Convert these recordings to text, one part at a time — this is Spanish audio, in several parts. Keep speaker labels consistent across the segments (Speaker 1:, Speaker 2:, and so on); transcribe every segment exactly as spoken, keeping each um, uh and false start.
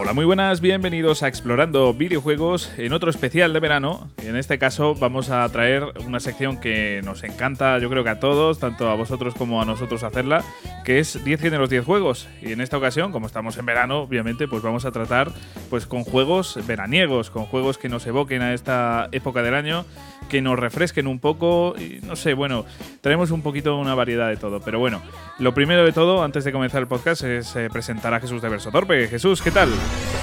Speaker 1: Hola, muy buenas, bienvenidos a Explorando Videojuegos en otro especial de verano. En este caso vamos a traer una sección que nos encanta, yo creo que a todos, tanto a vosotros como a nosotros hacerla, que es diez géneros, diez juegos. Y en esta ocasión, como estamos en verano, obviamente, pues vamos a tratar pues con juegos veraniegos, con juegos que nos evoquen a esta época del año, que nos refresquen un poco y no sé, bueno, traemos un poquito una variedad de todo. Pero bueno, lo primero de todo, antes de comenzar el podcast, es eh, presentar a Jesús de Verso Torpe. Jesús, ¿qué tal?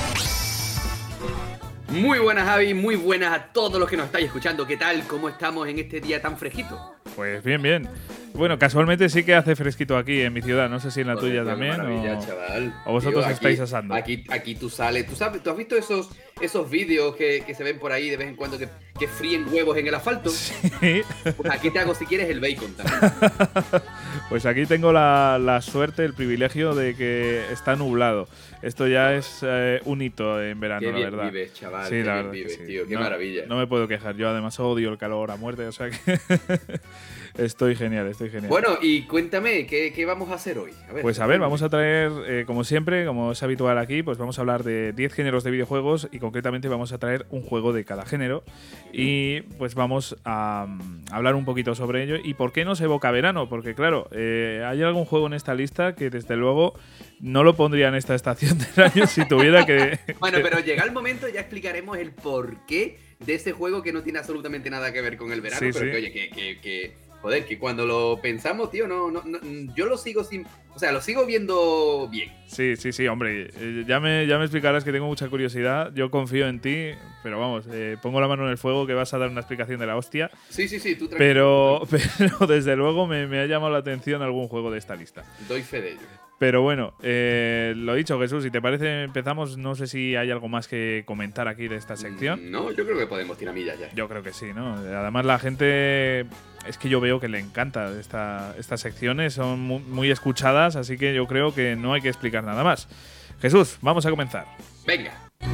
Speaker 2: Muy buenas, Javi, muy buenas a todos los que nos estáis escuchando. ¿Qué tal? ¿Cómo estamos en este día tan fresquito?
Speaker 1: Pues bien, bien. Bueno, casualmente sí que hace fresquito aquí en mi ciudad. No sé si en la
Speaker 2: Joder,
Speaker 1: tuya
Speaker 2: qué
Speaker 1: también
Speaker 2: maravilla,
Speaker 1: o,
Speaker 2: chaval.
Speaker 1: o vosotros
Speaker 2: Tío, aquí,
Speaker 1: estáis asando.
Speaker 2: Aquí, aquí tú sales. ¿Tú, sabes, ¿Tú has visto esos, esos vídeos que, que se ven por ahí de vez en cuando que, que fríen huevos en el asfalto?
Speaker 1: Sí.
Speaker 2: Pues aquí te hago, si quieres, el bacon también.
Speaker 1: Pues aquí tengo la, la suerte, el privilegio de que está nublado. Esto ya es eh, un hito en verano,
Speaker 2: Qué
Speaker 1: la
Speaker 2: bien
Speaker 1: verdad.
Speaker 2: vives, chaval.
Speaker 1: Sí,
Speaker 2: qué
Speaker 1: la
Speaker 2: bien
Speaker 1: verdad que
Speaker 2: vives,
Speaker 1: sí.
Speaker 2: tío. Qué
Speaker 1: no,
Speaker 2: maravilla.
Speaker 1: No me puedo quejar. Yo además odio el calor a muerte, o sea que estoy genial, estoy genial.
Speaker 2: Bueno, y cuéntame, ¿qué, qué vamos a hacer hoy? A ver,
Speaker 1: Pues a ver, vamos a traer, eh, como siempre, como es habitual aquí, pues vamos a hablar de diez géneros de videojuegos y concretamente vamos a traer un juego de cada género y pues vamos a um, hablar un poquito sobre ello y por qué nos evoca verano, porque claro, eh, hay algún juego en esta lista que desde luego no lo pondría en esta estación del año si tuviera que...
Speaker 2: Bueno, pero llega el momento, ya explicaremos el porqué de ese juego que no tiene absolutamente nada que ver con el verano,
Speaker 1: Sí,
Speaker 2: pero
Speaker 1: sí.
Speaker 2: que oye, que, que, que joder, que cuando lo pensamos, tío, no, no, no, yo lo sigo sin, o sea, lo sigo viendo bien.
Speaker 1: Sí, sí, sí, hombre, eh, ya me, ya me explicarás que tengo mucha curiosidad, yo confío en ti, pero vamos, eh, pongo la mano en el fuego que vas a dar una explicación de la hostia.
Speaker 2: Sí, sí, sí, tú tranquilo.
Speaker 1: Pero,
Speaker 2: tú tranquilo.
Speaker 1: pero desde luego me, me ha llamado la atención algún juego de esta lista.
Speaker 2: Doy fe de ello.
Speaker 1: Pero bueno, eh, lo dicho, Jesús, si te parece empezamos. No sé si hay algo más que comentar aquí de esta sección.
Speaker 2: No, yo creo que podemos tirar millas ya.
Speaker 1: Yo creo que sí, ¿no? Además la gente, es que yo veo que le encanta esta, estas secciones, son muy, muy escuchadas, así que yo creo que no hay que explicar nada más. Jesús, vamos a comenzar.
Speaker 2: Venga.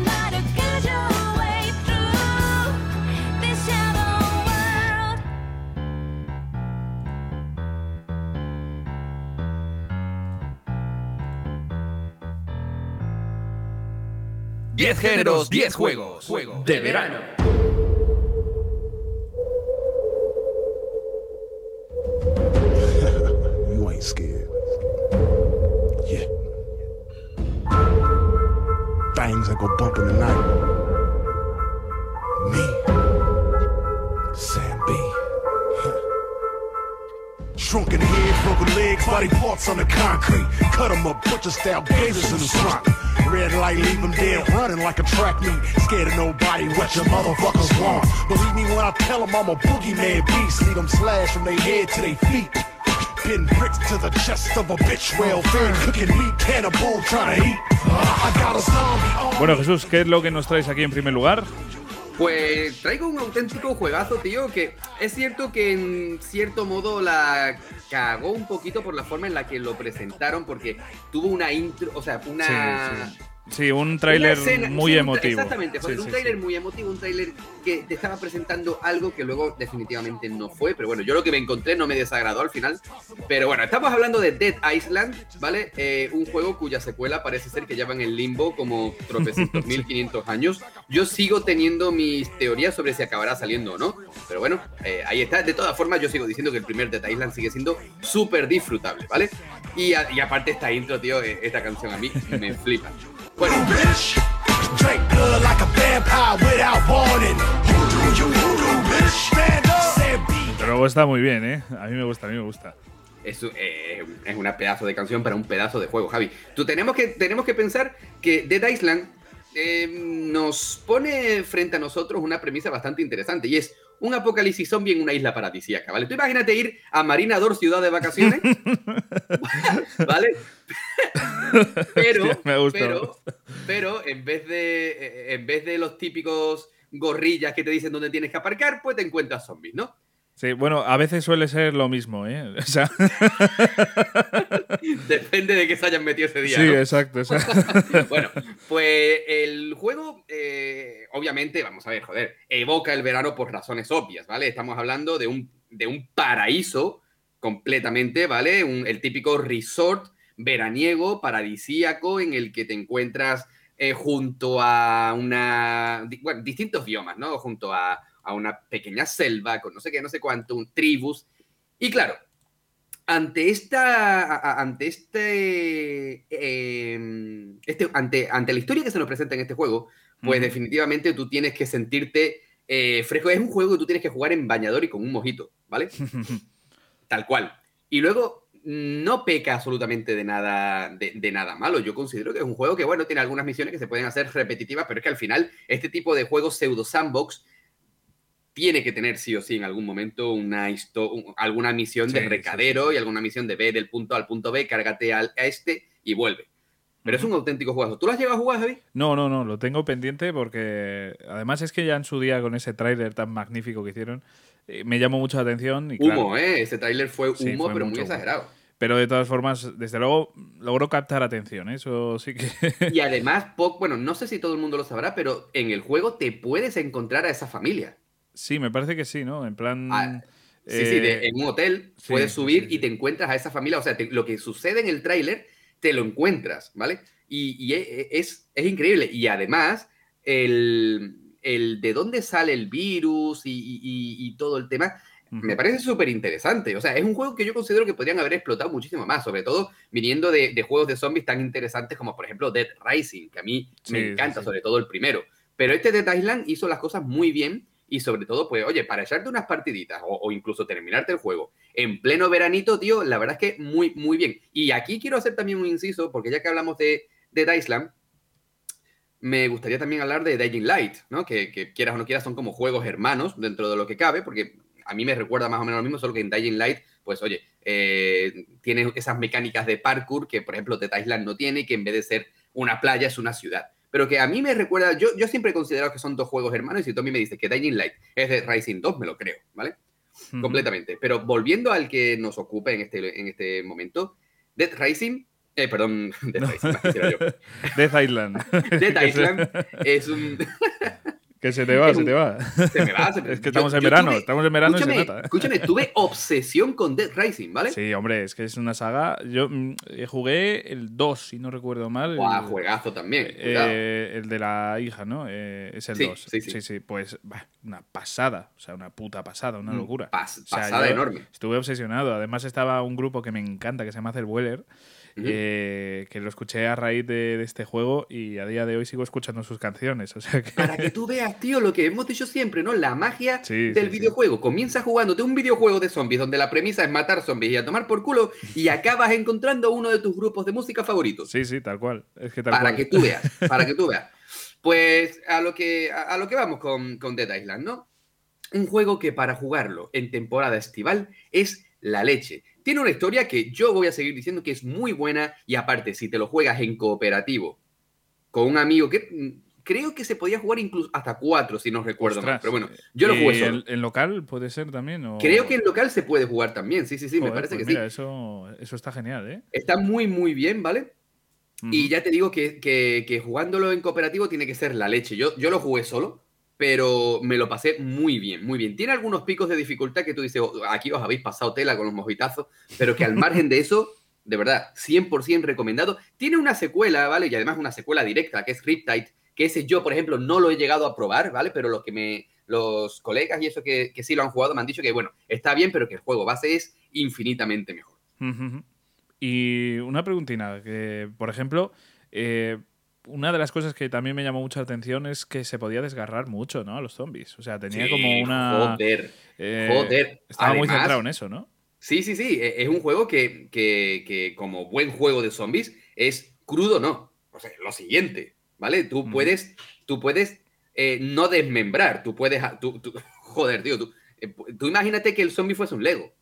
Speaker 2: diez géneros, diez juegos, juegos de verano.
Speaker 3: You ain't scared. Yeah. Things that go bump in the night. Me. Sam B. Shrunk in the head, broken legs, body parts on the concrete. Cut them up, butcher style gazers in the trunk. Red light, leave them dead, running like a track meet. Scared of nobody, what your motherfuckers want. Believe me when I tell them I'm a boogeyman beast. Leave them slashed from their head to their feet. Pin bricks to the chest of a bitch, well fed, cooking meat, cannibal trying to eat. I got a zombie on.
Speaker 1: Bueno, Jesús, ¿qué es lo que nos traes aquí en primer lugar?
Speaker 2: Pues traigo un auténtico juegazo, tío, que es cierto que en cierto modo la cagó un poquito por la forma en la que lo presentaron, porque tuvo una intro, o sea, una...
Speaker 1: Sí, sí. Sí, un tráiler muy
Speaker 2: sí,
Speaker 1: emotivo.
Speaker 2: Exactamente, fue
Speaker 1: sí,
Speaker 2: un
Speaker 1: sí,
Speaker 2: tráiler
Speaker 1: sí.
Speaker 2: muy emotivo, un tráiler que te estaba presentando algo que luego definitivamente no fue, pero bueno, yo lo que me encontré no me desagradó al final. Pero bueno, estamos hablando de Dead Island, ¿vale? Eh, un juego cuya secuela parece ser que llevan en limbo como tropecientos mil quinientos años. Yo sigo teniendo mis teorías sobre si acabará saliendo o no, pero bueno, eh, ahí está. De todas formas, yo sigo diciendo que el primer Dead Island sigue siendo súper disfrutable, ¿vale? Y, a, y aparte esta intro, tío, esta canción a mí me flipa. Bueno,
Speaker 3: Drink blood like a vampire without warning. Who do you, who do, bitch? Stand up. Sam B.
Speaker 1: Pero luego está muy bien, ¿eh? A mí me gusta, a mí me gusta.
Speaker 2: Es, eh, es una pedazo de canción para un pedazo de juego, Javi. Tú tenemos que, tenemos que pensar que Dead Island eh, nos pone frente a nosotros una premisa bastante interesante y es un apocalipsis zombie en una isla paradisíaca, ¿vale? Tú imagínate ir a Marina Dor, ciudad de vacaciones, ¿vale? pero,
Speaker 1: Hostia, me gusta.
Speaker 2: pero, pero en vez de, en vez de los típicos gorrillas que te dicen dónde tienes que aparcar, pues te encuentras zombies, ¿no?
Speaker 1: Sí, bueno, a veces suele ser lo mismo, ¿eh? O sea...
Speaker 2: Depende de qué se hayan metido ese día,
Speaker 1: Sí,
Speaker 2: ¿no?
Speaker 1: exacto, exacto.
Speaker 2: Bueno, pues el juego, eh, obviamente, vamos a ver, joder, evoca el verano por razones obvias, ¿vale? Estamos hablando de un, de un paraíso completamente, ¿vale? Un, el típico resort veraniego, paradisíaco, en el que te encuentras eh, junto a una... Bueno, distintos biomas, ¿no? Junto a, a una pequeña selva con no sé qué, no sé cuánto, un tribus. Y claro, ante esta... a- a- ante este... eh, este ante, ante la historia que se nos presenta en este juego, pues
Speaker 1: Ujú.
Speaker 2: definitivamente tú tienes que sentirte eh, fresco. Es un juego que tú tienes que jugar en bañador y con un mojito, ¿vale? Tal cual. Y luego no peca absolutamente de nada, de, de nada malo. Yo considero que es un juego que, bueno, tiene algunas misiones que se pueden hacer repetitivas, pero es que al final este tipo de juegos pseudo sandbox tiene que tener sí o sí en algún momento una histo- un- alguna misión
Speaker 1: Sí,
Speaker 2: de
Speaker 1: sí,
Speaker 2: recadero
Speaker 1: sí, sí.
Speaker 2: y alguna misión de ve del punto A al punto B, cárgate al, a este y vuelve. Pero es
Speaker 1: Ujú.
Speaker 2: un auténtico juego. ¿Tú lo has llegado a jugar, Javi?
Speaker 1: No, no, no, lo tengo pendiente porque además es que ya en su día con ese tráiler tan magnífico que hicieron, eh, me llamó mucho la atención y claro,
Speaker 2: Humo, ¿eh? Ese tráiler fue
Speaker 1: sí,
Speaker 2: humo,
Speaker 1: fue
Speaker 2: pero muy
Speaker 1: mucho humo.
Speaker 2: exagerado.
Speaker 1: Pero de todas formas, desde luego, logró captar atención, ¿eh? Eso sí que...
Speaker 2: Y además, po- bueno, no sé si todo el mundo lo sabrá, pero en el juego te puedes encontrar a esa familia.
Speaker 1: Sí, me parece que sí, ¿no? En
Speaker 2: Ah,
Speaker 1: plan...
Speaker 2: sí, sí, de-
Speaker 1: eh,
Speaker 2: en un hotel
Speaker 1: sí,
Speaker 2: puedes
Speaker 1: sí,
Speaker 2: subir
Speaker 1: sí,
Speaker 2: y
Speaker 1: sí.
Speaker 2: te encuentras a esa familia. O sea, te- lo que sucede en el tráiler te lo encuentras, ¿vale? Y, y e- e- es, es increíble. Y además, el, el de dónde sale el virus y, y- y- y todo el tema, me
Speaker 1: Ujú.
Speaker 2: parece súper interesante. O sea, es un juego que yo considero que podrían haber explotado muchísimo más, sobre todo viniendo de, de juegos de zombies tan interesantes como, por ejemplo, Dead Rising, que a mí me
Speaker 1: Sí, sí,
Speaker 2: encanta,
Speaker 1: sí.
Speaker 2: sobre todo el primero. Pero este de Thailand hizo las cosas muy bien y sobre todo, pues, oye, para echarte unas partiditas o, o incluso terminarte el juego en pleno veranito, tío, la verdad es que muy, muy bien. Y aquí quiero hacer también un inciso, porque ya que hablamos de, de Island, me gustaría también hablar de Dying Light, ¿no? Que, que quieras o no quieras son como juegos hermanos dentro de lo que cabe, porque a mí me recuerda más o menos lo mismo, solo que en Dying Light, pues oye, eh, tiene esas mecánicas de parkour que, por ejemplo, Dead Island no tiene, que en vez de ser una playa es una ciudad. Pero que a mí me recuerda, yo, yo siempre he considerado que son dos juegos hermanos y si tú a mí me dices que Dying Light es de Rising dos, me lo creo, ¿vale?
Speaker 1: Ujú.
Speaker 2: Completamente. Pero volviendo al que nos ocupa en este, en este momento, Dead Rising, eh, perdón, Dead
Speaker 1: No.
Speaker 2: Rising, más quisiera yo.
Speaker 1: Death Island.
Speaker 2: Dead
Speaker 1: Que se,
Speaker 2: Island es un,
Speaker 1: que se te va,
Speaker 2: es
Speaker 1: se te
Speaker 2: un,
Speaker 1: va.
Speaker 2: se me va, se me-
Speaker 1: Es que
Speaker 2: yo,
Speaker 1: estamos en
Speaker 2: yo
Speaker 1: verano,
Speaker 2: tuve,
Speaker 1: estamos en verano y se
Speaker 2: escúchame,
Speaker 1: nota.
Speaker 2: escúchame, tuve obsesión con Dead Rising, ¿vale?
Speaker 1: Sí, hombre, es que es una saga. Yo mm, eh, jugué el dos, si no recuerdo mal.
Speaker 2: Guau,
Speaker 1: El,
Speaker 2: juegazo también, cuidado.
Speaker 1: eh, el de la hija, ¿no? Eh, es el
Speaker 2: Sí,
Speaker 1: dos.
Speaker 2: sí,
Speaker 1: Sí,
Speaker 2: sí.
Speaker 1: sí, pues bah, una pasada. O sea, una puta pasada, una
Speaker 2: Mm,
Speaker 1: locura.
Speaker 2: pas-
Speaker 1: O sea,
Speaker 2: pasada
Speaker 1: yo
Speaker 2: enorme.
Speaker 1: estuve obsesionado. Además, estaba un grupo que me encanta que se llama Weller,
Speaker 2: Ujú.
Speaker 1: eh, que lo escuché a raíz de, de este juego y a día de hoy sigo escuchando sus canciones. O sea que.
Speaker 2: Para que tú veas, tío, lo que hemos dicho siempre, ¿no? La magia
Speaker 1: Sí,
Speaker 2: del
Speaker 1: sí, sí.
Speaker 2: videojuego. Comienzas jugándote un videojuego de zombies donde la premisa es matar zombies y a tomar por culo y acabas encontrando uno de tus grupos de música favoritos.
Speaker 1: Sí, sí, tal cual. Es que tal
Speaker 2: Para
Speaker 1: cual.
Speaker 2: que tú veas, para que tú veas. Pues a lo que, a, a lo que vamos con, con Dead Island, ¿no? Un juego que para jugarlo en temporada estival es la leche. Tiene una historia que yo voy a seguir diciendo que es muy buena y aparte, si te lo juegas en cooperativo con un amigo que mm, creo que se podía jugar incluso hasta cuatro, si no recuerdo mal. Pero
Speaker 1: Ostras.
Speaker 2: bueno,
Speaker 1: eh,
Speaker 2: yo lo jugué
Speaker 1: ¿Y
Speaker 2: solo.
Speaker 1: en, en local puede ser también?
Speaker 2: Creo que
Speaker 1: O...
Speaker 2: en local se puede jugar también. Sí, sí, sí, me
Speaker 1: Joder,
Speaker 2: parece
Speaker 1: pues
Speaker 2: que
Speaker 1: mira,
Speaker 2: sí.
Speaker 1: eso, eso está genial, ¿eh?
Speaker 2: Está muy, muy bien, ¿vale? Y
Speaker 1: Ujú.
Speaker 2: ya te digo que, que, que jugándolo en cooperativo tiene que ser la leche. Yo, yo lo jugué solo, pero me lo pasé muy bien, muy bien. Tiene algunos picos de dificultad que tú dices, "Oh, aquí os habéis pasado tela con los mojitazos", pero que al margen de eso, de verdad, cien por ciento recomendado. Tiene una secuela, ¿vale? Y además una secuela directa, que es Riptide, que ese yo, por ejemplo, no lo he llegado a probar, ¿vale? Pero los que me, los colegas y eso que, que sí lo han jugado me han dicho que, bueno, está bien, pero que el juego base es infinitamente mejor.
Speaker 1: Ujú. Y una preguntina, que por ejemplo, eh, una de las cosas que también me llamó mucho la atención es que se podía desgarrar mucho, ¿no? A los zombies. O sea, tenía como
Speaker 2: Sí,
Speaker 1: una...
Speaker 2: joder,
Speaker 1: eh,
Speaker 2: joder.
Speaker 1: estaba muy
Speaker 2: Además,
Speaker 1: centrado en eso, ¿no?
Speaker 2: sí, sí, sí, e- es un juego que, que, que como buen juego de zombies es crudo, no. O sea, lo siguiente, ¿vale? Tú
Speaker 1: Ujú.
Speaker 2: puedes, tú puedes eh, no desmembrar, tú puedes, tú, tú- joder, tío, tú, eh, tú imagínate que el zombie fuese un Lego,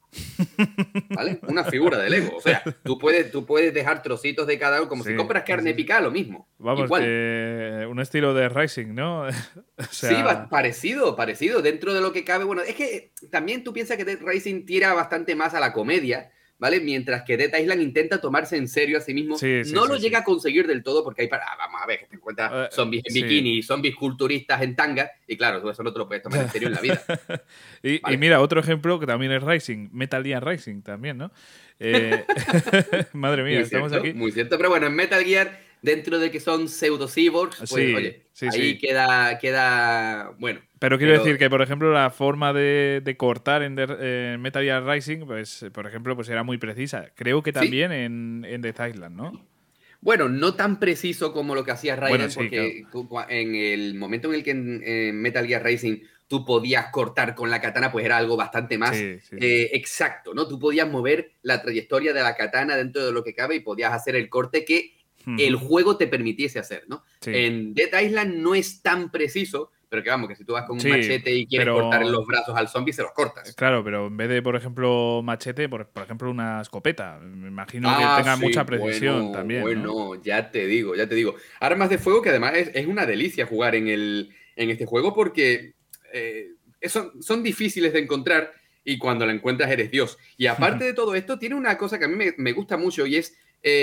Speaker 2: ¿vale? Una figura de Lego. O sea, tú puedes, tú puedes dejar trocitos de cada uno, como
Speaker 1: Sí,
Speaker 2: si compras
Speaker 1: sí,
Speaker 2: carne
Speaker 1: sí, sí.
Speaker 2: picada, lo mismo.
Speaker 1: Vamos,
Speaker 2: Igual.
Speaker 1: que un estilo de Rising, ¿no? O
Speaker 2: Sí,
Speaker 1: sea,
Speaker 2: va- parecido, parecido, dentro de lo que cabe. Bueno, es que también tú piensas que Dead Rising tira bastante más a la comedia, ¿vale? Mientras que Dead Island intenta tomarse en serio a sí mismo.
Speaker 1: sí, sí,
Speaker 2: No
Speaker 1: sí,
Speaker 2: lo
Speaker 1: sí.
Speaker 2: llega a conseguir del todo porque hay para... ah, vamos a ver, que te encuentras
Speaker 1: Eh,
Speaker 2: zombies en
Speaker 1: sí.
Speaker 2: bikini, zombies culturistas en tanga, y claro, tú eso no te lo puedes tomar en serio en la vida.
Speaker 1: y, y
Speaker 2: Vale.
Speaker 1: mira, otro ejemplo que también es Rising, Metal Gear Rising también, ¿no? Eh, madre mía,
Speaker 2: Muy
Speaker 1: estamos
Speaker 2: cierto,
Speaker 1: aquí.
Speaker 2: muy cierto. Pero bueno, en Metal Gear dentro de que son pseudo-cyborgs, pues
Speaker 1: Sí,
Speaker 2: oye,
Speaker 1: sí,
Speaker 2: ahí
Speaker 1: sí.
Speaker 2: queda, queda, bueno.
Speaker 1: Pero quiero
Speaker 2: pero-
Speaker 1: decir que, por ejemplo, la forma de, de cortar en, The- eh, Metal Gear Rising, pues, por ejemplo, pues era muy precisa. Creo que
Speaker 2: Sí,
Speaker 1: también en, en Dead Island, ¿no?
Speaker 2: bueno, no tan preciso como lo que hacía
Speaker 1: Bueno,
Speaker 2: Raiden,
Speaker 1: sí, claro.
Speaker 2: porque cu- cua- en el momento en el que en, en Metal Gear Racing tú podías cortar con la katana, pues era algo bastante más
Speaker 1: Sí, sí, sí.
Speaker 2: eh, exacto, ¿no? Tú podías mover la trayectoria de la katana dentro de lo que cabe y podías hacer el corte que el
Speaker 1: Ujú.
Speaker 2: juego te permitiese hacer, ¿no?
Speaker 1: Sí.
Speaker 2: En Dead Island no es tan preciso, pero que vamos, que si tú vas con un
Speaker 1: Sí,
Speaker 2: machete y quieres cortar
Speaker 1: pero
Speaker 2: los brazos al zombie, se los cortas.
Speaker 1: claro, pero en vez de, por ejemplo, machete, por, por ejemplo, una escopeta. Me imagino que
Speaker 2: Ah,
Speaker 1: tenga
Speaker 2: sí,
Speaker 1: mucha precisión
Speaker 2: bueno,
Speaker 1: también, ¿no?
Speaker 2: bueno, ya te digo, ya te digo. Armas de fuego que además es, es una delicia jugar en, el, en este juego porque eh, son, son difíciles de encontrar y cuando la encuentras eres Dios. Y aparte de todo esto, tiene una cosa que a mí me, me gusta mucho y es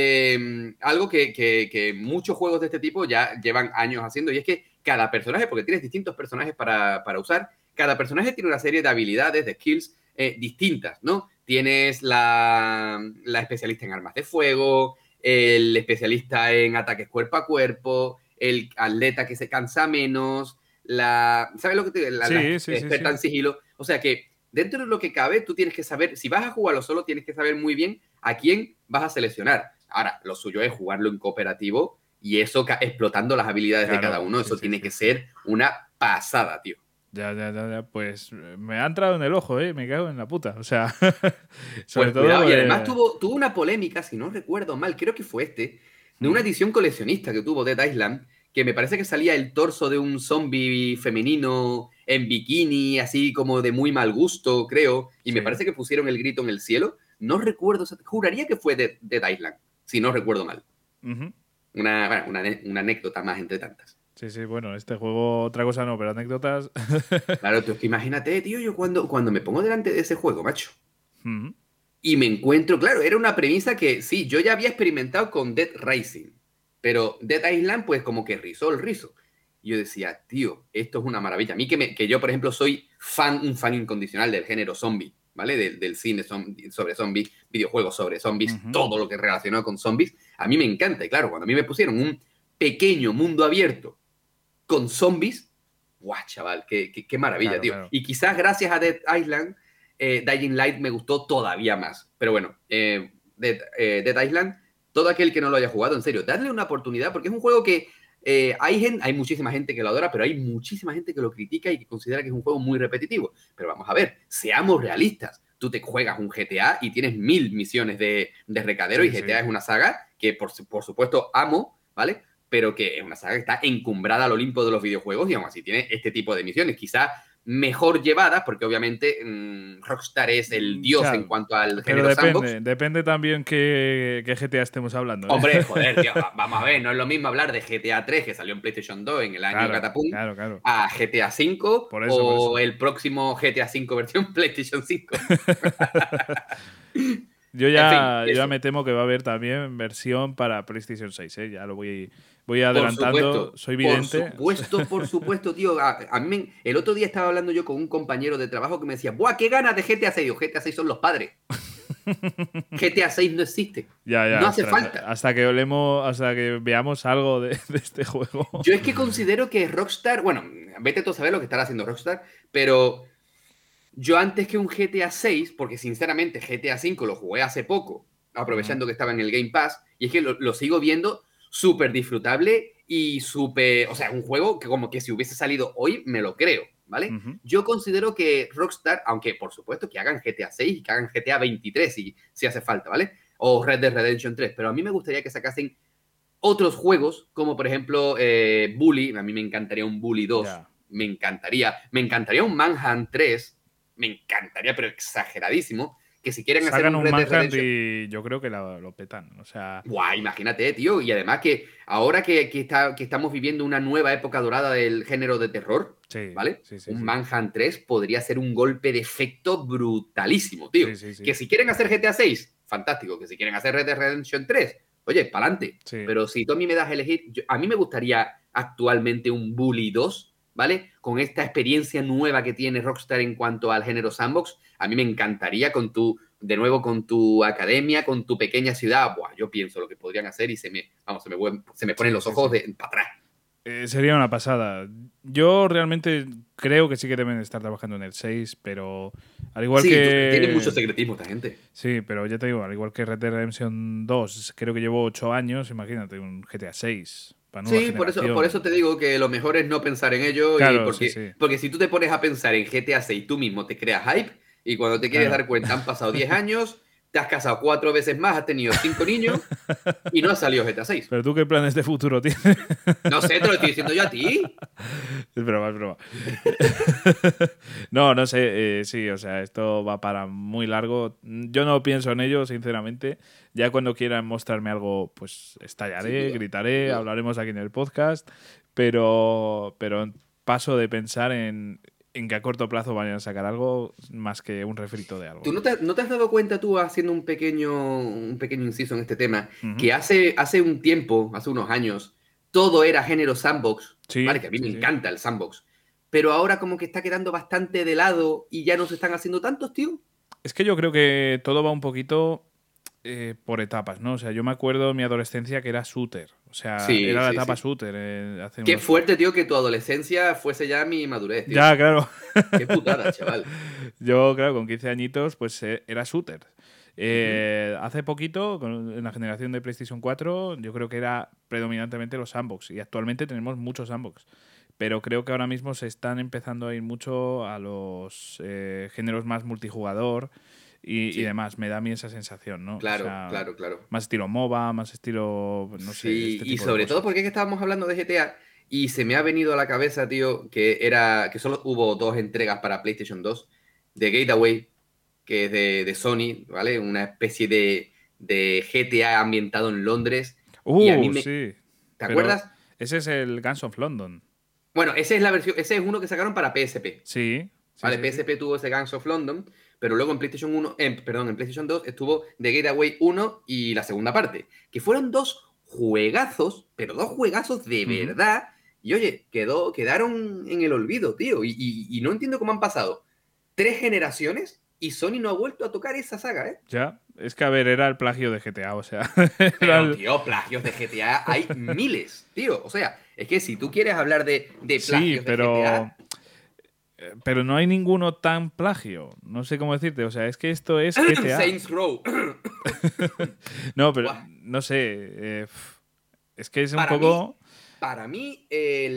Speaker 2: eh, algo que, que, que muchos juegos de este tipo ya llevan años haciendo y es que cada personaje, porque tienes distintos personajes para, para usar, cada personaje tiene una serie de habilidades, de skills eh, distintas, ¿no? Tienes la, la especialista en armas de fuego, el especialista en ataques cuerpo a cuerpo, el atleta que se cansa menos, la, ¿sabes lo que te digo? La, la
Speaker 1: Sí, sí, sí,
Speaker 2: experta
Speaker 1: sí.
Speaker 2: en sigilo. O sea que dentro de lo que cabe, tú tienes que saber, si vas a jugarlo solo, tienes que saber muy bien a quién vas a seleccionar. Ahora, lo suyo es jugarlo en cooperativo y eso explotando las habilidades de cada
Speaker 1: Claro,
Speaker 2: uno,
Speaker 1: sí,
Speaker 2: eso
Speaker 1: sí,
Speaker 2: tiene
Speaker 1: sí,
Speaker 2: que
Speaker 1: sí.
Speaker 2: ser una pasada, tío.
Speaker 1: Ya, ya, ya, ya. Pues eh, me ha entrado en el ojo, ¿eh? Me cago en la puta. O sea, sobre
Speaker 2: Pues
Speaker 1: todo,
Speaker 2: cuidado, y además
Speaker 1: pues,
Speaker 2: tuvo, tuvo una polémica, si no recuerdo mal, creo que fue este, de una
Speaker 1: mm,
Speaker 2: edición coleccionista que tuvo Dead Island, que me parece que salía el torso de un zombie femenino en bikini, así como de muy mal gusto, creo, y me
Speaker 1: sí.
Speaker 2: parece que pusieron el grito en el cielo. No recuerdo, juraría que fue Dead, Dead Island, si no recuerdo mal.
Speaker 1: Ujú.
Speaker 2: Una, bueno, una, una anécdota más entre tantas.
Speaker 1: Sí, sí, bueno, este juego, otra cosa no, pero anécdotas.
Speaker 2: Claro, tú es que imagínate, tío, yo cuando, cuando me pongo delante de ese juego, macho,
Speaker 1: Mm,
Speaker 2: y me encuentro, claro, era una premisa que sí, yo ya había experimentado con Dead Rising, pero Dead Island pues como que rizó el rizo. Y yo decía, tío, esto es una maravilla. A mí que, me, que yo, por ejemplo, soy fan, un fan incondicional del género zombie, ¿vale? Del, del cine zombie, sobre zombies, videojuegos sobre zombies,
Speaker 1: ujú.
Speaker 2: todo lo que es relacionado con zombies, a mí me encanta. Y claro, cuando a mí me pusieron un pequeño mundo abierto con zombies, ¡guau, chaval! Qué, qué, qué maravilla,
Speaker 1: Claro,
Speaker 2: tío!
Speaker 1: claro.
Speaker 2: Y quizás gracias a Dead Island, eh, Dying Light me gustó todavía más. Pero bueno, eh, Dead, eh, Dead Island, todo aquel que no lo haya jugado, en serio, dadle una oportunidad porque es un juego que eh, hay, gente, hay muchísima gente que lo adora, pero hay muchísima gente que lo critica y que considera que es un juego muy repetitivo. Pero vamos a ver, seamos realistas. Tú te juegas un G T A y tienes mil misiones de, de recadero
Speaker 1: Sí,
Speaker 2: y G T A
Speaker 1: sí.
Speaker 2: es una saga que por, por supuesto amo, ¿vale? Pero que es una saga que está encumbrada al Olimpo de los videojuegos y aún así tiene este tipo de misiones, quizá mejor llevadas, porque obviamente mmm, Rockstar es el
Speaker 1: Mm,
Speaker 2: dios en
Speaker 1: Ya,
Speaker 2: cuanto al
Speaker 1: pero
Speaker 2: género sandbox.
Speaker 1: depende, depende también qué, qué G T A estemos hablando, ¿eh?
Speaker 2: Hombre, joder, tío, vamos a ver, no es lo mismo hablar de G T A tres, que salió en PlayStation dos en el año
Speaker 1: Claro,
Speaker 2: Catapum,
Speaker 1: claro, claro.
Speaker 2: a G T A cinco
Speaker 1: Por eso, por
Speaker 2: o
Speaker 1: eso.
Speaker 2: el próximo G T A cinco versión PlayStation cinco.
Speaker 1: Yo
Speaker 2: En fin,
Speaker 1: ya, yo ya
Speaker 2: eso.
Speaker 1: me temo que va a haber también versión para PlayStation seis, ¿eh? Ya lo voy, voy
Speaker 2: Por
Speaker 1: adelantando.
Speaker 2: supuesto,
Speaker 1: Soy
Speaker 2: por
Speaker 1: vidente.
Speaker 2: supuesto, por supuesto, tío. A, a mí, me- el otro día estaba hablando yo con un compañero de trabajo que me decía, ¡buah, qué ganas de G T A seis! Digo, G T A seis son los padres. G T A seis no existe.
Speaker 1: Ya, ya,
Speaker 2: No hace
Speaker 1: ostras,
Speaker 2: falta.
Speaker 1: hasta que olemos, hasta que veamos algo de, de este juego.
Speaker 2: Yo es que considero que Rockstar, bueno, vete tú a saber lo que estará haciendo Rockstar, pero yo antes que un G T A seis, porque sinceramente G T A cinco lo jugué hace poco, aprovechando
Speaker 1: Ujú.
Speaker 2: que estaba en el Game Pass, y es que lo, lo sigo viendo súper disfrutable y súper, o sea, un juego que como que si hubiese salido hoy, me lo creo, ¿vale?
Speaker 1: Ujú.
Speaker 2: Yo considero que Rockstar, aunque por supuesto que hagan G T A seis y que hagan G T A veintitrés si, si hace falta, ¿vale? O Red Dead Redemption tres, pero a mí me gustaría que sacasen otros juegos, como por ejemplo eh, Bully, a mí me encantaría un Bully dos,
Speaker 1: Ya.
Speaker 2: me encantaría, me encantaría un Manhunt tres, me encantaría, pero exageradísimo, que si quieren hacer
Speaker 1: Sacan
Speaker 2: un
Speaker 1: un
Speaker 2: Red Dead
Speaker 1: Manhunt
Speaker 2: Redemption...
Speaker 1: y yo creo que la- lo petan. O sea,
Speaker 2: Guau, imagínate, tío, y además que ahora que, que, está, que estamos viviendo una nueva época dorada del género de terror,
Speaker 1: sí,
Speaker 2: ¿vale?
Speaker 1: sí, sí,
Speaker 2: Un
Speaker 1: sí.
Speaker 2: Manhunt tres podría ser un golpe de efecto brutalísimo, tío.
Speaker 1: Sí, sí, sí.
Speaker 2: Que si quieren hacer G T A seis, fantástico. Que si quieren hacer Red Dead Redemption tres, oye, pa'lante.
Speaker 1: Sí.
Speaker 2: Pero si tú a mí me das a elegir, yo- a mí me gustaría actualmente un Bully dos ¿vale? Con esta experiencia nueva que tiene Rockstar en cuanto al género sandbox, a mí me encantaría con tu, de nuevo con tu academia, con tu pequeña ciudad. Buah, yo pienso lo que podrían hacer y se me, vamos, se me, se me ponen
Speaker 1: Sí,
Speaker 2: los
Speaker 1: sí,
Speaker 2: ojos
Speaker 1: sí.
Speaker 2: de, para atrás.
Speaker 1: Eh, sería una pasada. Yo realmente creo que sí que deben estar trabajando en el seis, pero al igual
Speaker 2: Sí, tiene mucho
Speaker 1: que...
Speaker 2: secretismo esta gente.
Speaker 1: Sí, pero ya te digo, al igual que Red Dead Redemption dos, creo que llevo ocho años, imagínate, un G T A seis para nueva
Speaker 2: Sí, por eso, por eso te
Speaker 1: generación.
Speaker 2: digo que lo mejor es no pensar en ello y
Speaker 1: Claro, sí,
Speaker 2: porque,
Speaker 1: sí.
Speaker 2: porque si tú te pones a pensar en G T A seis, tú mismo te creas hype y cuando te quieres
Speaker 1: Claro.
Speaker 2: dar cuenta han pasado diez años, te has casado cuatro veces más, has tenido cinco niños y no ha salido G T A seis.
Speaker 1: Pero tú, ¿qué planes de futuro tienes?
Speaker 2: No sé, te lo estoy diciendo yo a ti.
Speaker 1: Es broma, es broma. No, no sé, eh, sí, o sea, esto va para muy largo. Yo no pienso en ello, sinceramente. Ya cuando quieran mostrarme algo, pues
Speaker 2: Sin
Speaker 1: estallaré,
Speaker 2: duda, sin
Speaker 1: gritaré,
Speaker 2: duda.
Speaker 1: hablaremos aquí en el podcast, pero, pero paso de pensar en, en que a corto plazo vayan a sacar algo más que un refrito de algo.
Speaker 2: ¿Tú no te, no te has dado cuenta tú, haciendo un pequeño, un pequeño inciso en este tema,
Speaker 1: Ujú.
Speaker 2: que hace, hace un tiempo, hace unos años, todo era género sandbox, ¿vale?
Speaker 1: Sí,
Speaker 2: Que a mí me
Speaker 1: sí, sí.
Speaker 2: encanta el sandbox, pero ahora como que está quedando bastante de lado y ya no se están haciendo tantos, tío.
Speaker 1: Es que yo creo que todo va un poquito eh, por etapas, ¿no? O sea, yo me acuerdo en mi adolescencia que era shooter. O sea,
Speaker 2: Sí,
Speaker 1: era la
Speaker 2: sí,
Speaker 1: etapa
Speaker 2: sí.
Speaker 1: shooter eh, hace
Speaker 2: Qué
Speaker 1: unos...
Speaker 2: fuerte, tío, que tu adolescencia fuese ya mi madurez, tío.
Speaker 1: Ya, claro.
Speaker 2: Qué putada, chaval.
Speaker 1: Yo, claro, con quince añitos, pues eh, era shooter.
Speaker 2: Ujú.
Speaker 1: Eh, hace poquito, con- en la generación de PlayStation cuatro, yo creo que era predominantemente los sandbox. Y actualmente tenemos muchos sandbox. Pero creo que ahora mismo se están empezando a ir mucho a los eh, géneros más multijugador y, y
Speaker 2: Sí,
Speaker 1: demás. Me da a mí esa sensación, ¿no? O
Speaker 2: claro,
Speaker 1: sea,
Speaker 2: claro, claro.
Speaker 1: más estilo MOBA, más estilo, no sé,
Speaker 2: Sí,
Speaker 1: este
Speaker 2: y
Speaker 1: tipo de
Speaker 2: sobre todo
Speaker 1: cosas.
Speaker 2: porque es que estábamos hablando de G T A y se me ha venido a la cabeza, tío, que era que solo hubo dos entregas para PlayStation dos de Gateway, que es de, de Sony, ¿vale? Una especie de, de G T A ambientado en Londres. Y a mí
Speaker 1: Uh,
Speaker 2: me...
Speaker 1: sí.
Speaker 2: ¿Te
Speaker 1: Pero
Speaker 2: acuerdas?
Speaker 1: ese es el Guns of London.
Speaker 2: Bueno, esa es la versión, ese es uno que sacaron para P S P.
Speaker 1: Sí, sí,
Speaker 2: Vale,
Speaker 1: sí, sí.
Speaker 2: P S P tuvo ese Gangs of London, pero luego en PlayStation uno, en- perdón, en PlayStation dos estuvo The Getaway uno y la segunda parte, que fueron dos juegazos, pero dos juegazos de
Speaker 1: Ujú.
Speaker 2: verdad. Y oye, quedó, quedaron en el olvido, tío. Y, y- y no entiendo cómo han pasado tres generaciones y Sony no ha vuelto a tocar esa saga, ¿eh?
Speaker 1: Ya. Es que, a ver, era el plagio de G T A, o sea. Era
Speaker 2: Pero,
Speaker 1: el-
Speaker 2: tío, plagios de G T A hay miles, tío. O sea, es que si tú quieres hablar de, de
Speaker 1: Sí,
Speaker 2: plagios de G T A,
Speaker 1: pero. eh, Pero no hay ninguno tan plagio. No sé cómo decirte. O sea, es que esto es G T A.
Speaker 2: Saints Row.
Speaker 1: No, pero
Speaker 2: Buah,
Speaker 1: no sé. eh, f- es que es un
Speaker 2: para mí,
Speaker 1: poco.
Speaker 2: para mí,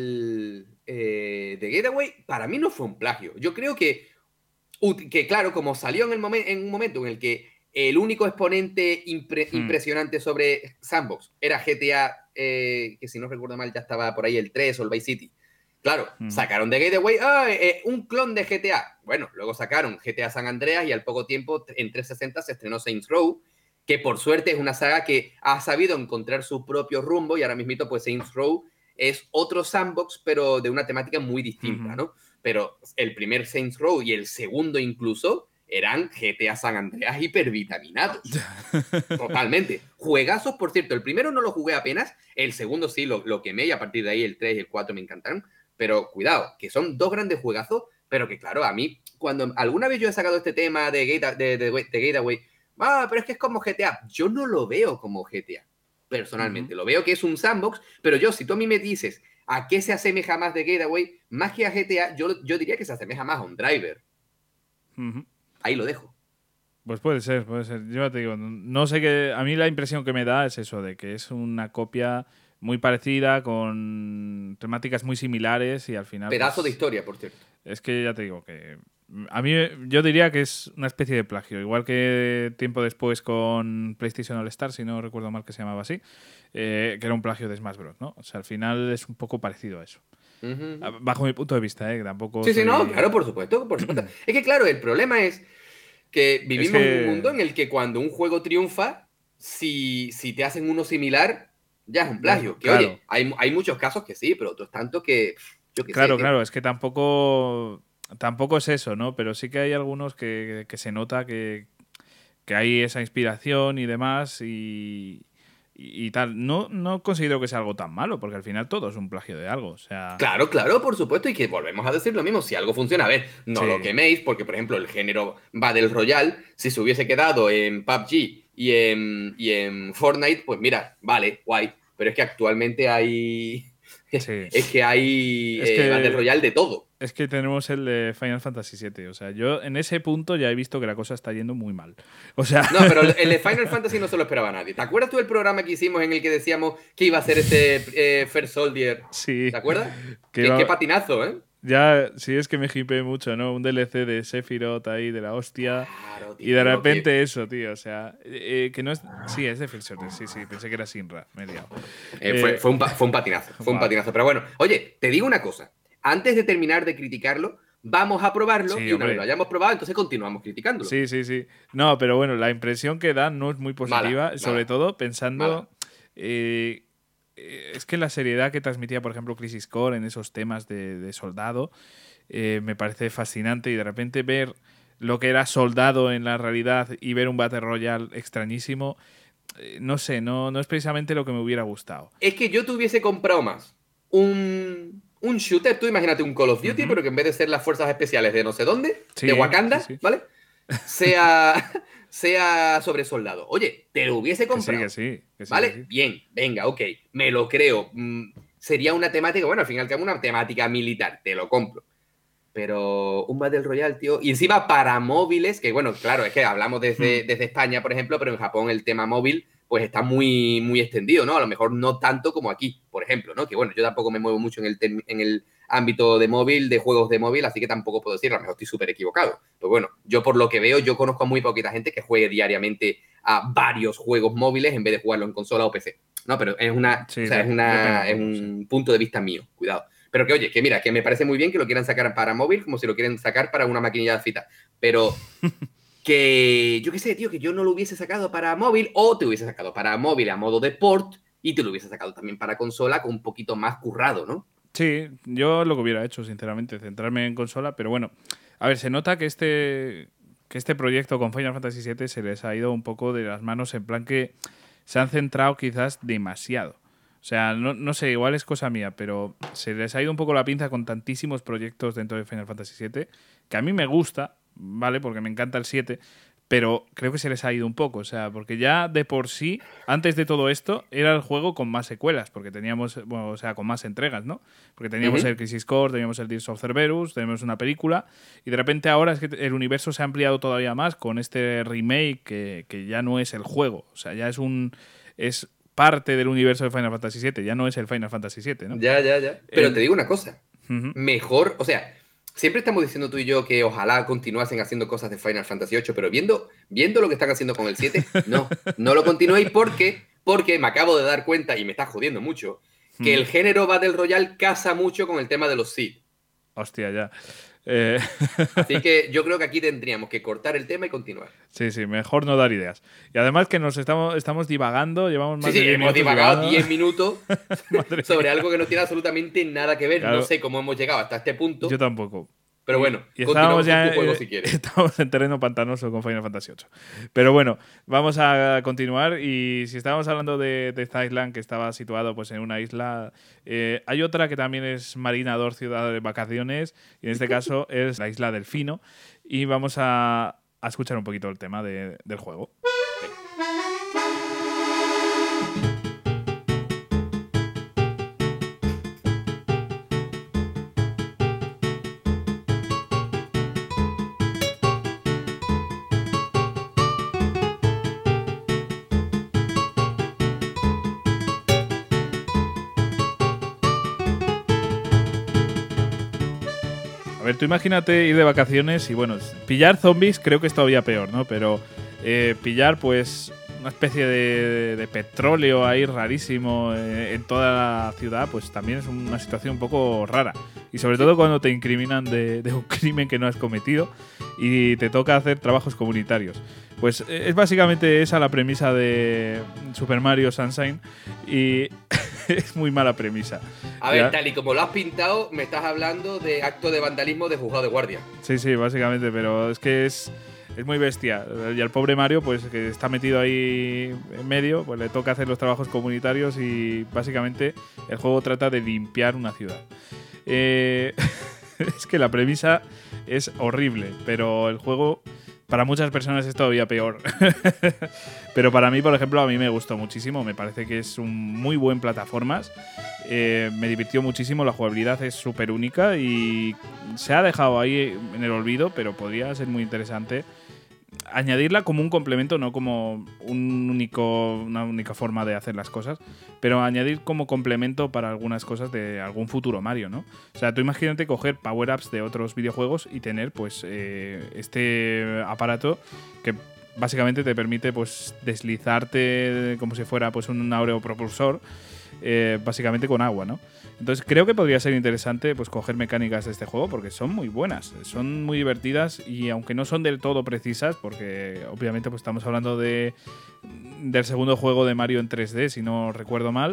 Speaker 2: el eh, The Getaway, para mí no fue un plagio. Yo creo que, ut- que claro, como salió en, el momen- en un momento en el que el único exponente impre-
Speaker 1: Hmm,
Speaker 2: impresionante sobre Sandbox era G T A, eh, que si no recuerdo mal ya estaba por ahí el tres o el Vice City. Claro,
Speaker 1: ujú.
Speaker 2: sacaron The Getaway, ah, eh, un clon de G T A. Bueno, luego sacaron G T A San Andreas y al poco tiempo, en trescientos sesenta, se estrenó Saints Row, que por suerte es una saga que ha sabido encontrar su propio rumbo y ahora mismito pues Saints Row es otro sandbox pero de una temática muy distinta,
Speaker 1: Ujú.
Speaker 2: ¿no? Pero el primer Saints Row y el segundo incluso eran G T A San Andreas hipervitaminados. Totalmente. Juegazos, por cierto. El primero no lo jugué apenas, el segundo sí lo, lo quemé y a partir de ahí el tres y el cuatro me encantaron. Pero cuidado, que son dos grandes juegazos, pero que claro, a mí, cuando alguna vez yo he sacado este tema de, Gata, de, de, de Gateway, ah, pero es que es como G T A. Yo no lo veo como G T A,
Speaker 1: Ujú.
Speaker 2: personalmente. Lo veo que es un sandbox, pero yo, si tú a mí me dices a qué se asemeja más de Gateway, más que a G T A, yo, yo diría que se asemeja más a un driver.
Speaker 1: Ujú.
Speaker 2: Ahí lo dejo.
Speaker 1: Pues puede ser, puede ser. Yo ya te digo, no no sé qué. A mí la impresión que me da es eso, de que es una copia muy parecida, con temáticas muy similares y al final,
Speaker 2: Pedazo de
Speaker 1: pues.
Speaker 2: historia, por cierto.
Speaker 1: Es que ya te digo que. A mí yo diría que es una especie de plagio. Igual que tiempo después con PlayStation All Star, si no recuerdo mal que se llamaba así, eh, que era un plagio de Smash Bros, ¿no? O sea, al final es un poco parecido a eso.
Speaker 2: Uh -huh.
Speaker 1: Bajo mi punto de vista, ¿eh? Que tampoco
Speaker 2: Sí, sí, no,
Speaker 1: soy.
Speaker 2: claro, por supuesto, por supuesto. Es que, claro, el problema es que
Speaker 1: Es
Speaker 2: vivimos en un mundo
Speaker 1: que.
Speaker 2: en el que cuando un juego triunfa, si, si te hacen uno similar, ya es un
Speaker 1: Ya es-
Speaker 2: plagio. Que,
Speaker 1: claro.
Speaker 2: oye, hay, hay muchos casos que sí, pero otros tantos que, yo qué sé,
Speaker 1: Claro,
Speaker 2: tío.
Speaker 1: claro, es que tampoco, tampoco es eso, ¿no? Pero sí que hay algunos que, que se nota que, que hay esa inspiración y demás y, y, y tal. No, no considero que sea algo tan malo, porque al final todo es un plagio de algo. O sea...
Speaker 2: Claro, claro, por supuesto, y que volvemos a decir lo mismo, si algo funciona, a ver, no
Speaker 1: Sí.
Speaker 2: lo queméis, porque por ejemplo el género Battle Royale, si se hubiese quedado en P U B G y en, y en Fortnite, pues mira, vale, guay, pero es que actualmente hay...
Speaker 1: Sí.
Speaker 2: es que hay
Speaker 1: Es
Speaker 2: eh,
Speaker 1: que-
Speaker 2: Battle Royale de todo.
Speaker 1: Es que tenemos el de Final Fantasy siete. O sea, yo en ese punto ya he visto que la cosa está yendo muy mal. O sea,
Speaker 2: No, pero el de Final Fantasy no se lo esperaba nadie. ¿Te acuerdas tú del programa que hicimos en el que decíamos que iba a ser ese eh, First Soldier?
Speaker 1: sí.
Speaker 2: ¿Te acuerdas?
Speaker 1: Que
Speaker 2: qué,
Speaker 1: iba-
Speaker 2: qué patinazo, ¿eh?
Speaker 1: Ya, sí es que me hipeé mucho, ¿no? Un D L C de Sephiroth ahí, de la hostia.
Speaker 2: Claro, tío,
Speaker 1: Y de
Speaker 2: que-
Speaker 1: repente eso, tío. O sea, eh, que no es. Sí, es de First Soldier, sí, sí. Pensé que era Sinra, me he liado.
Speaker 2: Eh, fue,
Speaker 1: Eh,
Speaker 2: fue, un, pa- fue un patinazo, fue un
Speaker 1: Wow.
Speaker 2: patinazo. Pero bueno, oye, te digo una cosa. Antes de terminar de criticarlo, vamos a probarlo
Speaker 1: Sí,
Speaker 2: y una
Speaker 1: hombre.
Speaker 2: vez lo hayamos probado, entonces continuamos criticándolo.
Speaker 1: Sí, sí, sí. No, pero bueno, la impresión que da no es muy positiva,
Speaker 2: Mala,
Speaker 1: sobre
Speaker 2: mala,
Speaker 1: todo pensando.
Speaker 2: mala.
Speaker 1: eh, eh, es que la seriedad que transmitía, por ejemplo, Crisis Core en esos temas de, de soldado eh, me parece fascinante y de repente ver lo que era soldado en la realidad y ver un Battle Royale extrañísimo, eh, no sé, no, no es precisamente lo que me hubiera gustado.
Speaker 2: Es que yo te hubiese comprado más un, un shooter, tú imagínate un Call of Duty,
Speaker 1: Ujú.
Speaker 2: pero que en vez de ser las fuerzas especiales de no sé dónde,
Speaker 1: Sí,
Speaker 2: de Wakanda,
Speaker 1: sí, sí.
Speaker 2: ¿vale? Sea, sea sobre soldado. Oye, te lo hubiese
Speaker 1: Que sí,
Speaker 2: comprado.
Speaker 1: que sí. Que sí,
Speaker 2: ¿Vale?
Speaker 1: que sí.
Speaker 2: Bien, venga, ok, me lo creo. Mm, sería una temática, bueno, al fin y al cabo, una temática militar, te lo compro. Pero un Battle Royale, tío, y encima para móviles, que bueno, claro, es que hablamos desde,
Speaker 1: Hmm.
Speaker 2: desde España, por ejemplo, pero en Japón el tema móvil, pues está muy, muy extendido, ¿no? A lo mejor no tanto como aquí, por ejemplo, ¿no? Que bueno, yo tampoco me muevo mucho en el, tem- en el ámbito de móvil, de juegos de móvil, así que tampoco puedo decirlo, a lo mejor estoy súper equivocado. Pero bueno, yo por lo que veo, yo conozco a muy poquita gente que juegue diariamente a varios juegos móviles en vez de jugarlo en consola o P C. No, pero es una,
Speaker 1: Sí,
Speaker 2: o sea,
Speaker 1: yo-
Speaker 2: es,
Speaker 1: yo
Speaker 2: una, es
Speaker 1: tampoco,
Speaker 2: un punto de vista mío, cuidado. Pero que oye, que mira, que me parece muy bien que lo quieran sacar para móvil como si lo quieren sacar para una maquinilla de cita. Pero que yo qué sé, tío, que yo no lo hubiese sacado para móvil o te hubiese sacado para móvil a modo de port y te lo hubiese sacado también para consola con un poquito más currado, ¿no?
Speaker 1: Sí, yo lo que hubiera hecho, sinceramente, centrarme en consola, pero bueno, a ver, se nota que este, que este proyecto con Final Fantasy siete se les ha ido un poco de las manos, en plan que se han centrado quizás demasiado. O sea, no, no sé, igual es cosa mía, pero se les ha ido un poco la pinza con tantísimos proyectos dentro de Final Fantasy siete, que a mí me gusta, ¿vale? Porque me encanta el siete, pero creo que se les ha ido un poco, o sea, porque ya de por sí, antes de todo esto, era el juego con más secuelas, porque teníamos, bueno, o sea, con más entregas, ¿no? Porque teníamos
Speaker 2: Ujú.
Speaker 1: el Crisis Core, teníamos el Tears of Cerberus, teníamos una película, y de repente ahora es que el universo se ha ampliado todavía más con este remake que, que ya no es el juego, o sea, ya es un... es parte del universo de Final Fantasy siete, ya no es el Final Fantasy siete, ¿no?
Speaker 2: Ya, ya, ya. Pero
Speaker 1: El-
Speaker 2: te digo una cosa,
Speaker 1: Ujú.
Speaker 2: mejor, o sea, siempre estamos diciendo tú y yo que ojalá continuasen haciendo cosas de Final Fantasy ocho, pero viendo, viendo lo que están haciendo con el siete, no, no lo continuéis porque, porque me acabo de dar cuenta, y me está jodiendo mucho, que
Speaker 1: Mm.
Speaker 2: el género Battle Royale casa mucho con el tema de los Seed.
Speaker 1: Hostia, ya. Eh,
Speaker 2: Así que yo creo que aquí tendríamos que cortar el tema y continuar.
Speaker 1: sí, sí, mejor no dar ideas. Y además que nos estamos, estamos divagando, llevamos más
Speaker 2: Sí,
Speaker 1: de
Speaker 2: sí,
Speaker 1: diez
Speaker 2: hemos
Speaker 1: minutos
Speaker 2: divagado
Speaker 1: divagando.
Speaker 2: diez minutos
Speaker 1: Madre
Speaker 2: sobre
Speaker 1: mía.
Speaker 2: algo que no tiene absolutamente nada que ver.
Speaker 1: Claro.
Speaker 2: No sé cómo hemos llegado hasta este punto,
Speaker 1: Yo tampoco.
Speaker 2: pero
Speaker 1: Y-
Speaker 2: bueno,
Speaker 1: y
Speaker 2: continuamos
Speaker 1: estábamos ya
Speaker 2: con tu juego
Speaker 1: eh,
Speaker 2: si quieres.
Speaker 1: estábamos en terreno pantanoso con Final Fantasy ocho. Pero bueno, vamos a continuar y si estábamos hablando de, de esta isla que estaba situado pues en una isla, eh, hay otra que también es marinador, ciudad de vacaciones y en este caso es la isla Delfino y vamos a, a escuchar un poquito el tema de- del juego. A ver, tú imagínate ir de vacaciones y bueno, pillar zombies creo que es todavía peor, ¿no? Pero eh, pillar pues una especie de, de petróleo ahí rarísimo eh, en toda la ciudad, pues también es una situación un poco rara. Y sobre todo cuando te incriminan de, de un crimen que no has cometido y te toca hacer trabajos comunitarios. Pues eh, es básicamente esa la premisa de Super Mario Sunshine y es muy mala premisa.
Speaker 2: A ver,
Speaker 1: ¿Ya?
Speaker 2: tal y como lo has pintado, me estás hablando de acto de vandalismo de juzgado de guardia.
Speaker 1: Sí, sí, básicamente, pero es que es, es muy bestia. Y al pobre Mario, pues que está metido ahí en medio, pues le toca hacer los trabajos comunitarios y básicamente el juego trata de limpiar una ciudad. Eh, es que la premisa es horrible, pero el juego para muchas personas es todavía peor. Pero para mí, por ejemplo, a mí me gustó muchísimo. Me parece que es un muy buen plataformas. Eh, me divirtió muchísimo. La jugabilidad es súper única y se ha dejado ahí en el olvido, pero podría ser muy interesante añadirla como un complemento, no como un único, una única forma de hacer las cosas, pero añadir como complemento para algunas cosas de algún futuro Mario, ¿no? O sea, tú imagínate coger power-ups de otros videojuegos y tener pues eh, este aparato que básicamente te permite pues deslizarte como si fuera pues un aureopropulsor, eh, básicamente con agua, ¿no? Entonces creo que podría ser interesante pues coger mecánicas de este juego porque son muy buenas, son muy divertidas y aunque no son del todo precisas, porque obviamente pues estamos hablando de del segundo juego de Mario en tres D, si no recuerdo mal,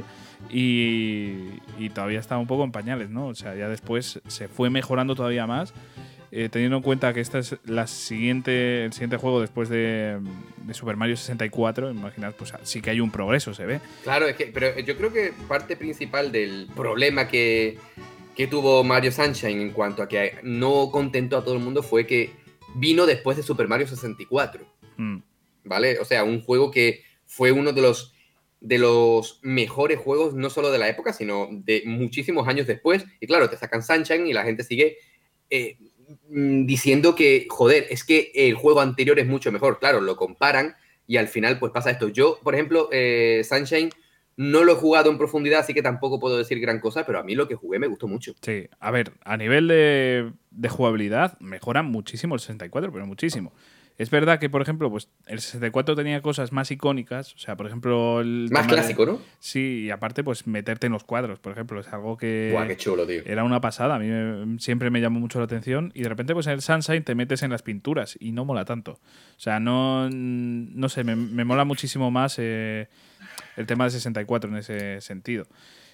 Speaker 1: y, y todavía está un poco en pañales, ¿no? O sea, ya después se fue mejorando todavía más. Eh, teniendo en cuenta que este es la siguiente, el siguiente juego después de, de Super Mario sesenta y cuatro, imaginad, pues sí que hay un progreso, se ve.
Speaker 2: Claro, es que, pero yo creo que parte principal del problema que, que tuvo Mario Sunshine en cuanto a que no contentó a todo el mundo fue que vino después de Super Mario sesenta y cuatro. Mm. ¿Vale? O sea, un juego que fue uno de los, de los mejores juegos, no solo de la época, sino de muchísimos años después. Y claro, te sacan Sunshine y la gente sigue Eh, diciendo que, joder, es que el juego anterior es mucho mejor. Claro, lo comparan y al final pues pasa esto. Yo, por ejemplo, eh, Sunshine no lo he jugado en profundidad, así que tampoco puedo decir gran cosa, pero a mí lo que jugué me gustó mucho.
Speaker 1: Sí, a ver, a nivel de, de jugabilidad mejora muchísimo el sesenta y cuatro, pero muchísimo. Es verdad que, por ejemplo, pues el sesenta y cuatro tenía cosas más icónicas, o sea, por ejemplo... El
Speaker 2: más clásico,
Speaker 1: de,
Speaker 2: ¿no?
Speaker 1: Sí, y aparte, pues meterte en los cuadros, por ejemplo, es algo que...
Speaker 2: Buah, qué chulo, tío.
Speaker 1: Era una pasada, a mí me, siempre me llamó mucho la atención y de repente, pues en el Sunshine te metes en las pinturas y no mola tanto. O sea, no, no sé, me, me mola muchísimo más eh, el tema del sesenta y cuatro en ese sentido.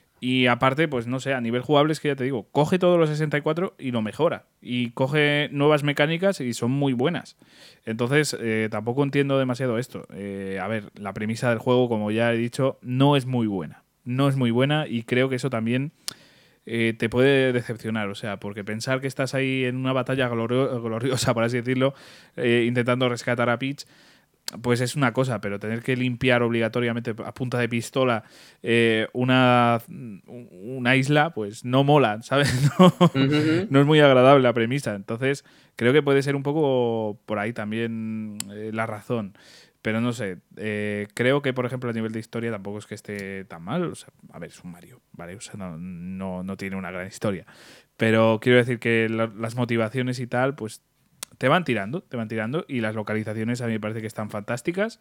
Speaker 1: Y aparte, pues no sé, a nivel jugable es que ya te digo, coge todos los sesenta y cuatro y lo mejora. Y coge nuevas mecánicas y son muy buenas. Entonces, eh, tampoco entiendo demasiado esto. Eh, a ver, la premisa del juego, como ya he dicho, no es muy buena. No es muy buena y creo que eso también eh, te puede decepcionar. O sea, porque pensar que estás ahí en una batalla glorio- gloriosa, por así decirlo, eh, intentando rescatar a Peach, pues es una cosa, pero tener que limpiar obligatoriamente a punta de pistola eh, una, una isla, pues no mola, ¿sabes? No, uh-huh. No es muy agradable la premisa. Entonces, creo que puede ser un poco por ahí también eh, la razón. Pero no sé, eh, creo que, por ejemplo, a nivel de historia tampoco es que esté tan mal. O sea, a ver, es un Mario, ¿vale? O sea, no, no, no tiene una gran historia. Pero quiero decir que la, las motivaciones y tal, pues te van tirando, te van tirando y las localizaciones a mí me parece que están fantásticas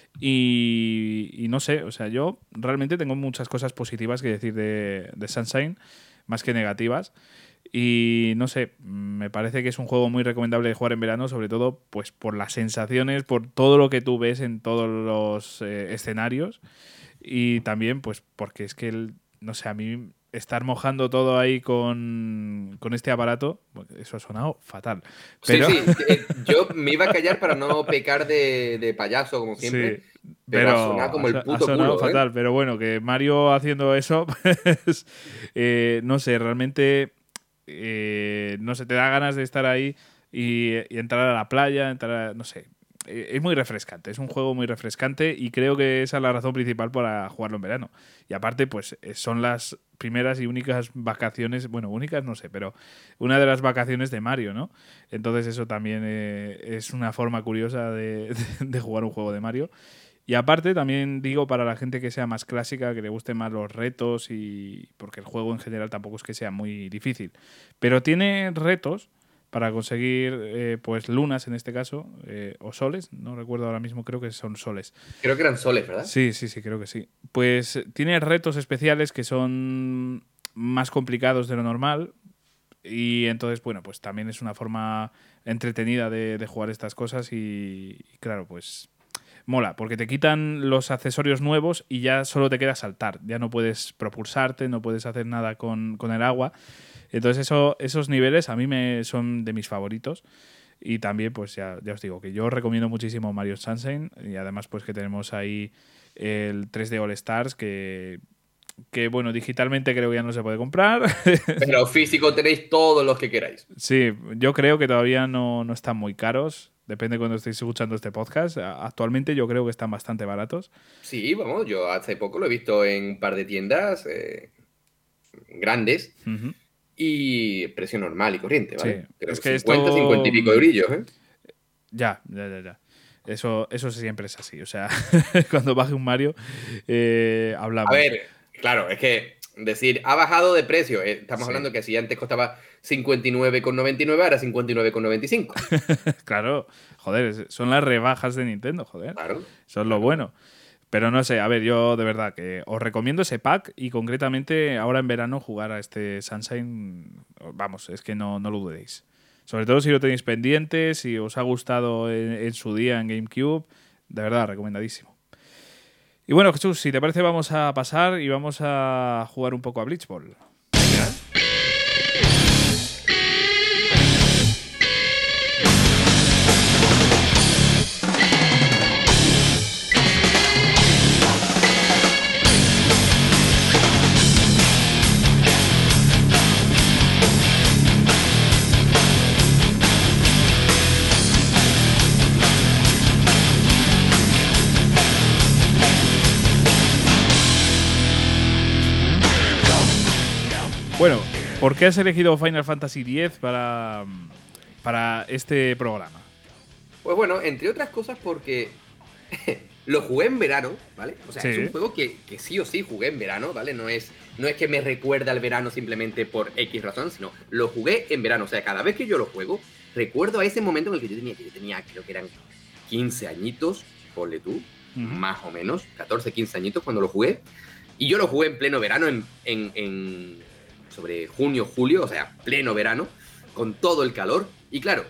Speaker 1: y, y no sé, o sea, yo realmente tengo muchas cosas positivas que decir de, de Sunshine, más que negativas y no sé, me parece que es un juego muy recomendable de jugar en verano, sobre todo pues por las sensaciones, por todo lo que tú ves en todos los eh, escenarios y también pues porque es que, el, no sé, a mí... estar mojando todo ahí con, con este aparato, eso ha sonado fatal. Pero...
Speaker 2: Sí, sí, yo me iba a callar para no pecar de, de payaso, como siempre,
Speaker 1: sí,
Speaker 2: pero,
Speaker 1: pero
Speaker 2: ha sonado como el puto
Speaker 1: ha sonado
Speaker 2: culo,
Speaker 1: fatal,
Speaker 2: ¿eh?
Speaker 1: Pero bueno, que Mario haciendo eso, pues, eh, no sé, realmente, eh, no sé, te da ganas de estar ahí y, y entrar a la playa, entrar a, no sé, es muy refrescante, es un juego muy refrescante y creo que esa es la razón principal para jugarlo en verano. Y aparte, pues son las primeras y únicas vacaciones, bueno, únicas no sé, pero una de las vacaciones de Mario, ¿no? Entonces eso también eh, es una forma curiosa de, de, de jugar un juego de Mario. Y aparte también digo para la gente que sea más clásica, que le gusten más los retos y porque el juego en general tampoco es que sea muy difícil, pero tiene retos para conseguir eh, pues lunas en este caso, eh, o soles, no recuerdo ahora mismo, creo que son soles.
Speaker 2: Creo que eran soles, ¿verdad?
Speaker 1: Sí, sí, sí, creo que sí. Pues tiene retos especiales que son más complicados de lo normal y entonces, bueno, pues también es una forma entretenida de, de jugar estas cosas y, y claro, pues mola, porque te quitan los accesorios nuevos y ya solo te queda saltar, ya no puedes propulsarte, no puedes hacer nada con, con el agua. Entonces eso, esos niveles a mí me son de mis favoritos. Y también, pues ya, ya os digo que yo recomiendo muchísimo Mario Sunshine y además pues que tenemos ahí el tres D All Stars que, que bueno, digitalmente creo que ya no se puede comprar.
Speaker 2: Pero físico tenéis todos los que queráis.
Speaker 1: Sí, yo creo que todavía no, no están muy caros. Depende cuando estéis escuchando este podcast. Actualmente yo creo que están bastante baratos.
Speaker 2: Sí, vamos, yo hace poco lo he visto en un par de tiendas eh, grandes
Speaker 1: Uh-huh.
Speaker 2: y precio normal y corriente, ¿vale?
Speaker 1: Sí,
Speaker 2: Creo
Speaker 1: es
Speaker 2: que
Speaker 1: que
Speaker 2: cincuenta,
Speaker 1: esto...
Speaker 2: cincuenta y pico eurillos, ¿eh?
Speaker 1: Ya, ya, ya, ya. Eso, eso siempre es así. O sea, cuando baje un Mario, eh, hablamos.
Speaker 2: A ver, claro, es que decir, ha bajado de precio. eh, Estamos
Speaker 1: Sí.
Speaker 2: hablando que si antes costaba cincuenta y nueve con noventa y nueve, ahora cincuenta y nueve con noventa y cinco.
Speaker 1: Claro, joder, son las rebajas de Nintendo, joder.
Speaker 2: Claro.
Speaker 1: Eso es lo bueno. Pero no sé, a ver, yo de verdad que os recomiendo ese pack y concretamente ahora en verano jugar a este Sunshine, vamos, es que no, no lo dudéis. Sobre todo si lo tenéis pendiente, si os ha gustado en, en su día en GameCube, de verdad, recomendadísimo. Y bueno, Jesús, si te parece vamos a pasar y vamos a jugar un poco a Blitzball. Bueno, ¿por qué has elegido Final Fantasy X para, para este programa?
Speaker 2: Pues bueno, entre otras cosas porque lo jugué en verano, ¿vale? O sea,
Speaker 1: Sí.
Speaker 2: es un juego que, que sí o sí jugué en verano, ¿vale? No es, no es que me recuerda al verano simplemente por X razón, sino lo jugué en verano. O sea, cada vez que yo lo juego, recuerdo a ese momento en el que yo tenía, que yo tenía creo que eran quince añitos, ponle tú,
Speaker 1: Uh-huh.
Speaker 2: más o menos, catorce, quince añitos cuando lo jugué. Y yo lo jugué en pleno verano, en, en, en sobre junio, julio, o sea, pleno verano, con todo el calor. Y claro,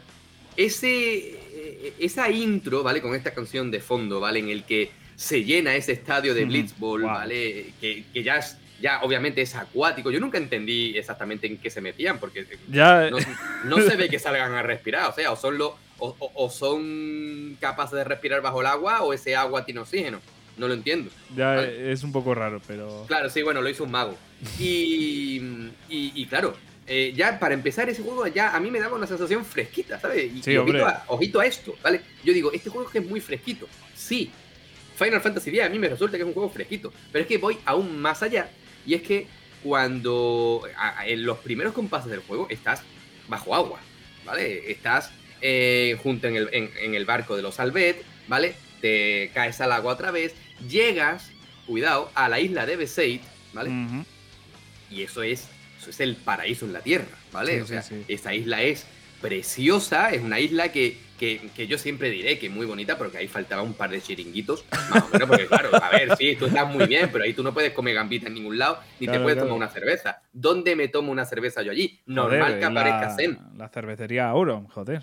Speaker 2: ese, esa intro, ¿vale? Con esta canción de fondo, ¿vale? En el que se llena ese estadio de Blitzball,
Speaker 1: Wow.
Speaker 2: ¿vale? Que, que ya, es, ya obviamente es acuático. Yo nunca entendí exactamente en qué se metían, porque
Speaker 1: Ya...
Speaker 2: no, no se ve que salgan a respirar, o sea, o son, lo, o, o, o son capaces de respirar bajo el agua, o ese agua tiene oxígeno. No lo entiendo.
Speaker 1: Ya
Speaker 2: ¿vale?
Speaker 1: es un poco raro, pero...
Speaker 2: Claro, sí, bueno, lo hizo un mago. Y, y, y claro, eh, ya para empezar ese juego, ya a mí me daba una sensación fresquita, ¿sabes? Y,
Speaker 1: Sí,
Speaker 2: y
Speaker 1: hombre.
Speaker 2: ojito, a, ojito a esto, ¿vale? Yo digo, este juego es que es muy fresquito. Sí, Final Fantasy X a mí me resulta que es un juego fresquito, pero es que voy aún más allá. Y es que cuando a, a, en los primeros compases del juego estás bajo agua, ¿vale? Estás eh, junto en el, en, en el barco de los Albet, ¿vale? Te caes al agua otra vez, llegas, cuidado, a la isla de Besaid, ¿vale?
Speaker 1: Uh-huh.
Speaker 2: Y eso es, eso es el paraíso en la Tierra, ¿vale?
Speaker 1: Sí,
Speaker 2: o sea,
Speaker 1: sí, sí.
Speaker 2: esa isla es preciosa, es una isla que, que, que yo siempre diré que es muy bonita, porque ahí faltaba un par de chiringuitos, más o menos, porque claro, a ver, sí, tú estás muy bien, pero ahí tú no puedes comer gambita en ningún lado, ni
Speaker 1: Claro,
Speaker 2: te puedes
Speaker 1: claro.
Speaker 2: tomar una cerveza. ¿Dónde me tomo una cerveza yo allí? Normal
Speaker 1: Joder,
Speaker 2: que aparezca
Speaker 1: la,
Speaker 2: Zen.
Speaker 1: la cervecería Auron, joder.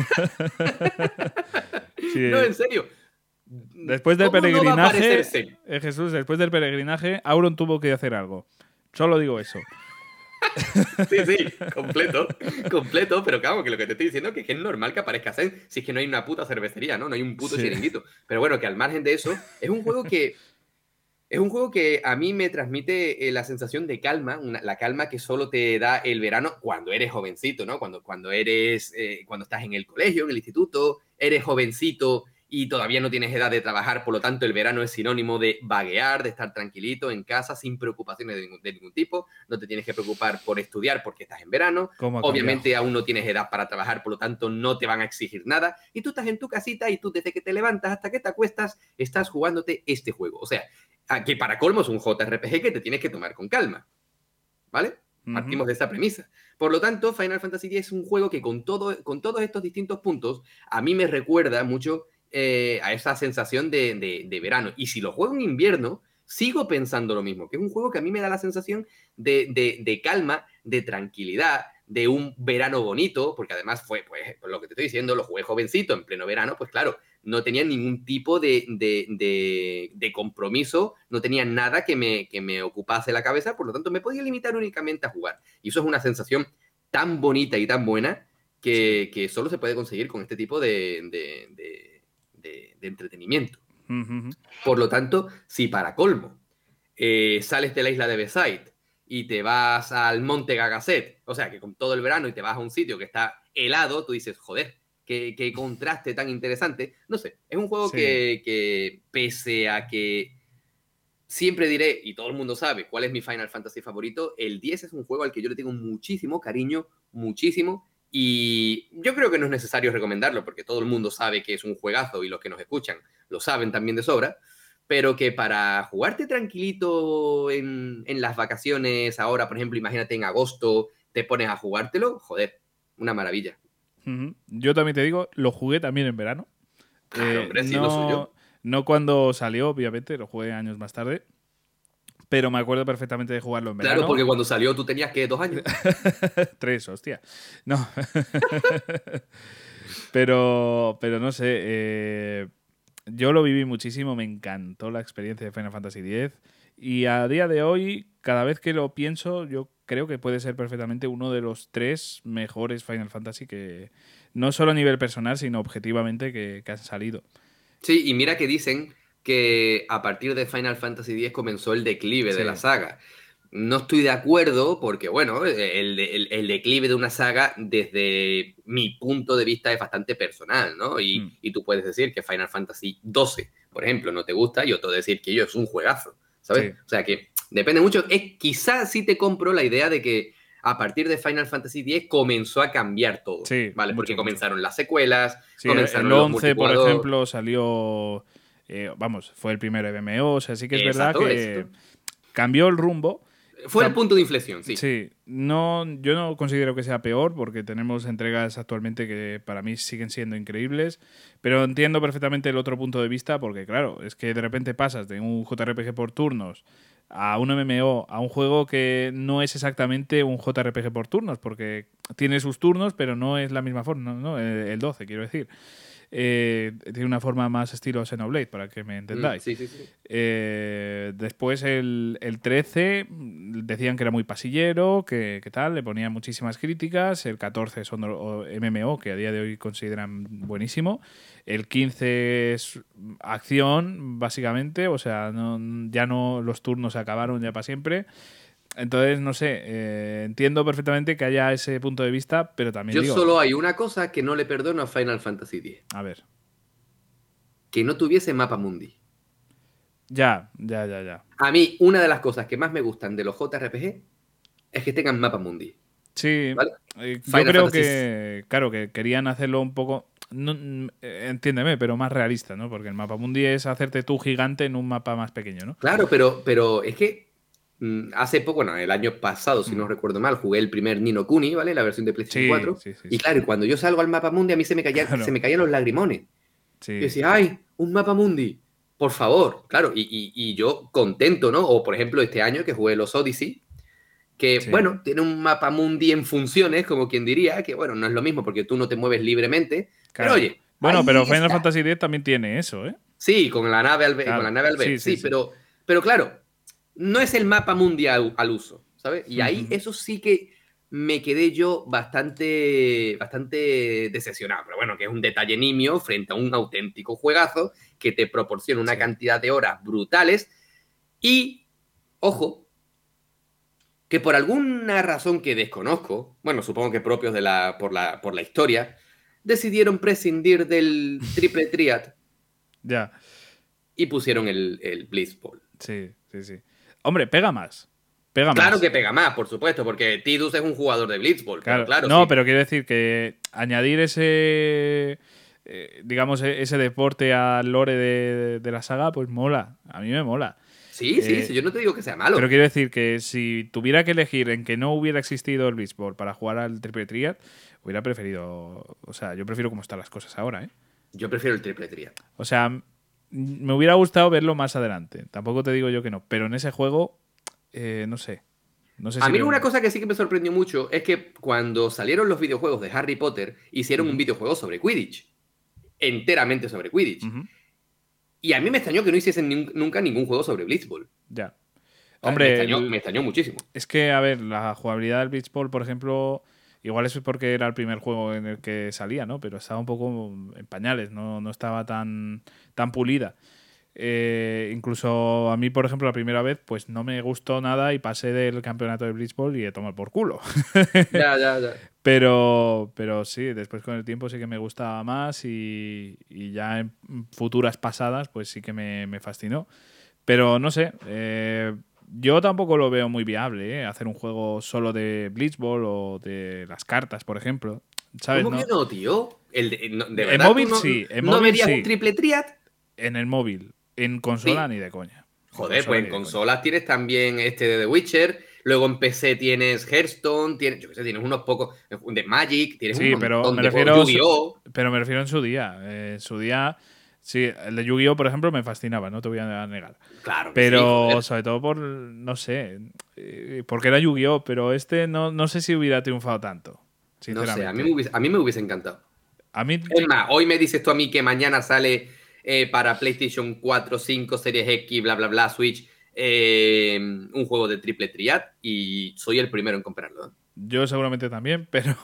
Speaker 1: Sí.
Speaker 2: No, en serio.
Speaker 1: Después del
Speaker 2: ¿Cómo no va a
Speaker 1: peregrinaje,
Speaker 2: aparecer Zen?
Speaker 1: eh, Jesús, después del peregrinaje, Auron tuvo que hacer algo. Solo digo eso.
Speaker 2: Sí, sí, completo, completo, pero claro, que lo que te estoy diciendo es que es normal que aparezca Zen, si es que no hay una puta cervecería, ¿no? No hay un puto
Speaker 1: Sí.
Speaker 2: chiringuito. Pero bueno, que al margen de eso, es un juego que es un juego que a mí me transmite eh, la sensación de calma, una, la calma que solo te da el verano cuando eres jovencito, ¿no? Cuando, cuando eres, eh, cuando estás en el colegio, en el instituto, eres jovencito y todavía no tienes edad de trabajar, por lo tanto el verano es sinónimo de vaguear, de estar tranquilito en casa sin preocupaciones de ningún, de ningún tipo, no te tienes que preocupar por estudiar porque estás en verano,
Speaker 1: ¿Cómo ha
Speaker 2: obviamente
Speaker 1: cambiado?
Speaker 2: aún no tienes edad para trabajar, por lo tanto no te van a exigir nada, y tú estás en tu casita y tú desde que te levantas hasta que te acuestas estás jugándote este juego, o sea, que para colmo es un J R P G que te tienes que tomar con calma, ¿vale?
Speaker 1: Uh-huh.
Speaker 2: Partimos de esa premisa. Por lo tanto, Final Fantasy X es un juego que con, todo, con todos estos distintos puntos a mí me recuerda mucho eh, a esa sensación de, de, de verano. Y si lo juego en invierno, sigo pensando lo mismo, que es un juego que a mí me da la sensación de, de, de calma, de tranquilidad, de un verano bonito, porque además fue, pues, por lo que te estoy diciendo, lo jugué jovencito, en pleno verano, pues claro, no tenía ningún tipo de, de, de, de compromiso, no tenía nada que me, que me ocupase la cabeza, por lo tanto me podía limitar únicamente a jugar. Y eso es una sensación tan bonita y tan buena que, que solo se puede conseguir con este tipo de, de, de, de, de entretenimiento.
Speaker 1: Uh-huh.
Speaker 2: Por lo tanto, si para colmo eh, sales de la isla de Beside y te vas al monte Gagaset, o sea, que con todo el verano y te vas a un sitio que está helado, tú dices, joder, qué, qué contraste tan interesante. No sé, es un juego sí. que, que pese a que siempre diré, y todo el mundo sabe cuál es mi Final Fantasy favorito, el diez es un juego al que yo le tengo muchísimo cariño, muchísimo, y yo creo que no es necesario recomendarlo porque todo el mundo sabe que es un juegazo y los que nos escuchan lo saben también de sobra, pero que para jugarte tranquilito en, en las vacaciones, ahora, por ejemplo, imagínate en agosto, te pones a jugártelo, joder, una maravilla.
Speaker 1: Uh-huh. Yo también te digo, lo jugué también en verano.
Speaker 2: Claro,
Speaker 1: eh,
Speaker 2: hombre, sí,
Speaker 1: no,
Speaker 2: lo suyo.
Speaker 1: No cuando salió, obviamente, lo jugué años más tarde. Pero me acuerdo perfectamente de jugarlo en verano.
Speaker 2: Claro, porque cuando salió tú tenías, ¿qué? ¿Dos años?
Speaker 1: Tres, hostia. No. pero, pero no sé. Eh, yo lo viví muchísimo. Me encantó la experiencia de Final Fantasy diez. Y a día de hoy, cada vez que lo pienso, yo creo que puede ser perfectamente uno de los tres mejores Final Fantasy que, no solo a nivel personal, sino objetivamente, que, que han salido.
Speaker 2: Sí, y mira que dicen que a partir de Final Fantasy diez comenzó el declive sí. de la saga. No estoy de acuerdo porque, bueno, el, el, el declive de una saga desde mi punto de vista es bastante personal, ¿no? Y, mm. y tú puedes decir que Final Fantasy doce, por ejemplo, no te gusta y otro decir que yo es un juegazo, ¿sabes? Sí. O sea que depende mucho. Es, quizás sí te compro la idea de que a partir de Final Fantasy diez comenzó a cambiar todo,
Speaker 1: sí,
Speaker 2: ¿vale?
Speaker 1: Mucho,
Speaker 2: Porque
Speaker 1: mucho.
Speaker 2: comenzaron las secuelas,
Speaker 1: sí,
Speaker 2: comenzaron
Speaker 1: el once,
Speaker 2: los
Speaker 1: por ejemplo, salió... Eh, vamos, fue el primer M M O, o sea, sí que es
Speaker 2: Exacto,
Speaker 1: verdad que
Speaker 2: esto.
Speaker 1: cambió el rumbo.
Speaker 2: Fue el punto de inflexión, sí.
Speaker 1: Sí, no, yo no considero que sea peor porque tenemos entregas actualmente que para mí siguen siendo increíbles, pero entiendo perfectamente el otro punto de vista porque, claro, es que de repente pasas de un J R P G por turnos a un M M O, a un juego que no es exactamente un J R P G por turnos porque tiene sus turnos, pero no es la misma forma, ¿no? El doce, quiero decir. Eh, tiene una forma más estilo Xenoblade, para que me entendáis.
Speaker 2: Mm, sí, sí, sí.
Speaker 1: Eh, después el, el trece decían que era muy pasillero, que, que tal, le ponían muchísimas críticas. El catorce son M M O, que a día de hoy consideran buenísimo. El quince es acción, básicamente, o sea, no, ya no los turnos se acabaron ya para siempre. Entonces, no sé, eh, entiendo perfectamente que haya ese punto de vista, pero también
Speaker 2: Yo
Speaker 1: digo...
Speaker 2: solo hay una cosa que no le perdono a Final Fantasy diez.
Speaker 1: A ver.
Speaker 2: Que no tuviese mapa mundi.
Speaker 1: Ya, ya, ya, ya.
Speaker 2: A mí, una de las cosas que más me gustan de los J R P G es que tengan mapa mundi.
Speaker 1: Sí,
Speaker 2: ¿vale?
Speaker 1: eh, yo creo Fantasy... que, claro, que querían hacerlo un poco... No, entiéndeme, pero más realista, ¿no? Porque el mapa mundi es hacerte tú gigante en un mapa más pequeño, ¿no?
Speaker 2: Claro, pero, pero es que hace poco, bueno, el año pasado, si mm. no recuerdo mal, jugué el primer Ni no Kuni, ¿vale? La versión de PlayStation
Speaker 1: sí,
Speaker 2: cuatro.
Speaker 1: Sí, sí,
Speaker 2: y claro,
Speaker 1: sí.
Speaker 2: cuando yo salgo al mapa mundi, a mí se me caían, claro. se me caían los lagrimones.
Speaker 1: Sí.
Speaker 2: Y decía, ¡ay, un mapa mundi! Por favor, claro. Y, y, y yo contento, ¿no? O, por ejemplo, este año que jugué los Odyssey, que, sí. bueno, tiene un mapa mundi en funciones, como quien diría, que, bueno, no es lo mismo porque tú no te mueves libremente. Claro. Pero, oye...
Speaker 1: Bueno, pero Final está. Fantasy diez también tiene eso, ¿eh?
Speaker 2: Sí, con la nave al, claro. con la nave al ver, sí, sí, sí, sí, pero, pero claro... No es el mapa mundial al uso, ¿sabes? Y ahí uh-huh. eso sí que me quedé yo bastante, bastante decepcionado. Pero bueno, que es un detalle nimio frente a un auténtico juegazo que te proporciona una sí. cantidad de horas brutales. Y, ojo, que por alguna razón que desconozco, bueno, supongo que propios de la, por, la, por la historia, decidieron prescindir del triple triad.
Speaker 1: Ya.
Speaker 2: Y pusieron el, el Blitzball.
Speaker 1: Sí, sí, sí. Hombre, pega más. Pega
Speaker 2: claro
Speaker 1: más.
Speaker 2: que pega más, por supuesto, porque Tidus es un jugador de Blitzball.
Speaker 1: Claro.
Speaker 2: Pero claro,
Speaker 1: no,
Speaker 2: sí.
Speaker 1: pero quiero decir que añadir ese, eh, digamos, ese deporte al lore de, de la saga, pues mola. A mí me mola.
Speaker 2: Sí, sí, eh, sí, yo no te digo que sea malo.
Speaker 1: Pero quiero decir que si tuviera que elegir en que no hubiera existido el Blitzball para jugar al Triple Triad, hubiera preferido... O sea, yo prefiero cómo están las cosas ahora, ¿eh?
Speaker 2: Yo prefiero el Triple Triad.
Speaker 1: O sea... Me hubiera gustado verlo más adelante. Tampoco te digo yo que no. Pero en ese juego, eh, no sé. No sé
Speaker 2: a
Speaker 1: si
Speaker 2: mí
Speaker 1: lo...
Speaker 2: una cosa que sí que me sorprendió mucho es que cuando salieron los videojuegos de Harry Potter, hicieron uh-huh. un videojuego sobre Quidditch. Enteramente sobre Quidditch. Uh-huh. Y a mí me extrañó que no hiciesen ni, nunca ningún juego sobre Blitzball.
Speaker 1: Ya.
Speaker 2: O sea,
Speaker 1: Hombre,
Speaker 2: me extrañó,
Speaker 1: el...
Speaker 2: me extrañó muchísimo.
Speaker 1: Es que, a ver, la jugabilidad del Blitzball, por ejemplo... Igual es porque era el primer juego en el que salía, ¿no? Pero estaba un poco en pañales, no, no estaba tan, tan pulida. Eh, incluso a mí, por ejemplo, la primera vez, pues no me gustó nada y pasé del campeonato de Blitzball y de tomar por culo.
Speaker 2: Ya, ya, ya.
Speaker 1: Pero, pero sí, después con el tiempo sí que me gustaba más y, y ya en futuras pasadas, pues sí que me, me fascinó. Pero no sé, eh, yo tampoco lo veo muy viable, ¿eh? Hacer un juego solo de Blitzball o de las cartas, por ejemplo. ¿Sabes?
Speaker 2: ¿Cómo
Speaker 1: ¿No?
Speaker 2: que no, tío? El de, no, ¿de
Speaker 1: En
Speaker 2: verdad
Speaker 1: móvil
Speaker 2: tú no,
Speaker 1: sí, en
Speaker 2: no
Speaker 1: móvil
Speaker 2: verías
Speaker 1: sí.
Speaker 2: un triple triad?
Speaker 1: En el móvil. En consola
Speaker 2: Sí.
Speaker 1: ni de coña. En
Speaker 2: Joder,
Speaker 1: consola
Speaker 2: pues
Speaker 1: ni
Speaker 2: en
Speaker 1: de
Speaker 2: consolas tienes también este de The Witcher, luego en P C tienes Hearthstone, tienes, yo qué sé, tienes unos pocos de Magic, tienes un
Speaker 1: Sí, pero
Speaker 2: montón
Speaker 1: me
Speaker 2: de juegos,
Speaker 1: refiero,
Speaker 2: Yu-Gi-Oh!
Speaker 1: pero me refiero en su día. Eh, en su día, sí, el de Yu-Gi-Oh, por ejemplo, me fascinaba, no te voy a negar.
Speaker 2: Claro que sí,
Speaker 1: Pero
Speaker 2: joder.
Speaker 1: sobre todo por, no sé, eh, porque era Yu-Gi-Oh, pero este no, no sé si hubiera triunfado tanto,
Speaker 2: No sé, a mí, me
Speaker 1: sinceramente.
Speaker 2: hubiese, a mí me hubiese encantado.
Speaker 1: A mí,
Speaker 2: Es más, hoy me dices tú a mí que mañana sale eh, para PlayStation cuatro, cinco, Series X, bla, bla, bla, Switch, eh, un juego de triple triad y soy el primero en comprarlo. ¿eh?
Speaker 1: yo seguramente también, pero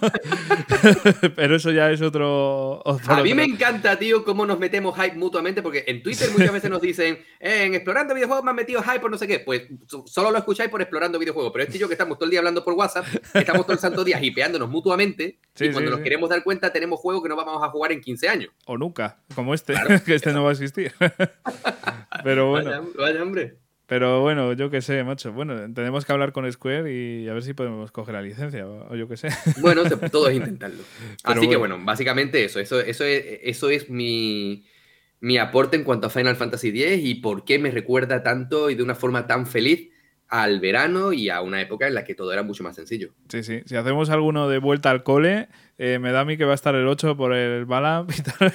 Speaker 1: pero eso ya es otro, o por
Speaker 2: A mí me
Speaker 1: otro.
Speaker 2: encanta, tío, cómo nos metemos hype mutuamente, porque en Twitter muchas veces nos dicen, eh, en Explorando Videojuegos me han metido hype por no sé qué. Pues so- solo lo escucháis por Explorando Videojuegos, pero este y yo que estamos todo el día hablando por WhatsApp, estamos todo el santo día hipeándonos mutuamente, y
Speaker 1: Sí,
Speaker 2: cuando
Speaker 1: sí,
Speaker 2: nos
Speaker 1: sí.
Speaker 2: queremos dar cuenta tenemos juegos que no vamos a jugar en quince años.
Speaker 1: O nunca, como este,
Speaker 2: Claro,
Speaker 1: que este
Speaker 2: eso.
Speaker 1: no va a existir. Pero bueno.
Speaker 2: Vaya, vaya hombre.
Speaker 1: Pero bueno, yo qué sé, macho. Bueno, tenemos que hablar con Square y a ver si podemos coger la licencia o, o yo qué sé.
Speaker 2: Bueno, se- todo es intentarlo.
Speaker 1: Pero
Speaker 2: Así que
Speaker 1: bueno.
Speaker 2: bueno, básicamente eso, eso, eso es, eso es mi, mi aporte en cuanto a Final Fantasy X y por qué me recuerda tanto y de una forma tan feliz al verano y a una época en la que todo era mucho más sencillo.
Speaker 1: Sí, sí. Si hacemos alguno de vuelta al cole, eh, me da a mí que va a estar el ocho por el Balam y tal.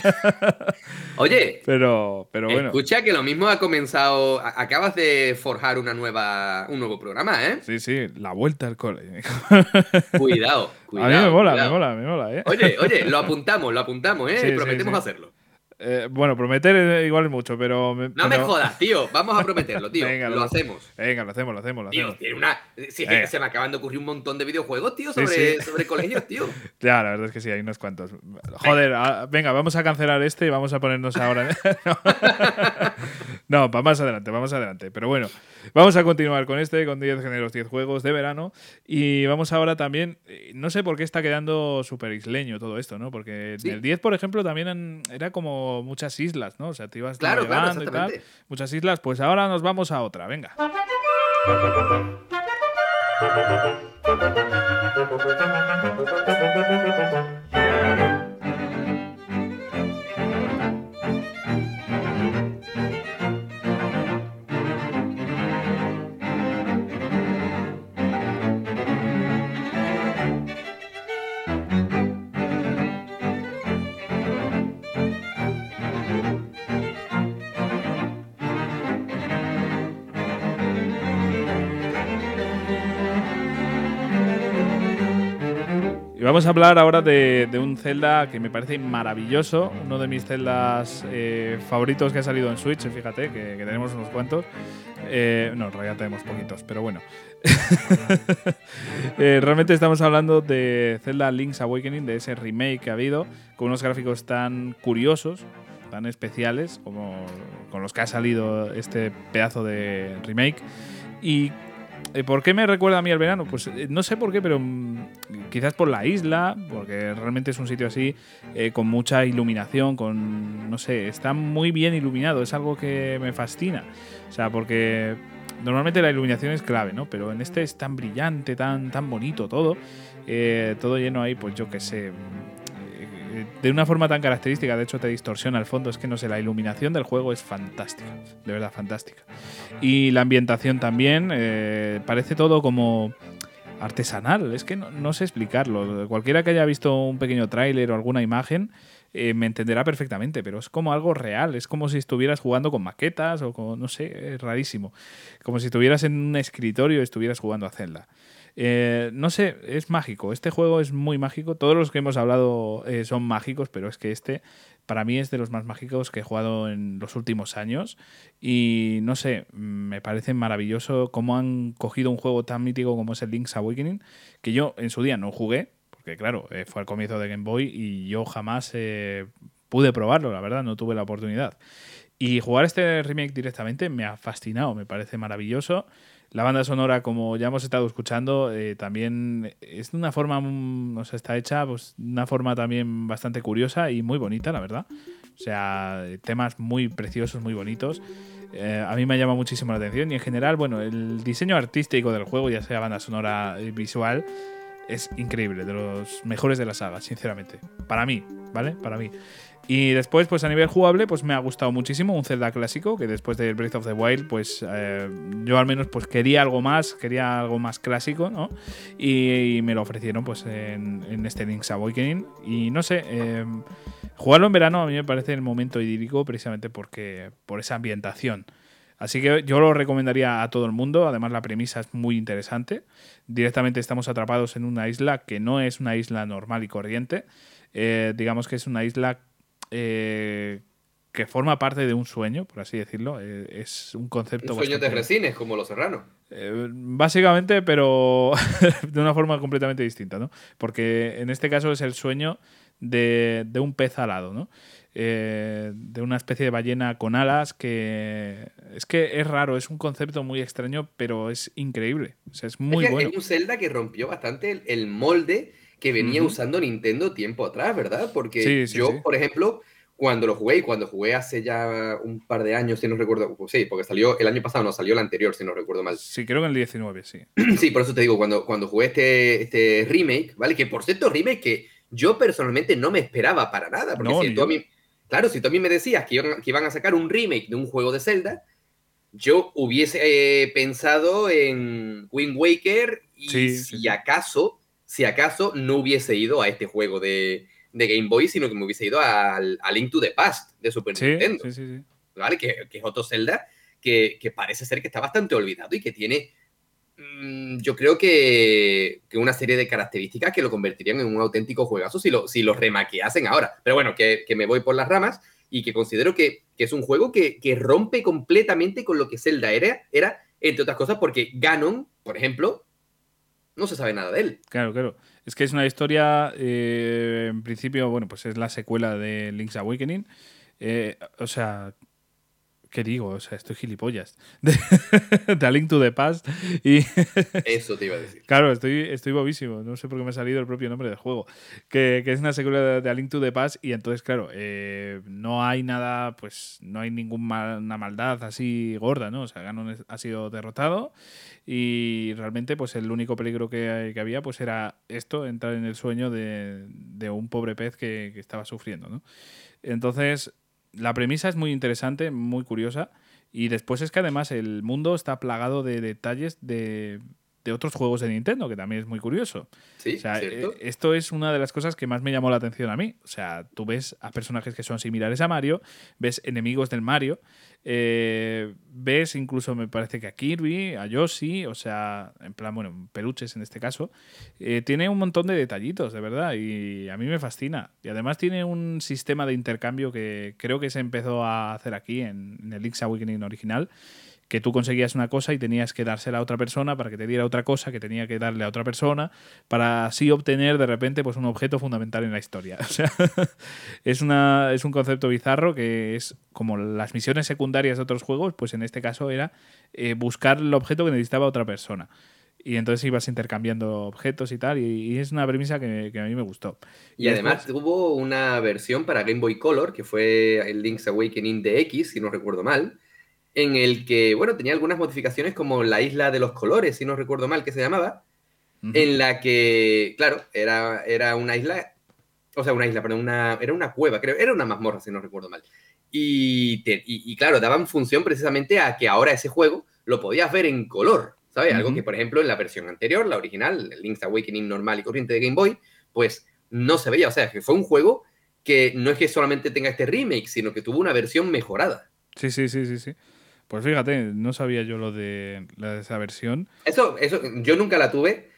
Speaker 2: Oye,
Speaker 1: Pero, pero bueno.
Speaker 2: escucha que lo mismo ha comenzado, a- acabas de forjar una nueva, un nuevo programa, ¿eh?
Speaker 1: Sí, sí, la vuelta al cole.
Speaker 2: Cuidado,
Speaker 1: A mí me
Speaker 2: cuidado,
Speaker 1: mola, me
Speaker 2: cuidado.
Speaker 1: mola, me mola, ¿eh?
Speaker 2: Oye, oye, lo apuntamos, lo apuntamos, ¿eh?
Speaker 1: Sí,
Speaker 2: Y
Speaker 1: sí,
Speaker 2: prometemos
Speaker 1: sí.
Speaker 2: hacerlo.
Speaker 1: Eh, bueno, prometer eh, igual es mucho, pero... me-
Speaker 2: No me
Speaker 1: pero-
Speaker 2: jodas, tío. Vamos a prometerlo, tío.
Speaker 1: Venga,
Speaker 2: lo hacemos.
Speaker 1: Venga, lo hacemos, lo hacemos, lo
Speaker 2: Tío,
Speaker 1: hacemos.
Speaker 2: tiene una. Si es
Speaker 1: Venga.
Speaker 2: que se me acaban de ocurrir un montón de videojuegos, tío,
Speaker 1: Sí,
Speaker 2: sobre,
Speaker 1: sí.
Speaker 2: sobre colegios, tío.
Speaker 1: Ya, la verdad es que sí, hay unos cuantos. Joder, a- venga, vamos a cancelar este y vamos a ponernos ahora. no, no para más adelante, vamos adelante. Pero bueno, vamos a continuar con este, con diez géneros, diez juegos de verano. Y vamos ahora también. eh, No sé por qué está quedando súper isleño todo esto, ¿no? Porque
Speaker 2: Sí.
Speaker 1: en el diez, por ejemplo, también han- era como muchas islas, ¿no? O sea, te ibas
Speaker 2: Claro, claro,
Speaker 1: navegando y tal.
Speaker 2: exactamente.
Speaker 1: Muchas islas, pues ahora nos vamos a otra, venga. Y vamos a hablar ahora de, de un Zelda que me parece maravilloso, uno de mis Zeldas eh, favoritos que ha salido en Switch, fíjate, que, que tenemos unos cuantos. Eh, no, en realidad tenemos poquitos, pero bueno. eh, realmente estamos hablando de Zelda Link's Awakening, de ese remake que ha habido, con unos gráficos tan curiosos, tan especiales, como con los que ha salido este pedazo de remake. Y Eh, ¿por qué me recuerda a mí al verano? Pues eh, no sé por qué, pero mm, quizás por la isla, porque realmente es un sitio así, eh, con mucha iluminación, con, no sé, está muy bien iluminado, es algo que me fascina. O sea, porque normalmente la iluminación es clave, ¿no? Pero en este es tan brillante, tan, tan bonito todo, eh, todo lleno ahí, pues yo qué sé, de una forma tan característica, de hecho te distorsiona el fondo, es que no sé, la iluminación del juego es fantástica, de verdad fantástica. Y la ambientación también, eh, parece todo como artesanal, es que no, no sé explicarlo. Cualquiera que haya visto un pequeño tráiler o alguna imagen eh, me entenderá perfectamente, pero es como algo real, es como si estuvieras jugando con maquetas o con, no sé, es rarísimo. Como si estuvieras en un escritorio y estuvieras jugando a Zelda. Eh, no sé, es mágico. Este juego es muy mágico. Todos los que hemos hablado eh, son mágicos, pero es que este para mí es de los más mágicos que he jugado en los últimos años. Y no sé, me parece maravilloso cómo han cogido un juego tan mítico como es el Link's Awakening, que yo en su día no jugué, porque claro, eh, fue al comienzo de Game Boy y yo jamás eh, pude probarlo, la verdad, no tuve la oportunidad. Y jugar este remake directamente me ha fascinado, me parece maravilloso. La banda sonora, como ya hemos estado escuchando, eh, también es de una forma, no sé, está hecha pues, de una forma también bastante curiosa y muy bonita, la verdad. O sea, temas muy preciosos, muy bonitos. Eh, a mí me llama muchísimo la atención y en general, bueno, el diseño artístico del juego, ya sea banda sonora eh, visual, es increíble, de los mejores de la saga, sinceramente. Para mí, ¿vale? Para mí. Y después, pues a nivel jugable, pues me ha gustado muchísimo un Zelda clásico, que después de Breath of the Wild, pues eh, yo al menos pues quería algo más, quería algo más clásico, ¿no? Y, y me lo ofrecieron pues en, en este Link's Awakening. Y no sé, eh, jugarlo en verano a mí me parece el momento idílico precisamente porque por esa ambientación. Así que yo lo recomendaría a todo el mundo. Además, la premisa es muy interesante. Directamente estamos atrapados en una isla que no es una isla normal y corriente. Eh, digamos que es una isla eh, que forma parte de un sueño, por así decirlo. Eh, es un concepto
Speaker 2: Un sueño
Speaker 1: bastante...
Speaker 2: de resines, como Los Serranos.
Speaker 1: Eh, básicamente, pero de una forma completamente distinta, ¿no? Porque en este caso es el sueño de, de un pez alado, ¿no? Eh, de una especie de ballena con alas que... Es que es raro, es un concepto muy extraño, pero es increíble. O sea, es muy
Speaker 2: es que
Speaker 1: bueno.
Speaker 2: Es un Zelda que rompió bastante el, el molde que venía
Speaker 1: Uh-huh.
Speaker 2: usando Nintendo tiempo atrás, ¿verdad? Porque
Speaker 1: Sí, sí,
Speaker 2: yo,
Speaker 1: sí.
Speaker 2: por ejemplo, cuando lo jugué, y cuando jugué hace ya un par de años, si no recuerdo, pues sí, porque salió el año pasado, no, salió el anterior, si no recuerdo mal.
Speaker 1: Sí, creo que en el diecinueve, sí.
Speaker 2: Sí, por eso te digo, cuando, cuando jugué este, este remake, ¿vale? Que por cierto, remake que yo personalmente no me esperaba para nada, porque
Speaker 1: No,
Speaker 2: si
Speaker 1: ni
Speaker 2: tú a
Speaker 1: yo.
Speaker 2: mí, claro, si tú a mí me decías que iban, que iban a sacar un remake de un juego de Zelda, yo hubiese eh, pensado en Wind Waker y
Speaker 1: Sí, sí,
Speaker 2: si
Speaker 1: sí.
Speaker 2: acaso, si acaso no hubiese ido a este juego de, de Game Boy, sino que me hubiese ido al- a Link to the Past de Super
Speaker 1: Sí,
Speaker 2: Nintendo,
Speaker 1: sí, sí, sí.
Speaker 2: ¿vale? Que, que es otro Zelda que, que parece ser que está bastante olvidado y que tiene, mm, yo creo que, que una serie de características que lo convertirían en un auténtico juegazo si lo, si lo remaqueasen ahora. Pero bueno, que, que me voy por las ramas y que considero que, que es un juego que, que rompe completamente con lo que Zelda era, era, entre otras cosas, porque Ganon, por ejemplo, no se sabe nada de él.
Speaker 1: Claro, claro. Es que es una historia, eh, en principio, bueno, pues es la secuela de Link's Awakening. Eh, o sea, ¿qué digo? O sea, estoy gilipollas. De, de A Link to the Past. Y
Speaker 2: Eso te iba a decir.
Speaker 1: claro, estoy, estoy bobísimo. No sé por qué me ha salido el propio nombre del juego. Que, que es una secuela de, de A Link to the Past. Y entonces, claro, eh, no hay nada, pues no hay ninguna maldad así gorda, ¿no? O sea, Ganon es- ha sido derrotado. Y realmente, pues el único peligro que, que había, pues era esto, entrar en el sueño de, de un pobre pez que, que estaba sufriendo, ¿no? Entonces, la premisa es muy interesante, muy curiosa. Y después es que además el mundo está plagado de detalles de, de otros juegos de Nintendo, que también es muy curioso.
Speaker 2: Sí,
Speaker 1: O sea,
Speaker 2: ¿cierto?
Speaker 1: eh, esto es una de las cosas que más me llamó la atención a mí. O sea, tú ves a personajes que son similares a Mario, ves enemigos del Mario, eh, ves incluso, me parece que a Kirby, a Yoshi, o sea, en plan, bueno, peluches en este caso. Eh, tiene un montón de detallitos, de verdad, y a mí me fascina. Y además tiene un sistema de intercambio que creo que se empezó a hacer aquí en, en el Link's Awakening original, que tú conseguías una cosa y tenías que dársela a otra persona para que te diera otra cosa que tenía que darle a otra persona para así obtener de repente pues un objeto fundamental en la historia. O sea, es, una, es un concepto bizarro que es como las misiones secundarias de otros juegos, pues en este caso era eh, buscar el objeto que necesitaba otra persona. Y entonces ibas intercambiando objetos y tal, y, y es una premisa que, que a mí me gustó.
Speaker 2: Y,
Speaker 1: Y
Speaker 2: además
Speaker 1: después,
Speaker 2: tuvo una versión para Game Boy Color, que fue el Link's Awakening D X, si no recuerdo mal, en el que, bueno, tenía algunas modificaciones como la Isla de los Colores, si no recuerdo mal, que se llamaba,
Speaker 1: uh-huh.
Speaker 2: en la que, claro, era, era una isla, o sea, una isla, perdón, una, era una cueva, creo, era una mazmorra, si no recuerdo mal. Y, te, y, y, claro, daban función precisamente a que ahora ese juego lo podías ver en color, ¿sabes?
Speaker 1: Uh-huh.
Speaker 2: Algo que, por ejemplo, en la versión anterior, la original, el Link's Awakening normal y corriente de Game Boy, pues no se veía, o sea, que fue un juego que no es que solamente tenga este remake, sino que tuvo una versión mejorada.
Speaker 1: Sí, sí, sí, sí, sí. Pues fíjate, no sabía yo lo de, lo de esa versión.
Speaker 2: Eso, eso, yo nunca la tuve,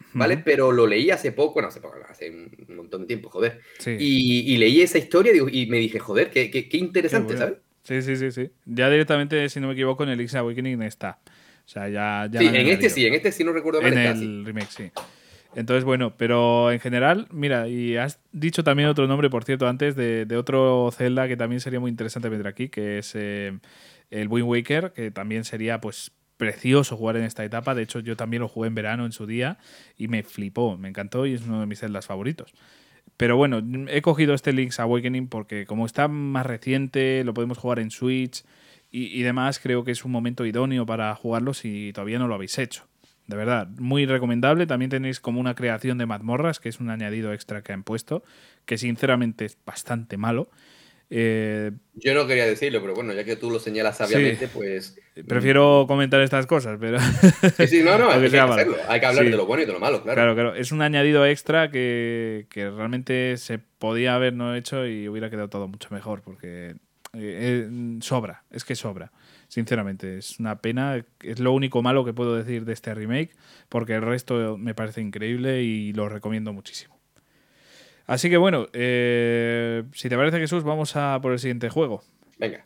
Speaker 2: ¿vale?
Speaker 1: Ujú.
Speaker 2: Pero lo leí hace poco, no hace poco, hace un montón de tiempo, joder.
Speaker 1: Sí,
Speaker 2: Y, y leí esa historia digo, y me dije, joder, qué, qué, qué
Speaker 1: qué
Speaker 2: interesante,
Speaker 1: bueno.
Speaker 2: ¿sabes?
Speaker 1: Sí, sí, sí, sí. Ya directamente, si no me equivoco, en el Link's Awakening está. O sea, ya, ya
Speaker 2: Sí,
Speaker 1: lo han
Speaker 2: en este
Speaker 1: añadido.
Speaker 2: sí, en este sí no recuerdo mal,
Speaker 1: En
Speaker 2: está así.
Speaker 1: el remake, sí. Entonces, bueno, pero en general, mira, y has dicho también otro nombre, por cierto, antes de, de otro Zelda que también sería muy interesante meter aquí, que es eh, el Wind Waker, que también sería pues precioso jugar en esta etapa. De hecho, yo también lo jugué en verano en su día y me flipó, me encantó y es uno de mis Zeldas favoritos. Pero bueno, he cogido este Link's Awakening porque como está más reciente, lo podemos jugar en Switch y, y demás, creo que es un momento idóneo para jugarlo si todavía no lo habéis hecho. De verdad, muy recomendable. También tenéis como una creación de mazmorras, que es un añadido extra que han puesto, que sinceramente es bastante malo. Eh,
Speaker 2: Yo no quería decirlo, pero bueno, ya que tú lo señalas
Speaker 1: sí,
Speaker 2: sabiamente, pues...
Speaker 1: prefiero
Speaker 2: mm,
Speaker 1: comentar estas cosas, pero
Speaker 2: sí, sí, no, no,
Speaker 1: aunque
Speaker 2: es que hay
Speaker 1: sea
Speaker 2: que
Speaker 1: malo.
Speaker 2: hacerlo. Hay que hablar de
Speaker 1: Sí,
Speaker 2: lo bueno y de lo malo, claro.
Speaker 1: claro, claro. Es un añadido extra que, que realmente se podía haber no hecho y hubiera quedado todo mucho mejor, porque eh, eh, sobra, es que sobra. Sinceramente, es una pena. Es lo único malo que puedo decir de este remake, porque el resto me parece increíble y lo recomiendo muchísimo. Así que bueno, eh, si te parece, Jesús, vamos a por el siguiente juego.
Speaker 2: Venga.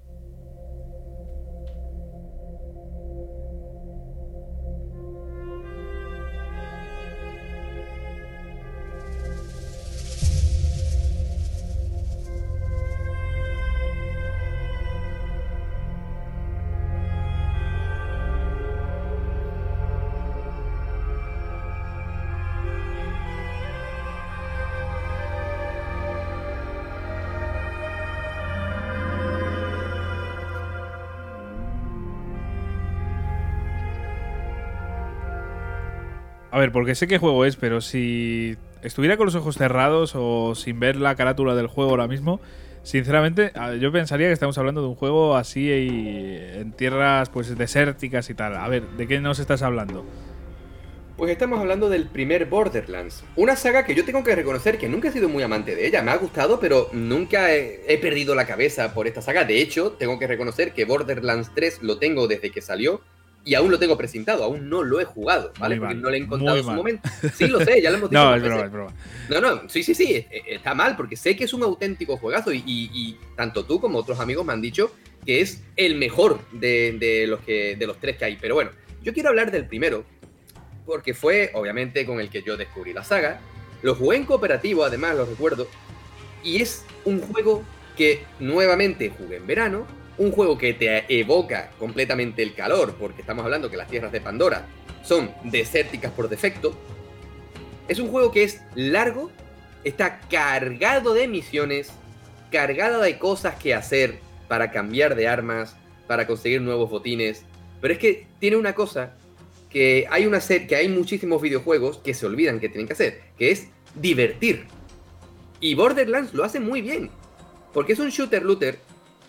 Speaker 1: A ver, porque sé qué juego es, pero si estuviera con los ojos cerrados o sin ver la carátula del juego ahora mismo, sinceramente, a- yo pensaría que estamos hablando de un juego así y en tierras pues desérticas y tal. A ver, ¿de qué nos estás hablando?
Speaker 2: Pues estamos hablando del primer Borderlands. Una saga que yo tengo que reconocer que nunca he sido muy amante de ella. Me ha gustado, pero nunca he, he perdido la cabeza por esta saga. De hecho, tengo que reconocer que Borderlands tres lo tengo desde que salió y aún lo tengo presentado. Aún no lo he jugado, ¿vale?
Speaker 1: Muy
Speaker 2: Porque
Speaker 1: mal,
Speaker 2: no le he
Speaker 1: muy
Speaker 2: encontrado su
Speaker 1: mal.
Speaker 2: momento. Sí, lo sé, ya lo hemos dicho
Speaker 1: No,
Speaker 2: más
Speaker 1: es broma,
Speaker 2: veces.
Speaker 1: es broma.
Speaker 2: No, no, sí, sí, sí, e- e- está mal, porque sé que es un auténtico juegazo y, y- y tanto tú como otros amigos me han dicho que es el mejor de, de los que, de los tres que hay. Pero bueno, yo quiero hablar del primero, porque fue obviamente con el que yo descubrí la saga. Lo jugué en cooperativo, además, lo recuerdo, y es un juego que nuevamente jugué en verano, un juego que te evoca completamente el calor, porque estamos hablando que las tierras de Pandora son desérticas por defecto. Es un juego que es largo, está cargado de misiones, cargado de cosas que hacer para cambiar de armas, para conseguir nuevos botines. Pero es que tiene una cosa que hay una set, que hay muchísimos videojuegos que se olvidan que tienen que hacer, que es divertir. Y Borderlands lo hace muy bien, porque es un shooter looter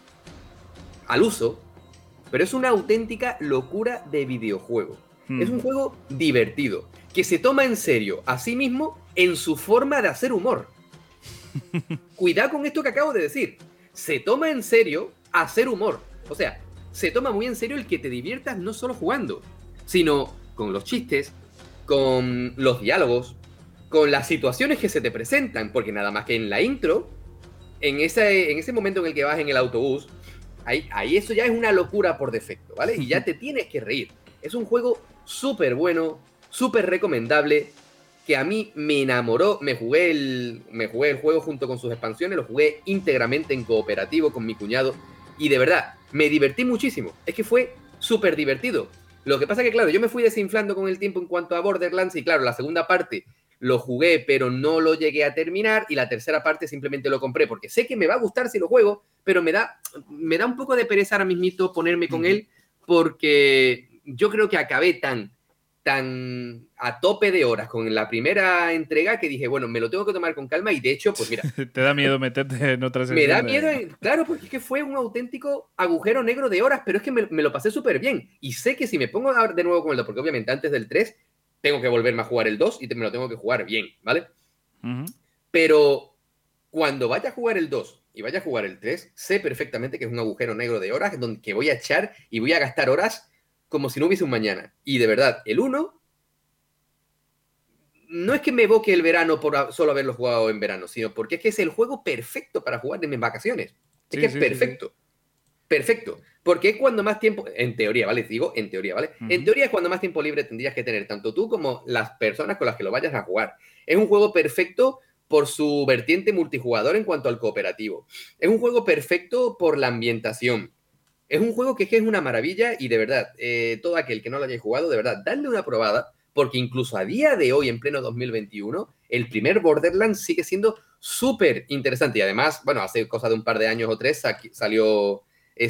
Speaker 2: al uso, pero es una auténtica locura de videojuego.
Speaker 1: Hmm.
Speaker 2: Es un juego divertido, que se toma en serio a sí mismo en su forma de hacer humor. Cuidado con esto que acabo de decir. Se toma en serio hacer humor. O sea, se toma muy en serio el que te diviertas no solo jugando, sino con los chistes, con los diálogos, con las situaciones que se te presentan, porque nada más que en la intro, en ese, en ese momento en el que vas en el autobús, ahí, ahí eso ya es una locura por defecto, ¿vale? Y ya te tienes que reír. Es un juego súper bueno, súper recomendable, que a mí me enamoró. Me jugué, el, me jugué el juego junto con sus expansiones, lo jugué íntegramente en cooperativo con mi cuñado, y de verdad, me divertí muchísimo. Es que fue súper divertido. Lo que pasa que, claro, yo me fui desinflando con el tiempo en cuanto a Borderlands, y claro, la segunda parte lo jugué, pero no lo llegué a terminar, y la tercera parte simplemente lo compré, porque sé que me va a gustar si lo juego, pero me da, me da un poco de pereza ahora mismito ponerme con él, porque yo creo que acabé tan, tan a tope de horas con la primera entrega que dije, bueno, me lo tengo que tomar con calma, y de hecho, pues mira,
Speaker 1: ¿Te da miedo meterte en otra
Speaker 2: me da
Speaker 1: sección?
Speaker 2: miedo,
Speaker 1: De...
Speaker 2: en- claro, porque es que fue un auténtico agujero negro de horas, pero es que me, me lo pasé súper bien. Y sé que si me pongo a- de nuevo con el dos, porque obviamente antes del tres tengo que volverme a jugar el dos y te- me lo tengo que jugar bien, ¿vale?
Speaker 1: Ujú.
Speaker 2: Pero cuando vaya a jugar el dos y vaya a jugar el tres, sé perfectamente que es un agujero negro de horas donde que voy a echar y voy a gastar horas como si no hubiese un mañana. Y de verdad, el uno no es que me evoque el verano por solo haberlo jugado en verano, sino porque es que es el juego perfecto para jugar en mis vacaciones. Es
Speaker 1: Sí,
Speaker 2: que es
Speaker 1: sí, sí,
Speaker 2: perfecto.
Speaker 1: sí.
Speaker 2: Perfecto. Porque es cuando más tiempo, en teoría, ¿vale? Digo, en teoría, ¿vale?
Speaker 1: Uh-huh.
Speaker 2: En teoría es cuando más tiempo libre tendrías que tener, tanto tú como las personas con las que lo vayas a jugar. Es un juego perfecto por su vertiente multijugador en cuanto al cooperativo. Es un juego perfecto por la ambientación. Es un juego que es, que es una maravilla y de verdad, eh, todo aquel que no lo haya jugado, de verdad, dadle una probada, porque incluso a día de hoy, en pleno dos mil veintiuno, el primer Borderlands sigue siendo súper interesante. Y además, bueno, hace cosa de un par de años o tres salió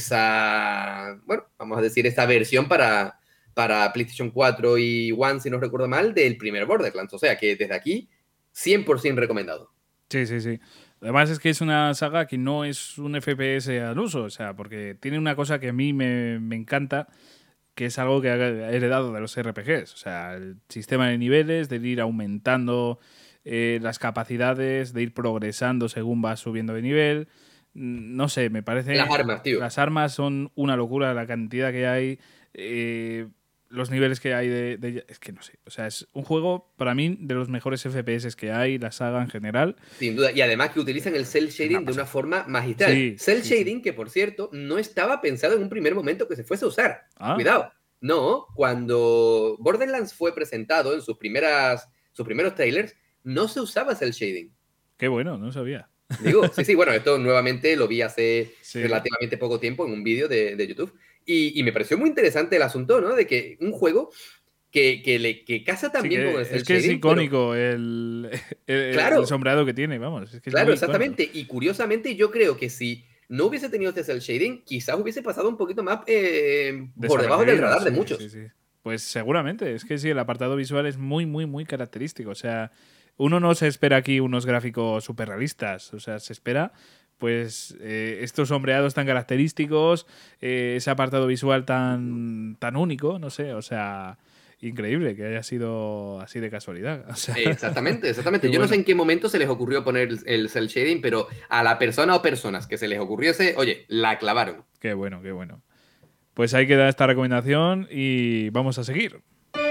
Speaker 2: esa, bueno, vamos a decir, esta versión para, para PlayStation cuatro y One, si no recuerdo mal, del primer Borderlands. O sea que desde aquí, cien por ciento recomendado.
Speaker 1: Sí, sí, sí. Además es que es una saga que no es un F P S al uso, o sea, porque tiene una cosa que a mí me, me encanta, que es algo que ha heredado de los R P Gs. O sea, el sistema de niveles, de ir aumentando eh, las capacidades, de ir progresando según vas subiendo de nivel. No sé, me parece...
Speaker 2: Las armas, tío.
Speaker 1: Las armas son una locura, la cantidad que hay, eh, los niveles que hay de, de... Es que no sé, o sea, es un juego, para mí, de los mejores F P S que hay, la saga en general.
Speaker 2: Sin duda, y además que utilizan el cel shading de una forma magistral.
Speaker 1: Sí,
Speaker 2: cel
Speaker 1: sí,
Speaker 2: shading, sí. Que por cierto, no estaba pensado en un primer momento que se fuese a usar.
Speaker 1: Ah.
Speaker 2: Cuidado. No, cuando Borderlands fue presentado en sus primeras, sus primeros trailers, no se usaba cel shading.
Speaker 1: Qué bueno, no sabía.
Speaker 2: Digo, sí, sí, bueno, esto nuevamente lo vi hace sí. relativamente poco tiempo en un vídeo de, de YouTube y, y me pareció muy interesante el asunto, ¿no? De que un juego que, que, le, que casa también
Speaker 1: sí, que
Speaker 2: con el cel
Speaker 1: Es que
Speaker 2: shading,
Speaker 1: es icónico pero... el, el,
Speaker 2: claro,
Speaker 1: el sombreado que tiene, vamos. Es que es
Speaker 2: claro,
Speaker 1: muy
Speaker 2: exactamente.
Speaker 1: icónico.
Speaker 2: Y curiosamente yo creo que si no hubiese tenido este cel shading, quizás hubiese pasado un poquito más eh, por debajo del radar
Speaker 1: sí,
Speaker 2: de muchos.
Speaker 1: Sí, sí. Pues seguramente, es que sí, el apartado visual es muy, muy, muy característico. O sea, uno no se espera aquí unos gráficos súper realistas. O sea, se espera pues eh, estos sombreados tan característicos, eh, ese apartado visual tan, tan único, no sé, o sea, increíble que haya sido así de casualidad. O sea,
Speaker 2: exactamente, exactamente. Yo
Speaker 1: bueno.
Speaker 2: no sé en qué momento se les ocurrió poner el cel shading, pero a la persona o personas que se les ocurriese, oye, la clavaron.
Speaker 1: Qué bueno, qué bueno. Pues ahí queda esta recomendación y vamos a seguir.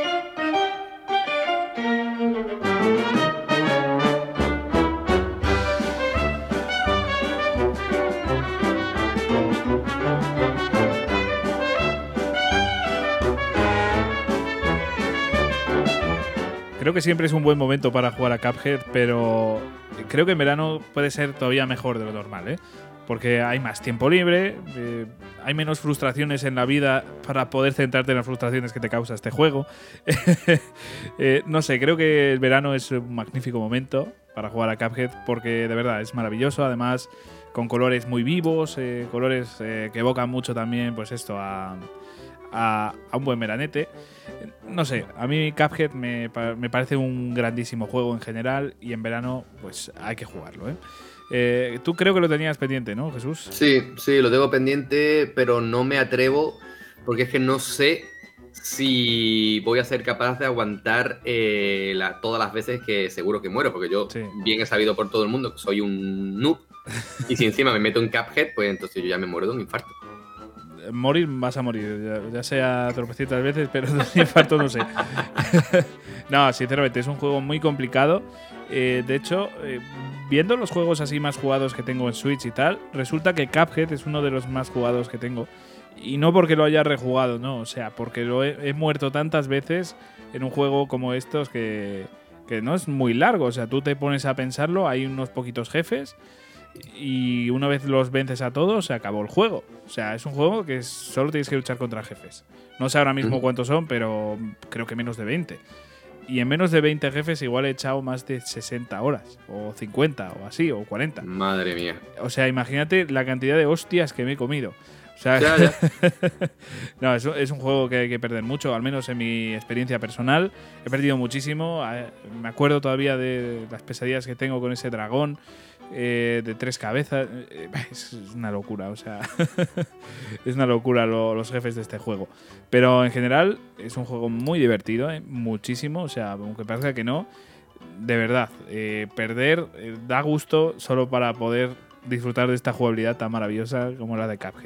Speaker 1: Creo que siempre es un buen momento para jugar a Cuphead, pero creo que en verano puede ser todavía mejor de lo normal, ¿eh? Porque hay más tiempo libre, eh, hay menos frustraciones en la vida para poder centrarte en las frustraciones que te causa este juego. eh, no sé, creo que el verano es un magnífico momento para jugar a Cuphead porque de verdad es maravilloso, además con colores muy vivos, eh, colores eh, que evocan mucho también pues esto a, a, a un buen veranete. No sé, a mí Cuphead me, me parece un grandísimo juego en general y en verano pues hay que jugarlo, ¿eh? Eh, tú creo que lo tenías pendiente, ¿no, Jesús?
Speaker 2: Sí, sí, lo tengo pendiente, pero no me atrevo porque es que no sé si voy a ser capaz de aguantar eh, la, todas las veces que seguro que muero, porque yo sí. bien he sabido por todo el mundo que soy un noob y si encima me meto en Cuphead, pues entonces yo ya me muero de un infarto.
Speaker 1: Morir vas a morir, ya, ya sea tropecientas veces, pero de un infarto no sé. No, sinceramente, es un juego muy complicado. Eh, de hecho, eh, viendo los juegos así más jugados que tengo en Switch y tal, resulta que Cuphead es uno de los más jugados que tengo. Y no porque lo haya rejugado, no, o sea, porque lo he, he muerto tantas veces en un juego como estos que, que no es muy largo. O sea, tú te pones a pensarlo, hay unos poquitos jefes y una vez los vences a todos, se acabó el juego. O sea, es un juego que solo tienes que luchar contra jefes. No sé ahora mismo cuántos son, pero creo que menos de veinte. Y en menos de veinte jefes igual he echado más de sesenta horas, o cincuenta, o así, o cuarenta.
Speaker 2: Madre mía.
Speaker 1: O sea, imagínate la cantidad de hostias que me he comido. O sea,
Speaker 2: ya, ya.
Speaker 1: No, es, es un juego que hay que perder mucho, al menos en mi experiencia personal. He perdido muchísimo. Me acuerdo todavía de las pesadillas que tengo con ese dragón eh, de tres cabezas. Es una locura, o sea, es una locura lo, los jefes de este juego. Pero en general es un juego muy divertido, ¿eh? Muchísimo. O sea, aunque parezca que no, de verdad, eh, perder eh, da gusto solo para poder disfrutar de esta jugabilidad tan maravillosa como la de Cuphead.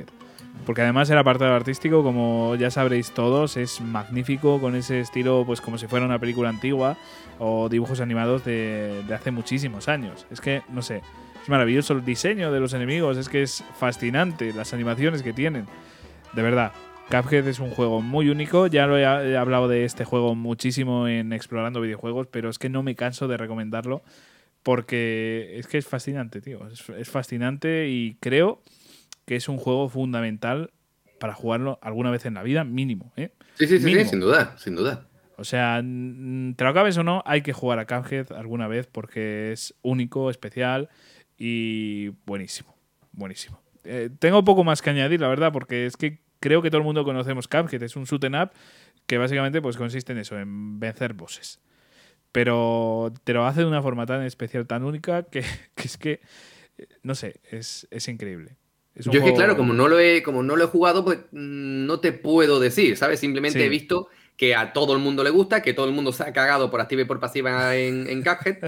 Speaker 1: Porque además el apartado artístico, como ya sabréis todos, es magnífico, con ese estilo pues como si fuera una película antigua o dibujos animados de, de hace muchísimos años. Es que, no sé, es maravilloso el diseño de los enemigos, es que es fascinante las animaciones que tienen. De verdad, Cuphead es un juego muy único, ya lo he, he hablado de este juego muchísimo en Explorando Videojuegos, pero es que no me canso de recomendarlo porque es que es fascinante, tío. Es, es fascinante y creo que es un juego fundamental para jugarlo alguna vez en la vida, mínimo, ¿eh?
Speaker 2: Sí, sí, sí,
Speaker 1: Mínimo.
Speaker 2: sí, sin duda, sin duda.
Speaker 1: O sea, te lo acabes o no, hay que jugar a Cuphead alguna vez porque es único, especial y buenísimo, buenísimo. Eh, tengo poco más que añadir, la verdad, porque es que creo que todo el mundo conocemos Cuphead. Es un shoot 'em up que básicamente pues consiste en eso, en vencer bosses. Pero te lo hace de una forma tan especial, tan única, que, que es que, no sé, es, es increíble. Es
Speaker 2: Yo es que,
Speaker 1: juego...
Speaker 2: claro, como no lo he, como no lo he jugado, pues mm, no te puedo decir, ¿sabes? Simplemente
Speaker 1: Sí.
Speaker 2: he visto que a todo el mundo le gusta, que todo el mundo se ha cagado por activa y por pasiva en, en Cuphead.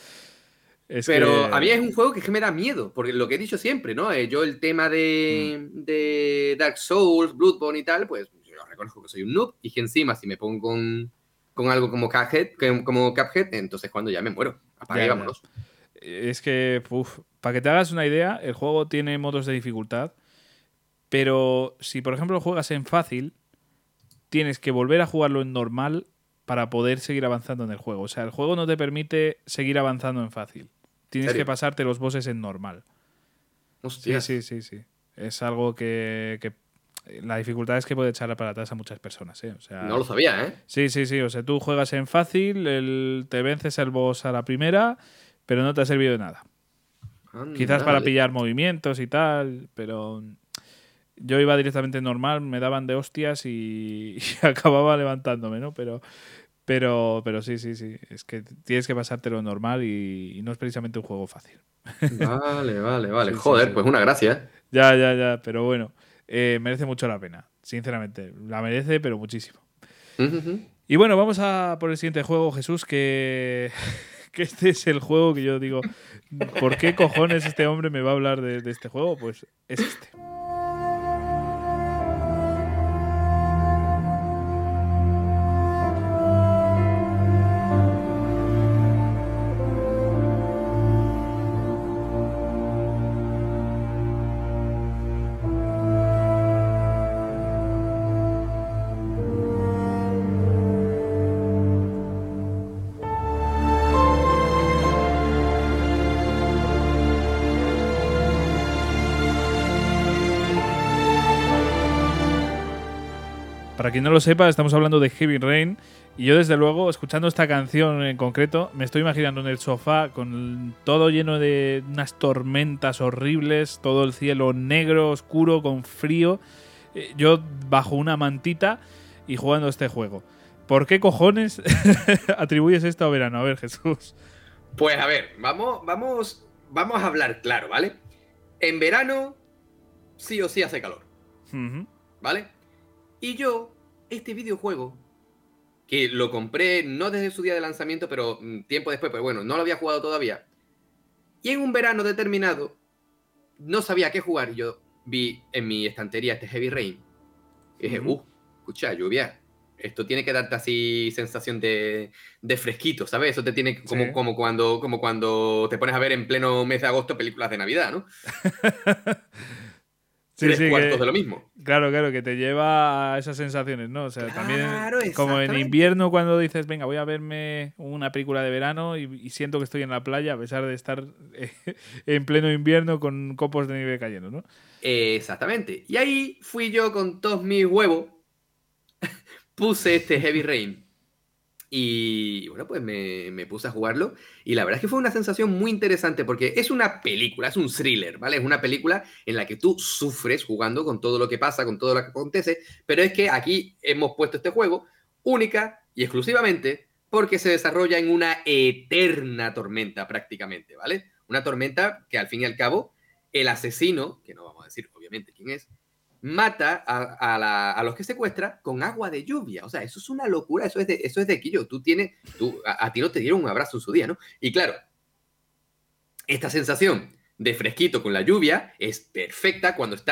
Speaker 1: es
Speaker 2: Pero
Speaker 1: que...
Speaker 2: a mí es un juego que, es que me da miedo, porque lo que he dicho siempre, ¿no? Eh, yo el tema de,
Speaker 1: Mm.
Speaker 2: de Dark Souls, Bloodborne y tal, pues yo reconozco que soy un noob y que encima si me pongo con, con algo como Cuphead, como Cuphead, entonces cuando ya me muero. Apaga
Speaker 1: Ya,
Speaker 2: y
Speaker 1: ya.
Speaker 2: vámonos.
Speaker 1: Es que, uf, para que te hagas una idea, el juego tiene modos de dificultad, pero si por ejemplo juegas en fácil, tienes que volver a jugarlo en normal para poder seguir avanzando en el juego. O sea, el juego no te permite seguir avanzando en fácil. Tienes
Speaker 2: ¿Serio?
Speaker 1: que pasarte los bosses en normal.
Speaker 2: Hostia.
Speaker 1: Sí, sí, sí, sí. Es algo que, que la dificultad es que puede echar para atrás a muchas personas, ¿eh? O sea,
Speaker 2: No lo sabía, ¿eh?
Speaker 1: sí, sí, sí. O sea, tú juegas en fácil, el, te vences el boss a la primera, pero no te ha servido de nada.
Speaker 2: Anda,
Speaker 1: Quizás para
Speaker 2: vale.
Speaker 1: pillar movimientos y tal, pero yo iba directamente normal, me daban de hostias y, y acababa levantándome, ¿no? Pero, pero, pero sí, sí, sí. Es que tienes que pasártelo normal y, y no es precisamente un juego fácil.
Speaker 2: Vale, vale, vale.
Speaker 1: Sí, sí,
Speaker 2: Joder,
Speaker 1: sí.
Speaker 2: pues una gracia.
Speaker 1: Ya, ya, ya. Pero bueno, eh, merece mucho la pena, sinceramente. La merece, pero muchísimo.
Speaker 2: Ujú, ujú.
Speaker 1: Y bueno, vamos a por el siguiente juego, Jesús, que, que este es el juego que yo digo, ¿por qué cojones este hombre me va a hablar de, de este juego? Pues es este. Para quien no lo sepa, estamos hablando de Heavy Rain y yo desde luego, escuchando esta canción en concreto, me estoy imaginando en el sofá con todo lleno de unas tormentas horribles, todo el cielo negro, oscuro, con frío, eh, yo bajo una mantita y jugando este juego. ¿Por qué cojones atribuyes esto a verano? A ver, Jesús.
Speaker 2: Pues a ver, vamos, vamos, vamos a hablar claro, ¿vale? En verano sí o sí hace calor,
Speaker 1: Uh-huh.
Speaker 2: ¿vale? Y yo, este videojuego, que lo compré no desde su día de lanzamiento, pero mm, tiempo después, pero bueno, no lo había jugado todavía. Y en un verano determinado, no sabía qué jugar. Y yo vi en mi estantería este Heavy Rain. Y dije,
Speaker 1: Ujú.
Speaker 2: uh, escucha, lluvia. Esto tiene que darte así sensación de, de fresquito, ¿sabes? Eso te tiene como,
Speaker 1: Sí.
Speaker 2: como, cuando, como cuando te pones a ver en pleno mes de agosto películas de Navidad, ¿no?
Speaker 1: Sí,
Speaker 2: Tres
Speaker 1: sí,
Speaker 2: cuartos
Speaker 1: que,
Speaker 2: de lo mismo.
Speaker 1: claro, claro, que te lleva a esas sensaciones, ¿no? O sea,
Speaker 2: Claro,
Speaker 1: también como en
Speaker 2: exactamente.
Speaker 1: invierno cuando dices, venga, voy a verme una película de verano y, y siento que estoy en la playa a pesar de estar eh, en pleno invierno con copos de nieve cayendo, ¿no?
Speaker 2: Exactamente. Y ahí fui yo con todos mis huevos, puse este Heavy Rain. Y bueno, pues me, me puse a jugarlo. Y la verdad es que fue una sensación muy interesante porque es una película, es un thriller, ¿vale? Es una película en la que tú sufres jugando con todo lo que pasa, con todo lo que acontece. Pero es que aquí hemos puesto este juego única y exclusivamente porque se desarrolla en una eterna tormenta prácticamente, ¿vale? Una tormenta que al fin y al cabo el asesino, que no vamos a decir obviamente quién es, mata a, a, la, a los que secuestra con agua de lluvia. O sea, eso es una locura, eso es de, eso es de Quillo. Tú tienes, tú, a, a ti no te dieron un abrazo en su día, ¿no? Y claro, esta sensación de fresquito con la lluvia es perfecta cuando estás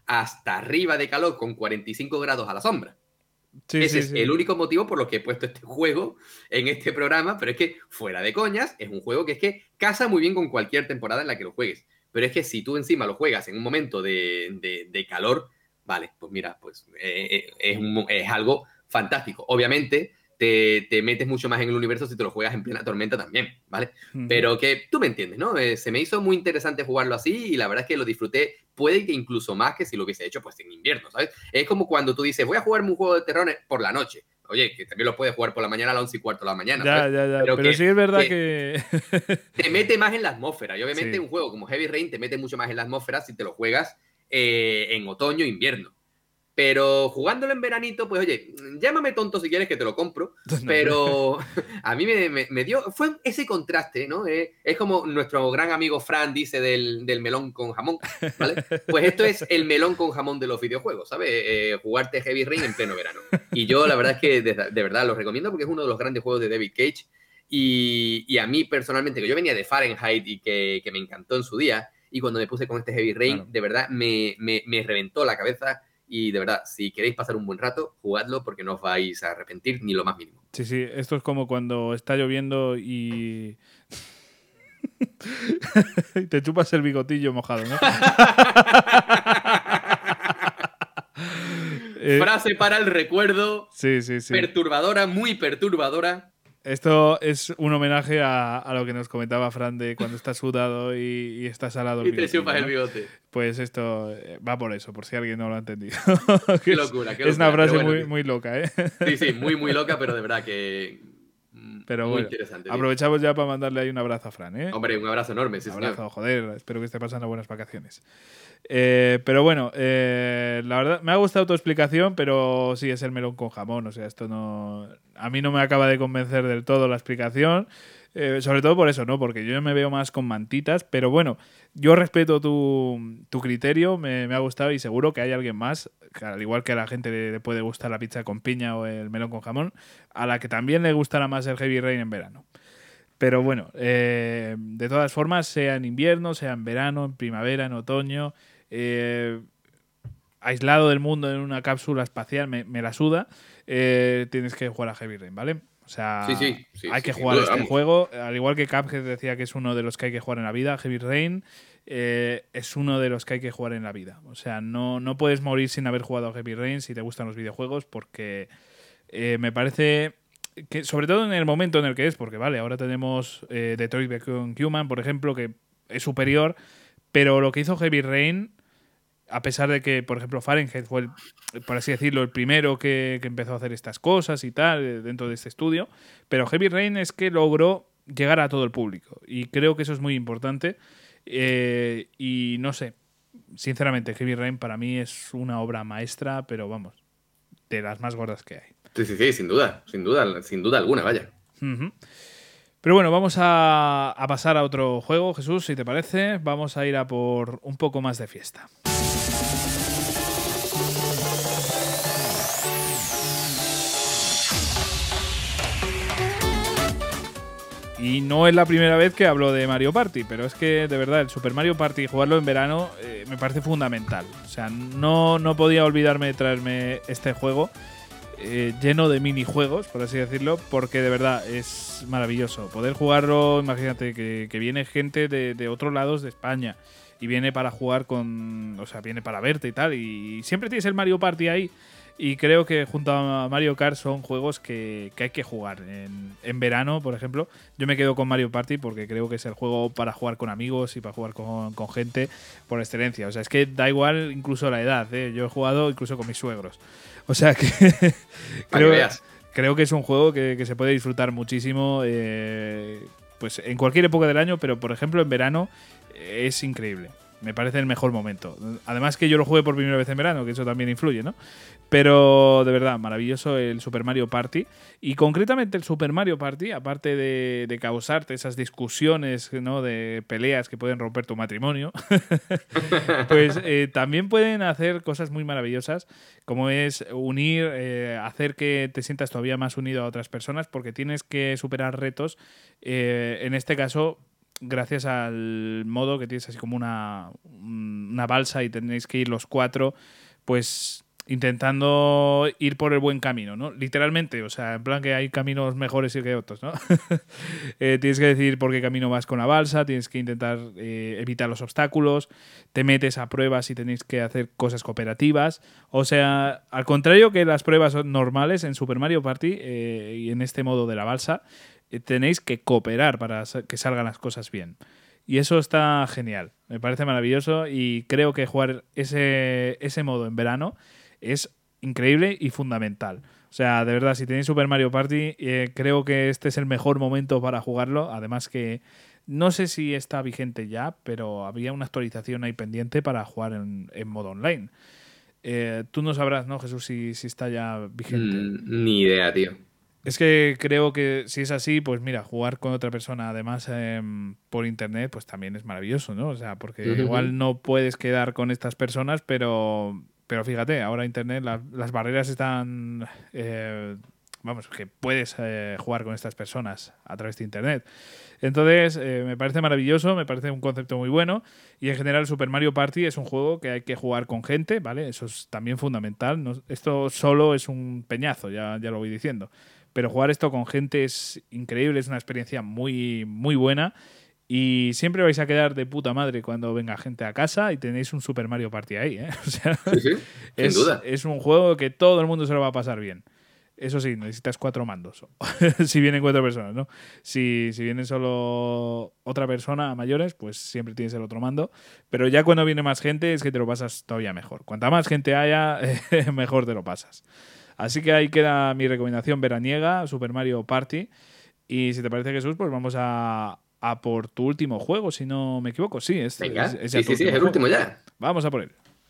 Speaker 2: hasta arriba de calor con cuarenta y cinco grados a la sombra.
Speaker 1: Sí,
Speaker 2: Ese
Speaker 1: sí,
Speaker 2: es
Speaker 1: sí.
Speaker 2: el único motivo por lo que he puesto este juego en este programa, pero es que, fuera de coñas, es un juego que es que casa muy bien con cualquier temporada en la que lo juegues. Pero es que si tú encima lo juegas en un momento de, de, de calor, vale, pues mira, pues eh, es, un, es algo fantástico. Obviamente, te, te metes mucho más en el universo si te lo juegas en plena tormenta también, ¿vale? Uh-huh. Pero que tú me entiendes, ¿no? Eh, se me hizo muy interesante jugarlo así y la verdad es que lo disfruté, puede que incluso más que si lo hubiese hecho pues en invierno, ¿sabes? Es como cuando tú dices, voy a jugarme un juego de terror por la noche. Oye, que también lo puedes jugar por la mañana a las once y cuarto de la mañana,
Speaker 1: ya,
Speaker 2: ¿sabes?
Speaker 1: Ya, ya, Pero, Pero
Speaker 2: que,
Speaker 1: sí es verdad que...
Speaker 2: que te mete más en la atmósfera. Y obviamente
Speaker 1: sí.
Speaker 2: un juego como Heavy Rain te mete mucho más en la atmósfera si te lo juegas eh, en otoño e invierno. Pero jugándolo en veranito, pues oye, llámame tonto si quieres que te lo compro, no, pero a mí me, me, me dio, fue ese contraste, ¿no? Eh, es como nuestro gran amigo Fran dice del, del melón con jamón, ¿vale? Pues esto es el melón con jamón de los videojuegos, ¿sabes? Eh, jugarte Heavy Rain en pleno verano. Y yo la verdad es que de, de verdad lo recomiendo porque es uno de los grandes juegos de David Cage y, y a mí personalmente, que yo venía de Fahrenheit y que, que me encantó en su día, y cuando me puse con este Heavy Rain, claro. de verdad me, me, me reventó la cabeza. Y de verdad, si queréis pasar un buen rato, jugadlo porque no os vais a arrepentir ni lo más mínimo.
Speaker 1: Sí, sí, esto es como cuando está lloviendo y te chupas el bigotillo mojado, ¿no?
Speaker 2: eh, Frase para el recuerdo.
Speaker 1: Sí, sí, sí.
Speaker 2: Perturbadora, muy perturbadora.
Speaker 1: Esto es un homenaje a, a lo que nos comentaba Fran de cuando estás sudado y, y estás salado el
Speaker 2: y te chupas ¿no? el bigote.
Speaker 1: Pues esto va por eso, por si alguien no lo ha entendido.
Speaker 2: Qué locura, qué locura.
Speaker 1: Es una frase
Speaker 2: bueno,
Speaker 1: muy, muy loca, ¿eh?
Speaker 2: Sí, sí, muy, muy loca, pero de verdad que...
Speaker 1: Pero
Speaker 2: muy
Speaker 1: bueno,
Speaker 2: interesante.
Speaker 1: Aprovechamos tío. ya para mandarle ahí un abrazo a Fran, ¿eh?
Speaker 2: Hombre, un abrazo enorme, sí,
Speaker 1: Un abrazo,
Speaker 2: señor.
Speaker 1: joder, espero que esté pasando buenas vacaciones. Eh, pero bueno, eh, la verdad, me ha gustado tu explicación, pero sí, es el melón con jamón, o sea, esto no... A mí no me acaba de convencer del todo la explicación, eh, sobre todo por eso, ¿no? Porque yo me veo más con mantitas, pero bueno, yo respeto tu, tu criterio, me, me ha gustado y seguro que hay alguien más, que al igual que a la gente le, le puede gustar la pizza con piña o el melón con jamón, a la que también le gustará más el Heavy Rain en verano. Pero bueno, eh, de todas formas, sea en invierno, sea en verano, en primavera, en otoño, eh, aislado del mundo en una cápsula espacial, me, me la suda, eh, tienes que jugar a Heavy Rain, ¿vale? O sea,
Speaker 2: sí, sí, sí,
Speaker 1: hay
Speaker 2: sí,
Speaker 1: que
Speaker 2: sí,
Speaker 1: jugar
Speaker 2: duda,
Speaker 1: este
Speaker 2: vamos.
Speaker 1: juego, al igual que Cuphead decía que es uno de los que hay que jugar en la vida, Heavy Rain eh, es uno de los que hay que jugar en la vida. O sea, no, no puedes morir sin haber jugado a Heavy Rain si te gustan los videojuegos, porque eh, me parece... que sobre todo en el momento en el que es, porque vale, ahora tenemos eh, Detroit Become Human, por ejemplo, que es superior, pero lo que hizo Heavy Rain, a pesar de que, por ejemplo, Fahrenheit fue, el, por así decirlo, el primero que, que empezó a hacer estas cosas y tal, dentro de este estudio, pero Heavy Rain es que logró llegar a todo el público, y creo que eso es muy importante, eh, y no sé, sinceramente, Heavy Rain para mí es una obra maestra, pero vamos, de las más gordas que hay.
Speaker 2: Sí, sí, sí, sin duda, sin duda, sin duda alguna, vaya.
Speaker 1: Uh-huh. Pero bueno, vamos a, a pasar a otro juego, Jesús, si te parece. Vamos a ir a por un poco más de fiesta. Y no es la primera vez que hablo de Mario Party, pero es que de verdad el Super Mario Party, jugarlo en verano, eh, me parece fundamental. O sea, no, no podía olvidarme de traerme este juego. Eh, lleno de minijuegos, por así decirlo, porque de verdad es maravilloso. Poder jugarlo, imagínate que, que viene gente de, de otros lados de España y viene para jugar con... O sea, viene para verte y tal, y siempre tienes el Mario Party ahí. Y creo que junto a Mario Kart son juegos que, que hay que jugar. En, en verano, por ejemplo, yo me quedo con Mario Party porque creo que es el juego para jugar con amigos y para jugar con, con gente por excelencia. O sea, es que da igual incluso la edad, ¿eh? Yo he jugado incluso con mis suegros. O sea que creo, que creo que es un juego que, que se puede disfrutar muchísimo eh, pues en cualquier época del año, pero por ejemplo en verano eh, es increíble. Me parece el mejor momento. Además que yo lo jugué por primera vez en verano, que eso también influye, ¿no? Pero de verdad, maravilloso el Super Mario Party. Y concretamente el Super Mario Party, aparte de, de causarte esas discusiones, ¿no?, de peleas que pueden romper tu matrimonio, pues eh, también pueden hacer cosas muy maravillosas, como es unir, eh, hacer que te sientas todavía más unido a otras personas, porque tienes que superar retos, eh, en este caso gracias al modo que tienes así como una, una balsa y tenéis que ir los cuatro, pues intentando ir por el buen camino, ¿no? Literalmente, o sea, en plan que hay caminos mejores y que otros, ¿no? eh, tienes que decidir por qué camino vas con la balsa, tienes que intentar eh, evitar los obstáculos, te metes a pruebas y tenéis que hacer cosas cooperativas. O sea, al contrario que las pruebas normales en Super Mario Party eh, y en este modo de la balsa, eh, tenéis que cooperar para que salgan las cosas bien. Y eso está genial, me parece maravilloso y creo que jugar ese, ese modo en verano es increíble y fundamental. O sea, de verdad, si tenéis Super Mario Party, eh, creo que este es el mejor momento para jugarlo. Además que no sé si está vigente ya, pero había una actualización ahí pendiente para jugar en, en modo online. Eh, tú no sabrás, ¿no, Jesús, si, si está ya vigente?
Speaker 2: Mm, ni idea, tío.
Speaker 1: Es que creo que si es así, pues mira, jugar con otra persona además eh, por internet, pues también es maravilloso, ¿no? O sea, porque
Speaker 2: Uh-huh.
Speaker 1: igual no puedes quedar con estas personas, pero, pero fíjate, ahora internet, la, las barreras están... Eh, vamos, que puedes eh, jugar con estas personas a través de internet. Entonces, eh, me parece maravilloso, me parece un concepto muy bueno y en general Super Mario Party es un juego que hay que jugar con gente, ¿vale? Eso es también fundamental. No, esto solo es un peñazo, ya, ya lo voy diciendo. Pero jugar esto con gente es increíble, es una experiencia muy, muy buena y siempre vais a quedar de puta madre cuando venga gente a casa y tenéis un Super Mario Party ahí, ¿eh? O sea,
Speaker 2: Sí, sí, sin
Speaker 1: es,
Speaker 2: duda.
Speaker 1: es un juego que todo el mundo se lo va a pasar bien. Eso sí, necesitas cuatro mandos. Si vienen cuatro personas, ¿no? Si, si viene solo otra persona a mayores, pues siempre tienes el otro mando. Pero ya cuando viene más gente es que te lo pasas todavía mejor. Cuanta más gente haya, mejor te lo pasas. Así que ahí queda mi recomendación veraniega, Super Mario Party. Y si te parece, Jesús, pues vamos a, a por tu último juego, si no me equivoco. Sí, es,
Speaker 2: Venga,
Speaker 1: es, es ya
Speaker 2: sí,
Speaker 1: tu
Speaker 2: sí, sí, es el
Speaker 1: juego.
Speaker 2: último ya.
Speaker 1: Vamos a por él.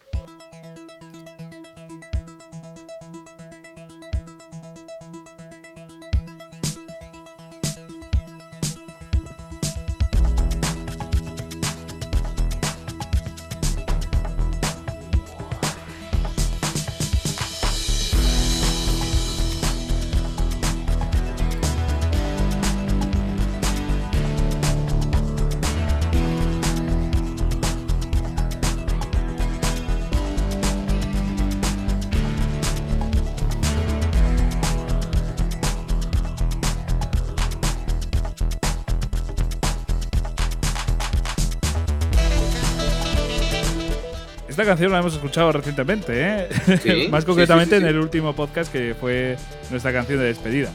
Speaker 1: Esta canción la hemos escuchado recientemente, ¿eh?
Speaker 2: Sí,
Speaker 1: Más
Speaker 2: sí,
Speaker 1: concretamente
Speaker 2: sí, sí, sí.
Speaker 1: en el último podcast que fue nuestra canción de despedida.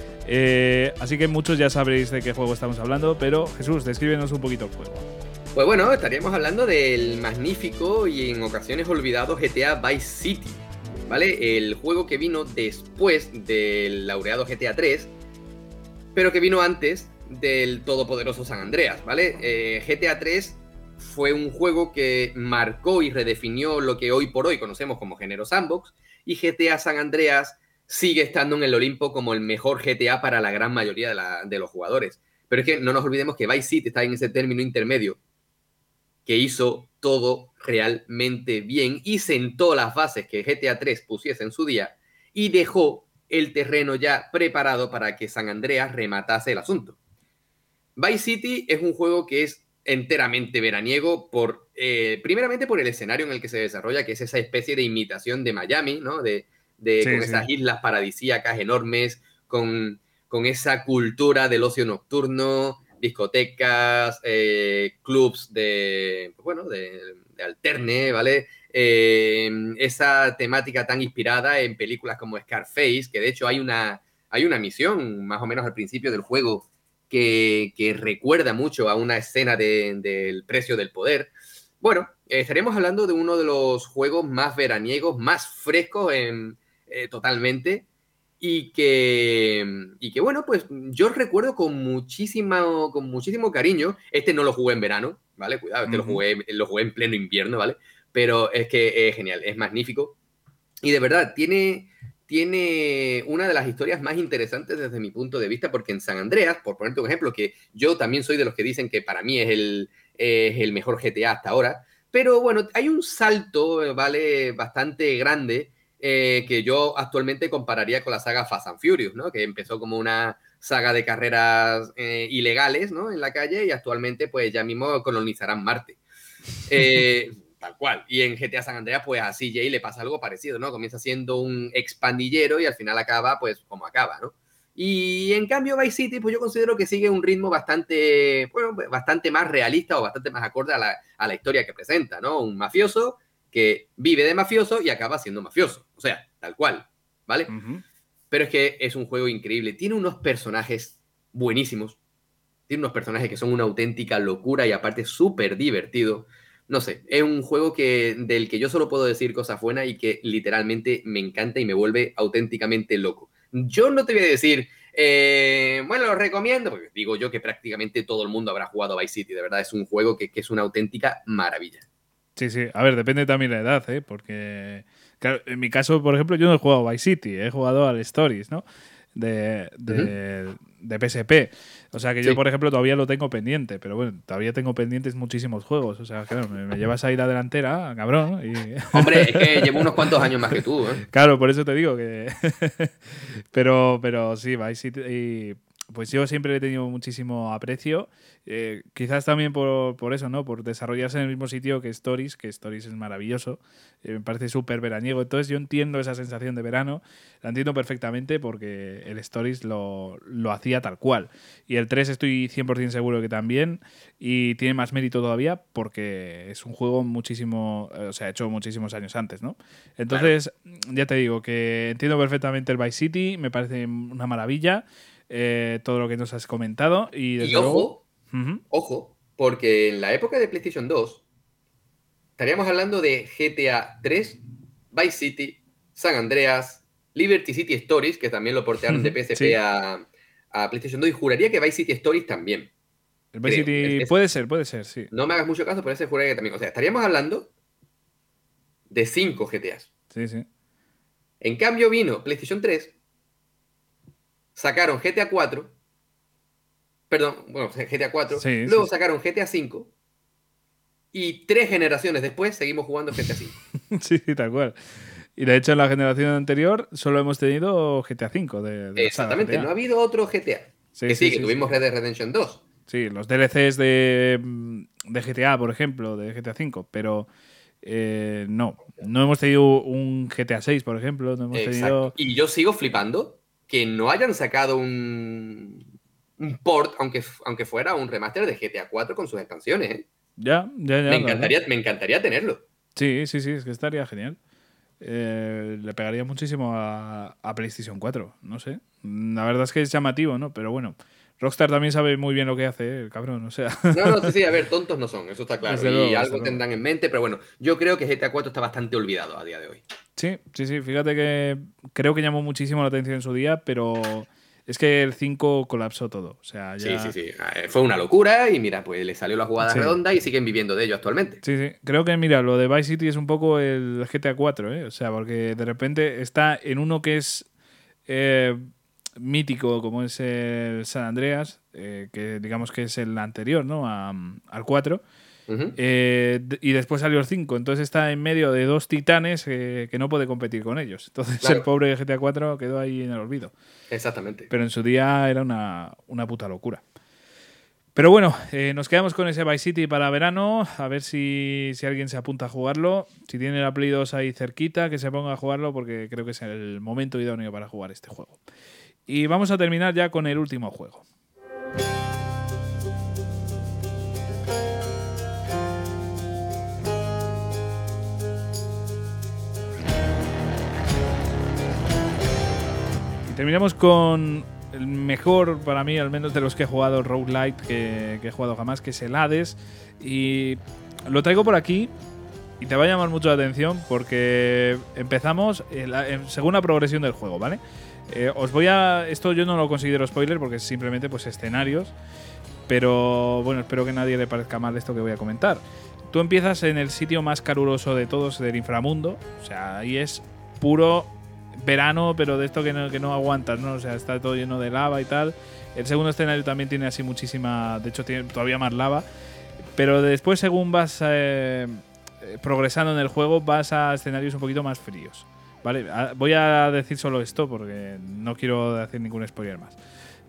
Speaker 1: Eh, así que muchos ya sabréis de qué juego estamos hablando, pero Jesús, descríbenos un poquito el juego.
Speaker 2: Pues bueno, estaríamos hablando del magnífico y en ocasiones olvidado G T A Vice City, ¿vale? El juego que vino después del laureado G T A tres, pero que vino antes del todopoderoso San Andreas, ¿vale? Eh, G T A tres fue un juego que marcó y redefinió lo que hoy por hoy conocemos como género sandbox, y G T A San Andreas sigue estando en el Olimpo como el mejor G T A para la gran mayoría de, la, de los jugadores. Pero es que no nos olvidemos que Vice City está en ese término intermedio que hizo todo realmente bien y sentó las bases que G T A tres pusiese en su día y dejó el terreno ya preparado para que San Andreas rematase el asunto. Vice City es un juego que es enteramente veraniego, por, eh, primeramente por el escenario en el que se desarrolla, que es esa especie de imitación de Miami, ¿no? De, de,
Speaker 1: Sí,
Speaker 2: con
Speaker 1: sí.
Speaker 2: esas islas paradisíacas enormes, con, con esa cultura del ocio nocturno, discotecas, eh, clubs de, bueno, de, de alterne, ¿vale? Eh, esa temática tan inspirada en películas como Scarface, que de hecho hay una, hay una misión más o menos al principio del juego que, que recuerda mucho a una escena del de, de precio del poder. Bueno, eh, estaremos hablando de uno de los juegos más veraniegos, más frescos en, eh, totalmente, y que, y que, bueno, pues yo recuerdo con, muchísima, con muchísimo cariño. Este no lo jugué en verano, ¿vale? Cuidado, este uh-huh. lo, jugué, lo jugué en pleno invierno, ¿vale? Pero es que es genial, es magnífico. Y de verdad, tiene, tiene una de las historias más interesantes desde mi punto de vista, porque en San Andreas, por ponerte un ejemplo, que yo también soy de los que dicen que para mí es el, es el mejor G T A hasta ahora, pero bueno, hay un salto, ¿vale? Bastante grande, eh, que yo actualmente compararía con la saga Fast and Furious, ¿no? Que empezó como una, saga de carreras eh, ilegales, ¿no? En la calle y actualmente pues ya mismo colonizarán Marte. Eh, tal cual. Y en G T A San Andreas pues a C J le pasa algo parecido, ¿no? Comienza siendo un expandillero y al final acaba pues como acaba, ¿no? Y en cambio Vice City pues yo considero que sigue un ritmo bastante, bueno, bastante más realista o bastante más acorde a la, a la historia que presenta, ¿no? Un mafioso que vive de mafioso y acaba siendo mafioso. O sea, tal cual, ¿vale?
Speaker 1: Uh-huh.
Speaker 2: Pero es que es un juego increíble. Tiene unos personajes buenísimos. Tiene unos personajes que son una auténtica locura y aparte súper divertido. No sé, es un juego que, del que yo solo puedo decir cosas buenas y que literalmente me encanta y me vuelve auténticamente loco. Yo no te voy a decir, eh, bueno, lo recomiendo, porque digo yo que prácticamente todo el mundo habrá jugado Vice City. De verdad, es un juego que, que es una auténtica maravilla.
Speaker 1: Sí, sí. A ver, depende también de la edad, ¿eh? Porque, claro, en mi caso, por ejemplo, yo no he jugado Vice City, he jugado al Stories, ¿no? De, de, uh-huh. de P S P. O sea que yo, sí. por ejemplo, todavía lo tengo pendiente, pero bueno, todavía tengo pendientes muchísimos juegos. O sea, claro, me, me llevas ahí la delantera, cabrón. Y...
Speaker 2: Hombre, es que llevo unos cuantos años más que tú, ¿eh?
Speaker 1: Claro, por eso te digo que... pero, pero sí, Vice City... Y... Pues yo siempre he tenido muchísimo aprecio, eh, quizás también por, por eso, ¿no? Por desarrollarse en el mismo sitio que Stories, que Stories es maravilloso, eh, me parece súper veraniego. Entonces yo entiendo esa sensación de verano, la entiendo perfectamente porque el Stories lo, lo hacía tal cual. Y el tres estoy cien por ciento seguro que también, y tiene más mérito todavía porque es un juego muchísimo, o sea, hecho muchísimos años antes, ¿no? Entonces, claro. Ya te digo que entiendo perfectamente el Vice City, me parece una maravilla. Eh, todo lo que nos has comentado y, desde
Speaker 2: y ojo,
Speaker 1: luego, uh-huh.
Speaker 2: ojo, porque en la época de PlayStation dos estaríamos hablando de G T A tres, Vice City, San Andreas, Liberty City Stories, que también lo portearon uh-huh. de P S P sí. a, a PlayStation dos, y juraría que Vice City Stories también.
Speaker 1: El Vice City es, es, puede ser, puede ser, sí.
Speaker 2: No me hagas mucho caso, pero ese juraría que también. O sea, estaríamos hablando de cinco G T As.
Speaker 1: Sí, sí.
Speaker 2: En cambio vino PlayStation tres, sacaron G T A cuatro, perdón, bueno, G T A cuatro, sí, luego sí. sacaron G T A cinco y tres generaciones después seguimos jugando G T A cinco.
Speaker 1: Sí, sí, tal cual. Y de hecho en la generación anterior solo hemos tenido G T A cinco. De, de
Speaker 2: Exactamente, no ha habido otro G T A. Sí, que sí, sí que sí, tuvimos sí. Red Dead Redemption dos.
Speaker 1: Sí, los D L Cs de, de G T A, por ejemplo, de G T A cinco, pero... Eh, no, no hemos tenido un G T A seis, por ejemplo. No hemos tenido...
Speaker 2: Y yo sigo flipando que no hayan sacado un, un port, aunque, aunque fuera un remaster de G T A cuatro con sus expansiones, ¿eh?
Speaker 1: Ya, ya, ya.
Speaker 2: Me encantaría, me encantaría tenerlo.
Speaker 1: Sí, sí, sí, es que estaría genial. Eh, le pegaría muchísimo a, a PlayStation cuatro, no sé. La verdad es que es llamativo, ¿no? Pero bueno, Rockstar también sabe muy bien lo que hace, el cabrón, o sea...
Speaker 2: No, no, sí, sí, a ver, tontos no son, eso está claro. Desde y luego, algo tendrán en mente, pero bueno, yo creo que G T A cuatro está bastante olvidado a día de hoy.
Speaker 1: Sí, sí, sí, fíjate que creo que llamó muchísimo la atención en su día, pero es que el cinco colapsó todo, o sea, ya...
Speaker 2: Sí, sí, sí, fue una locura y mira, pues le salió la jugada sí. redonda y siguen viviendo de ello actualmente.
Speaker 1: Sí, sí, creo que mira, lo de Vice City es un poco el G T A cuatro, ¿eh? O sea, porque de repente está en uno que es... Eh, mítico como es el San Andreas, eh, que digamos que es el anterior, ¿no? A, al cuatro. Uh-huh. Eh, y después salió el cinco. Entonces está en medio de dos titanes eh, que no puede competir con ellos. Entonces claro. El pobre G T A cuatro quedó ahí en el olvido.
Speaker 2: Exactamente.
Speaker 1: Pero en su día era una, una puta locura. Pero bueno, eh, nos quedamos con ese Vice City para verano. A ver si, si alguien se apunta a jugarlo. Si tiene la Play dos ahí cerquita, que se ponga a jugarlo porque creo que es el momento idóneo para jugar este juego. Y vamos a terminar ya con el último juego. Y terminamos con el mejor, para mí, al menos de los que he jugado, roguelite que, que he jugado jamás, que es el Hades. Y lo traigo por aquí y te va a llamar mucho la atención porque empezamos en la, en, según la progresión del juego, ¿vale? Eh, os voy a... Esto yo no lo considero spoiler porque es simplemente pues escenarios, pero bueno, espero que a nadie le parezca mal esto que voy a comentar. Tú empiezas en el sitio más caluroso de todos, del inframundo, o sea, ahí es puro verano, pero de esto que no, que no aguantas, ¿no? O sea, está todo lleno de lava y tal. El segundo escenario también tiene así muchísima... De hecho, tiene todavía más lava, pero después, según vas eh, progresando en el juego, vas a escenarios un poquito más fríos. Vale, voy a decir solo esto porque no quiero decir ningún spoiler más.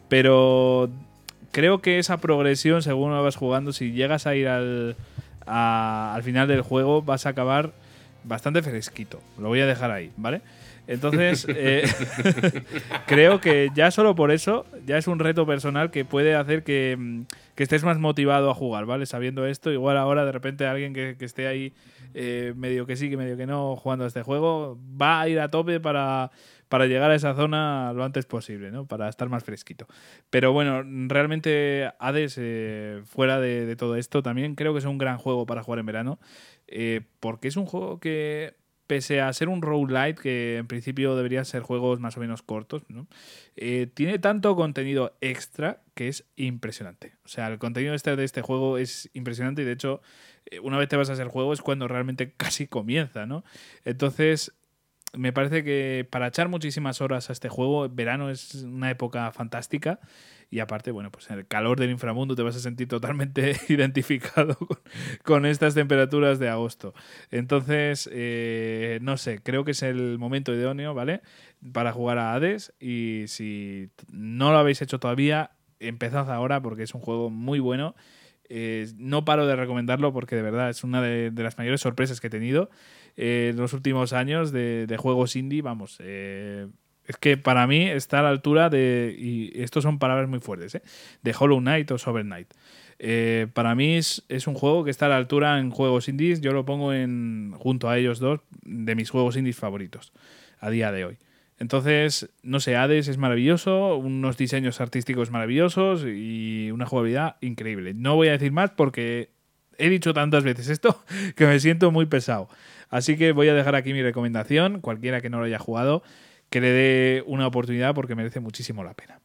Speaker 1: Pero creo que esa progresión, según lo vas jugando, si llegas a ir al, a, al final del juego, vas a acabar bastante fresquito. Lo voy a dejar ahí, ¿vale? Entonces, eh, creo que ya solo por eso, ya es un reto personal que puede hacer que, que estés más motivado a jugar, ¿vale? Sabiendo esto, igual ahora de repente alguien que, que esté ahí eh, medio que sí, que medio que no jugando a este juego, va a ir a tope para, para llegar a esa zona lo antes posible, ¿no? Para estar más fresquito. Pero bueno, realmente Hades, eh, fuera de, de todo esto, también creo que es un gran juego para jugar en verano, eh, porque es un juego que, pese a ser un roguelite, que en principio deberían ser juegos más o menos cortos, ¿no? Eh, tiene tanto contenido extra que es impresionante. O sea, el contenido extra de este juego es impresionante y de hecho, eh, una vez te vas a hacer juego es cuando realmente casi comienza, ¿no? Entonces, me parece que para echar muchísimas horas a este juego, verano es una época fantástica. Y aparte, bueno, pues en el calor del inframundo te vas a sentir totalmente identificado con, con estas temperaturas de agosto. Entonces, eh, no sé, creo que es el momento idóneo, ¿vale? Para jugar a Hades. Y si no lo habéis hecho todavía, empezad ahora porque es un juego muy bueno. Eh, no paro de recomendarlo porque de verdad es una de, de las mayores sorpresas que he tenido eh, en los últimos años de, de juegos indie. Vamos, eh, es que para mí está a la altura de, y estos son palabras muy fuertes, ¿eh? de Hollow Knight o Shovel Knight. Eh, para mí es, es un juego que está a la altura en juegos indies. Yo lo pongo en junto a ellos dos de mis juegos indies favoritos a día de hoy. Entonces, no sé, Hades es maravilloso, unos diseños artísticos maravillosos y una jugabilidad increíble. No voy a decir más porque he dicho tantas veces esto que me siento muy pesado. Así que voy a dejar aquí mi recomendación, cualquiera que no lo haya jugado, que le dé una oportunidad porque merece muchísimo la pena.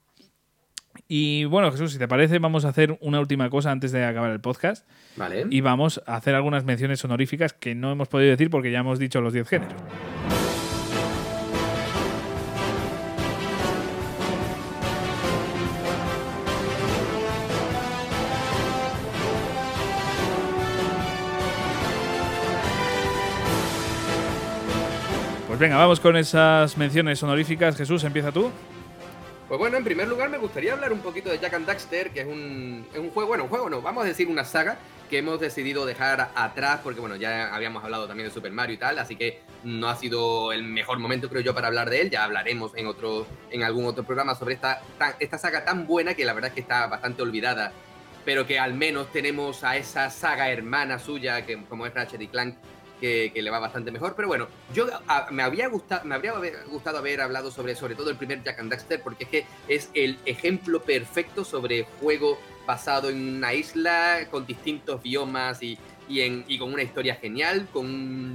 Speaker 1: Y bueno, Jesús, si te parece, vamos a hacer una última cosa antes de acabar el podcast.
Speaker 2: Vale.
Speaker 1: Y vamos a hacer algunas menciones honoríficas que no hemos podido decir porque ya hemos dicho los diez géneros. Pues venga, vamos con esas menciones honoríficas. Jesús, empieza tú.
Speaker 2: Pues bueno, en primer lugar me gustaría hablar un poquito de Jak and Daxter, que es un, es un juego, bueno, un juego no, vamos a decir una saga que hemos decidido dejar atrás porque bueno, ya habíamos hablado también de Super Mario y tal, así que no ha sido el mejor momento creo yo para hablar de él, ya hablaremos en otro, en algún otro programa sobre esta, tan, esta saga tan buena que la verdad es que está bastante olvidada, pero que al menos tenemos a esa saga hermana suya que como es Ratchet y Clank, Que, que le va bastante mejor, pero bueno, yo a, me había gustado, me habría gustado haber hablado sobre, sobre todo el primer Jak and Daxter, porque es que es el ejemplo perfecto sobre juego basado en una isla con distintos biomas y, y, en, y con una historia genial, con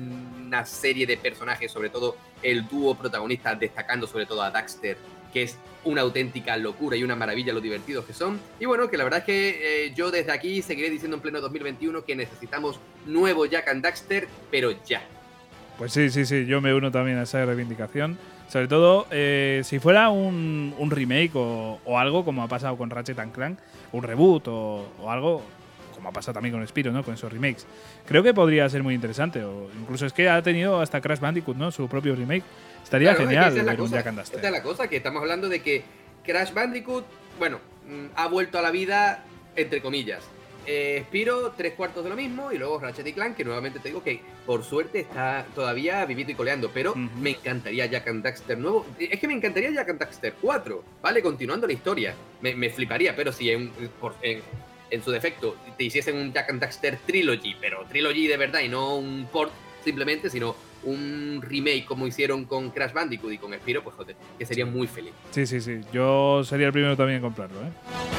Speaker 2: una serie de personajes, sobre todo el dúo protagonista, destacando sobre todo a Daxter, que es una auténtica locura y una maravilla lo divertidos que son. Y bueno, que la verdad es que eh, yo desde aquí seguiré diciendo en pleno dos mil veintiuno que necesitamos nuevo Jak and Daxter, pero ya.
Speaker 1: Pues sí, sí, sí, yo me uno también a esa reivindicación. Sobre todo, eh, si fuera un, un remake o, o algo, como ha pasado con Ratchet and Clank, un reboot o, o algo, como ha pasado también con Spyro, ¿no? Con esos remakes. Creo que podría ser muy interesante. O incluso es que ha tenido hasta Crash Bandicoot, ¿no? Su propio remake. Estaría
Speaker 2: claro,
Speaker 1: genial
Speaker 2: es que
Speaker 1: ver
Speaker 2: cosa,
Speaker 1: un Jak and Daxter.
Speaker 2: Esta es la cosa, que estamos hablando de que Crash Bandicoot, bueno, ha vuelto a la vida, entre comillas. Eh, Spyro, tres cuartos de lo mismo, y luego Ratchet y Clank, que nuevamente te digo que por suerte está todavía vivito y coleando, pero uh-huh. me encantaría Jak and Daxter nuevo. Es que me encantaría Jak and Daxter cuatro, ¿vale? Continuando la historia. Me, me fliparía, pero si en, por, en, en su defecto te hiciesen un Jak and Daxter Trilogy, pero Trilogy de verdad y no un port simplemente, sino un remake como hicieron con Crash Bandicoot y con Spyro, pues joder, que sería muy feliz.
Speaker 1: Sí, sí, sí. Yo sería el primero también en comprarlo, ¿eh?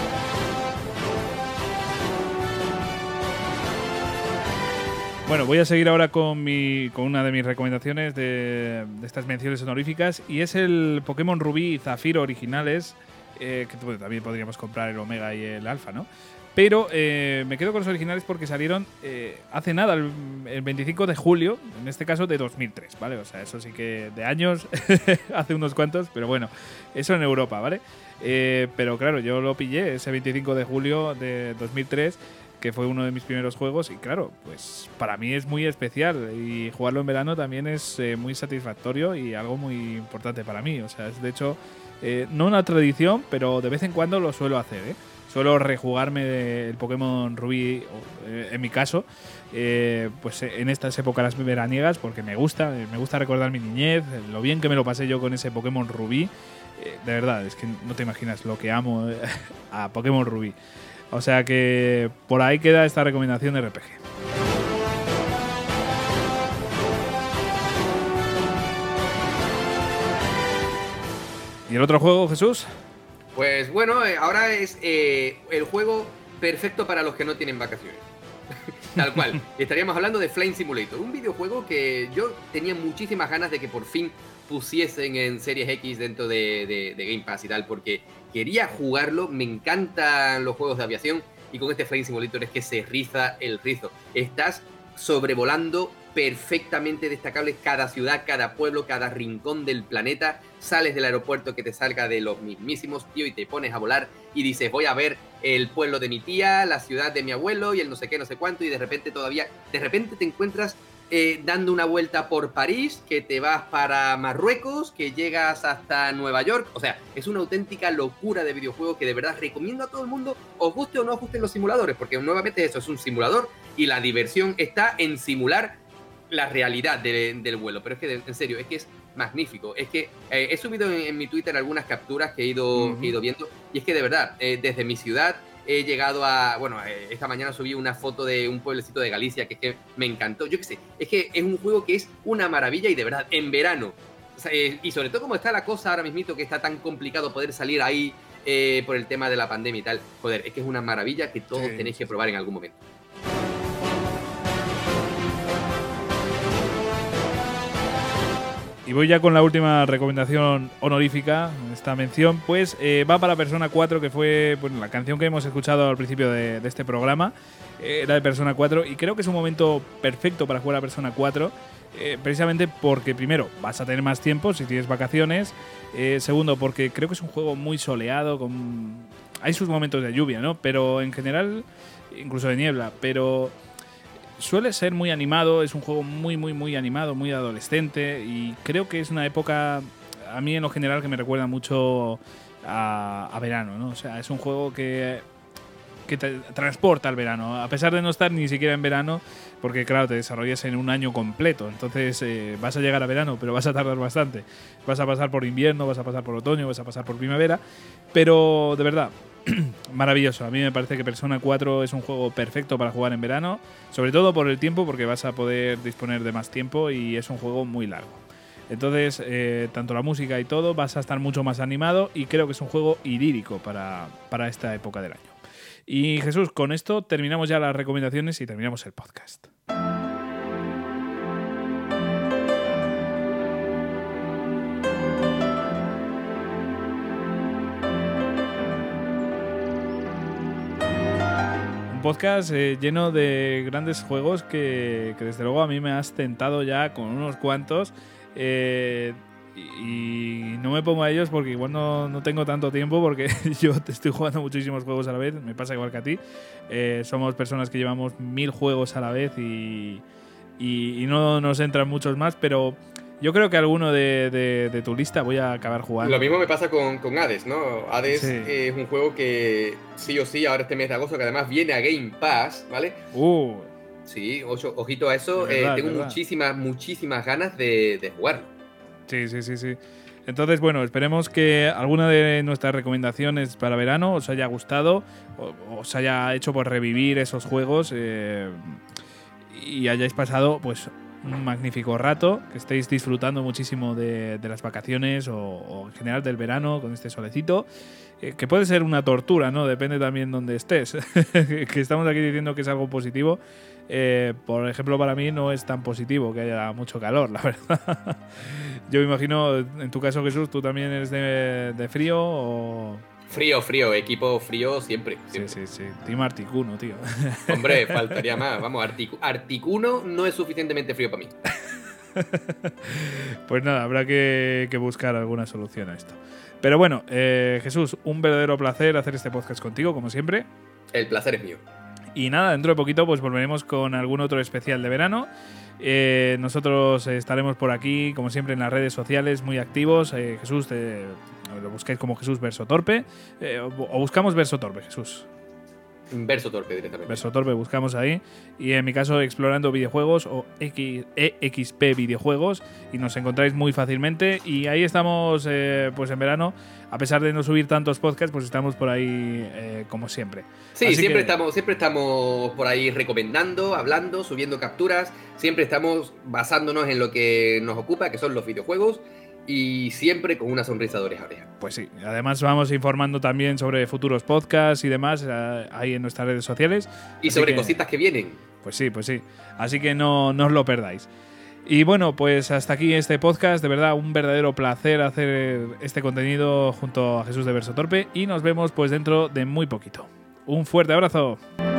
Speaker 1: Bueno, voy a seguir ahora con, mi, con una de mis recomendaciones de, de estas menciones honoríficas y es el Pokémon Rubí y Zafiro originales, eh, que bueno, también podríamos comprar el Omega y el Alpha, ¿no? Pero eh, me quedo con los originales porque salieron eh, hace nada, el, el veinticinco de julio, en este caso de dos mil tres, ¿vale? O sea, eso sí que de años, hace unos cuantos, pero bueno, eso en Europa, ¿vale? Eh, pero claro, yo lo pillé ese veinticinco de julio de dos mil tres que fue uno de mis primeros juegos y claro, pues para mí es muy especial y jugarlo en verano también es eh, muy satisfactorio y algo muy importante para mí. O sea, es de hecho eh, no una tradición, pero de vez en cuando lo suelo hacer, ¿eh? Suelo rejugarme el Pokémon Rubí, eh, en mi caso, eh, pues en estas épocas veraniegas, porque me gusta, me gusta recordar mi niñez, lo bien que me lo pasé yo con ese Pokémon Rubí. Eh, de verdad, es que no te imaginas lo que amo eh, a Pokémon Rubí. O sea que por ahí queda esta recomendación de R P G. ¿Y el otro juego, Jesús?
Speaker 2: Pues bueno, eh, ahora es eh, el juego perfecto para los que no tienen vacaciones. Tal cual. Estaríamos hablando de Flight Simulator, un videojuego que yo tenía muchísimas ganas de que por fin pusiesen en Series X dentro de, de, de Game Pass y tal, porque quería jugarlo, me encantan los juegos de aviación y con este Flight Simulator es que se riza el rizo. Estás sobrevolando perfectamente destacables cada ciudad, cada pueblo, cada rincón del planeta. Sales del aeropuerto que te salga de los mismísimos, tío, y te pones a volar y dices, voy a ver el pueblo de mi tía, la ciudad de mi abuelo y el no sé qué, no sé cuánto, y de repente todavía, de repente te encuentras eh, dando una vuelta por París, que te vas para Marruecos, que llegas hasta Nueva York. O sea, es una auténtica locura de videojuego que de verdad recomiendo a todo el mundo, os guste o no os gusten los simuladores, porque nuevamente eso es un simulador y la diversión está en simular la realidad de, del vuelo. Pero es que, en serio, es que es magnífico. Es que eh, he subido en, en mi Twitter algunas capturas que he ido, uh-huh. que he ido viendo, y es que de verdad, eh, desde mi ciudad he llegado a... Bueno, eh, esta mañana subí una foto de un pueblecito de Galicia que es que me encantó. Yo qué sé, es que es un juego que es una maravilla y de verdad, en verano. O sea, eh, y sobre todo como está la cosa ahora mismito, que está tan complicado poder salir ahí eh, por el tema de la pandemia y tal. Joder, es que es una maravilla que todos sí, tenéis que probar en algún momento.
Speaker 1: Y voy ya con la última recomendación honorífica, esta mención, pues eh, va para Persona cuatro, que fue bueno, la canción que hemos escuchado al principio de, de este programa, eh, era de Persona cuatro, y creo que es un momento perfecto para jugar a Persona cuatro, eh, precisamente porque primero vas a tener más tiempo si tienes vacaciones, eh, segundo porque creo que es un juego muy soleado, con hay sus momentos de lluvia, ¿no? Pero en general, incluso de niebla, pero... suele ser muy animado, es un juego muy, muy, muy animado, muy adolescente y creo que es una época, a mí en lo general, que me recuerda mucho a, a verano, ¿no? O sea, es un juego que, que te transporta al verano, a pesar de no estar ni siquiera en verano, porque claro, te desarrollas en un año completo, entonces eh, vas a llegar a verano, pero vas a tardar bastante. Vas a pasar por invierno, vas a pasar por otoño, vas a pasar por primavera, pero de verdad... maravilloso. A mí me parece que Persona cuatro es un juego perfecto para jugar en verano, sobre todo por el tiempo, porque vas a poder disponer de más tiempo y es un juego muy largo. Entonces, eh, tanto la música y todo, vas a estar mucho más animado y creo que es un juego idílico para, para esta época del año. Y Jesús, con esto terminamos ya las recomendaciones y terminamos el podcast. Podcast eh, lleno de grandes juegos que, que desde luego a mí me has tentado ya con unos cuantos eh, y, y no me pongo a ellos porque igual no, no tengo tanto tiempo, porque yo te estoy jugando muchísimos juegos a la vez, me pasa igual que a ti. Eh, somos personas que llevamos mil juegos a la vez y, y, y no nos entran muchos más, pero yo creo que alguno de, de, de tu lista voy a acabar jugando.
Speaker 2: Lo mismo me pasa con, con Hades, ¿no? Hades sí. Es un juego que sí o sí, ahora este mes de agosto, que además viene a Game Pass, ¿vale?
Speaker 1: Uh.
Speaker 2: Sí, ocho, ojito a eso. Verdad, eh, tengo verdad. muchísimas, muchísimas ganas de, de jugarlo.
Speaker 1: Sí, sí, sí, sí. Entonces, bueno, esperemos que alguna de nuestras recomendaciones para verano os haya gustado, o, os haya hecho pues revivir esos juegos eh, y hayáis pasado, pues, un magnífico rato, que estéis disfrutando muchísimo de, de las vacaciones o, o en general del verano con este solecito, eh, que puede ser una tortura, ¿no? Depende también donde estés. Que estamos aquí diciendo que es algo positivo. Eh, por ejemplo, para mí no es tan positivo que haya mucho calor, la verdad. Yo me imagino, en tu caso, Jesús, ¿tú también eres de, de frío o...?
Speaker 2: Frío, frío, equipo frío siempre, siempre.
Speaker 1: Sí, sí, sí. Team Articuno, tío.
Speaker 2: Hombre, faltaría más. Vamos, Articu- Articuno no es suficientemente frío para mí.
Speaker 1: Pues nada, habrá que, que buscar alguna solución a esto. Pero bueno, eh, Jesús, un verdadero placer hacer este podcast contigo, como siempre.
Speaker 2: El placer es mío.
Speaker 1: Y nada, dentro de poquito pues volveremos con algún otro especial de verano. Eh, nosotros estaremos por aquí, como siempre, en las redes sociales, muy activos. Eh, Jesús, te, lo buscáis como Jesús Verso Torpe. Eh, o, o buscamos Verso Torpe, Jesús.
Speaker 2: Verso Torpe directamente.
Speaker 1: Verso Torpe buscamos ahí. Y en mi caso, Explorando Videojuegos o X, E X P Videojuegos. Y nos encontráis muy fácilmente. Y ahí estamos, eh, pues en verano. A pesar de no subir tantos podcasts, pues estamos por ahí eh, como siempre.
Speaker 2: Sí,
Speaker 1: Así
Speaker 2: siempre,
Speaker 1: que,
Speaker 2: estamos, siempre estamos por ahí recomendando, hablando, subiendo capturas. Siempre estamos basándonos en lo que nos ocupa, que son los videojuegos. Y siempre con una sonrisa de oreja a oreja.
Speaker 1: Pues sí, además vamos informando también sobre futuros podcasts y demás eh, ahí en nuestras redes sociales.
Speaker 2: Y
Speaker 1: Así
Speaker 2: sobre
Speaker 1: que,
Speaker 2: cositas que vienen.
Speaker 1: Pues sí, pues sí. Así que no, no os lo perdáis. Y bueno, pues hasta aquí este podcast. De verdad, un verdadero placer hacer este contenido junto a Jesús de Verso Torpe. Y nos vemos pues dentro de muy poquito. Un fuerte abrazo.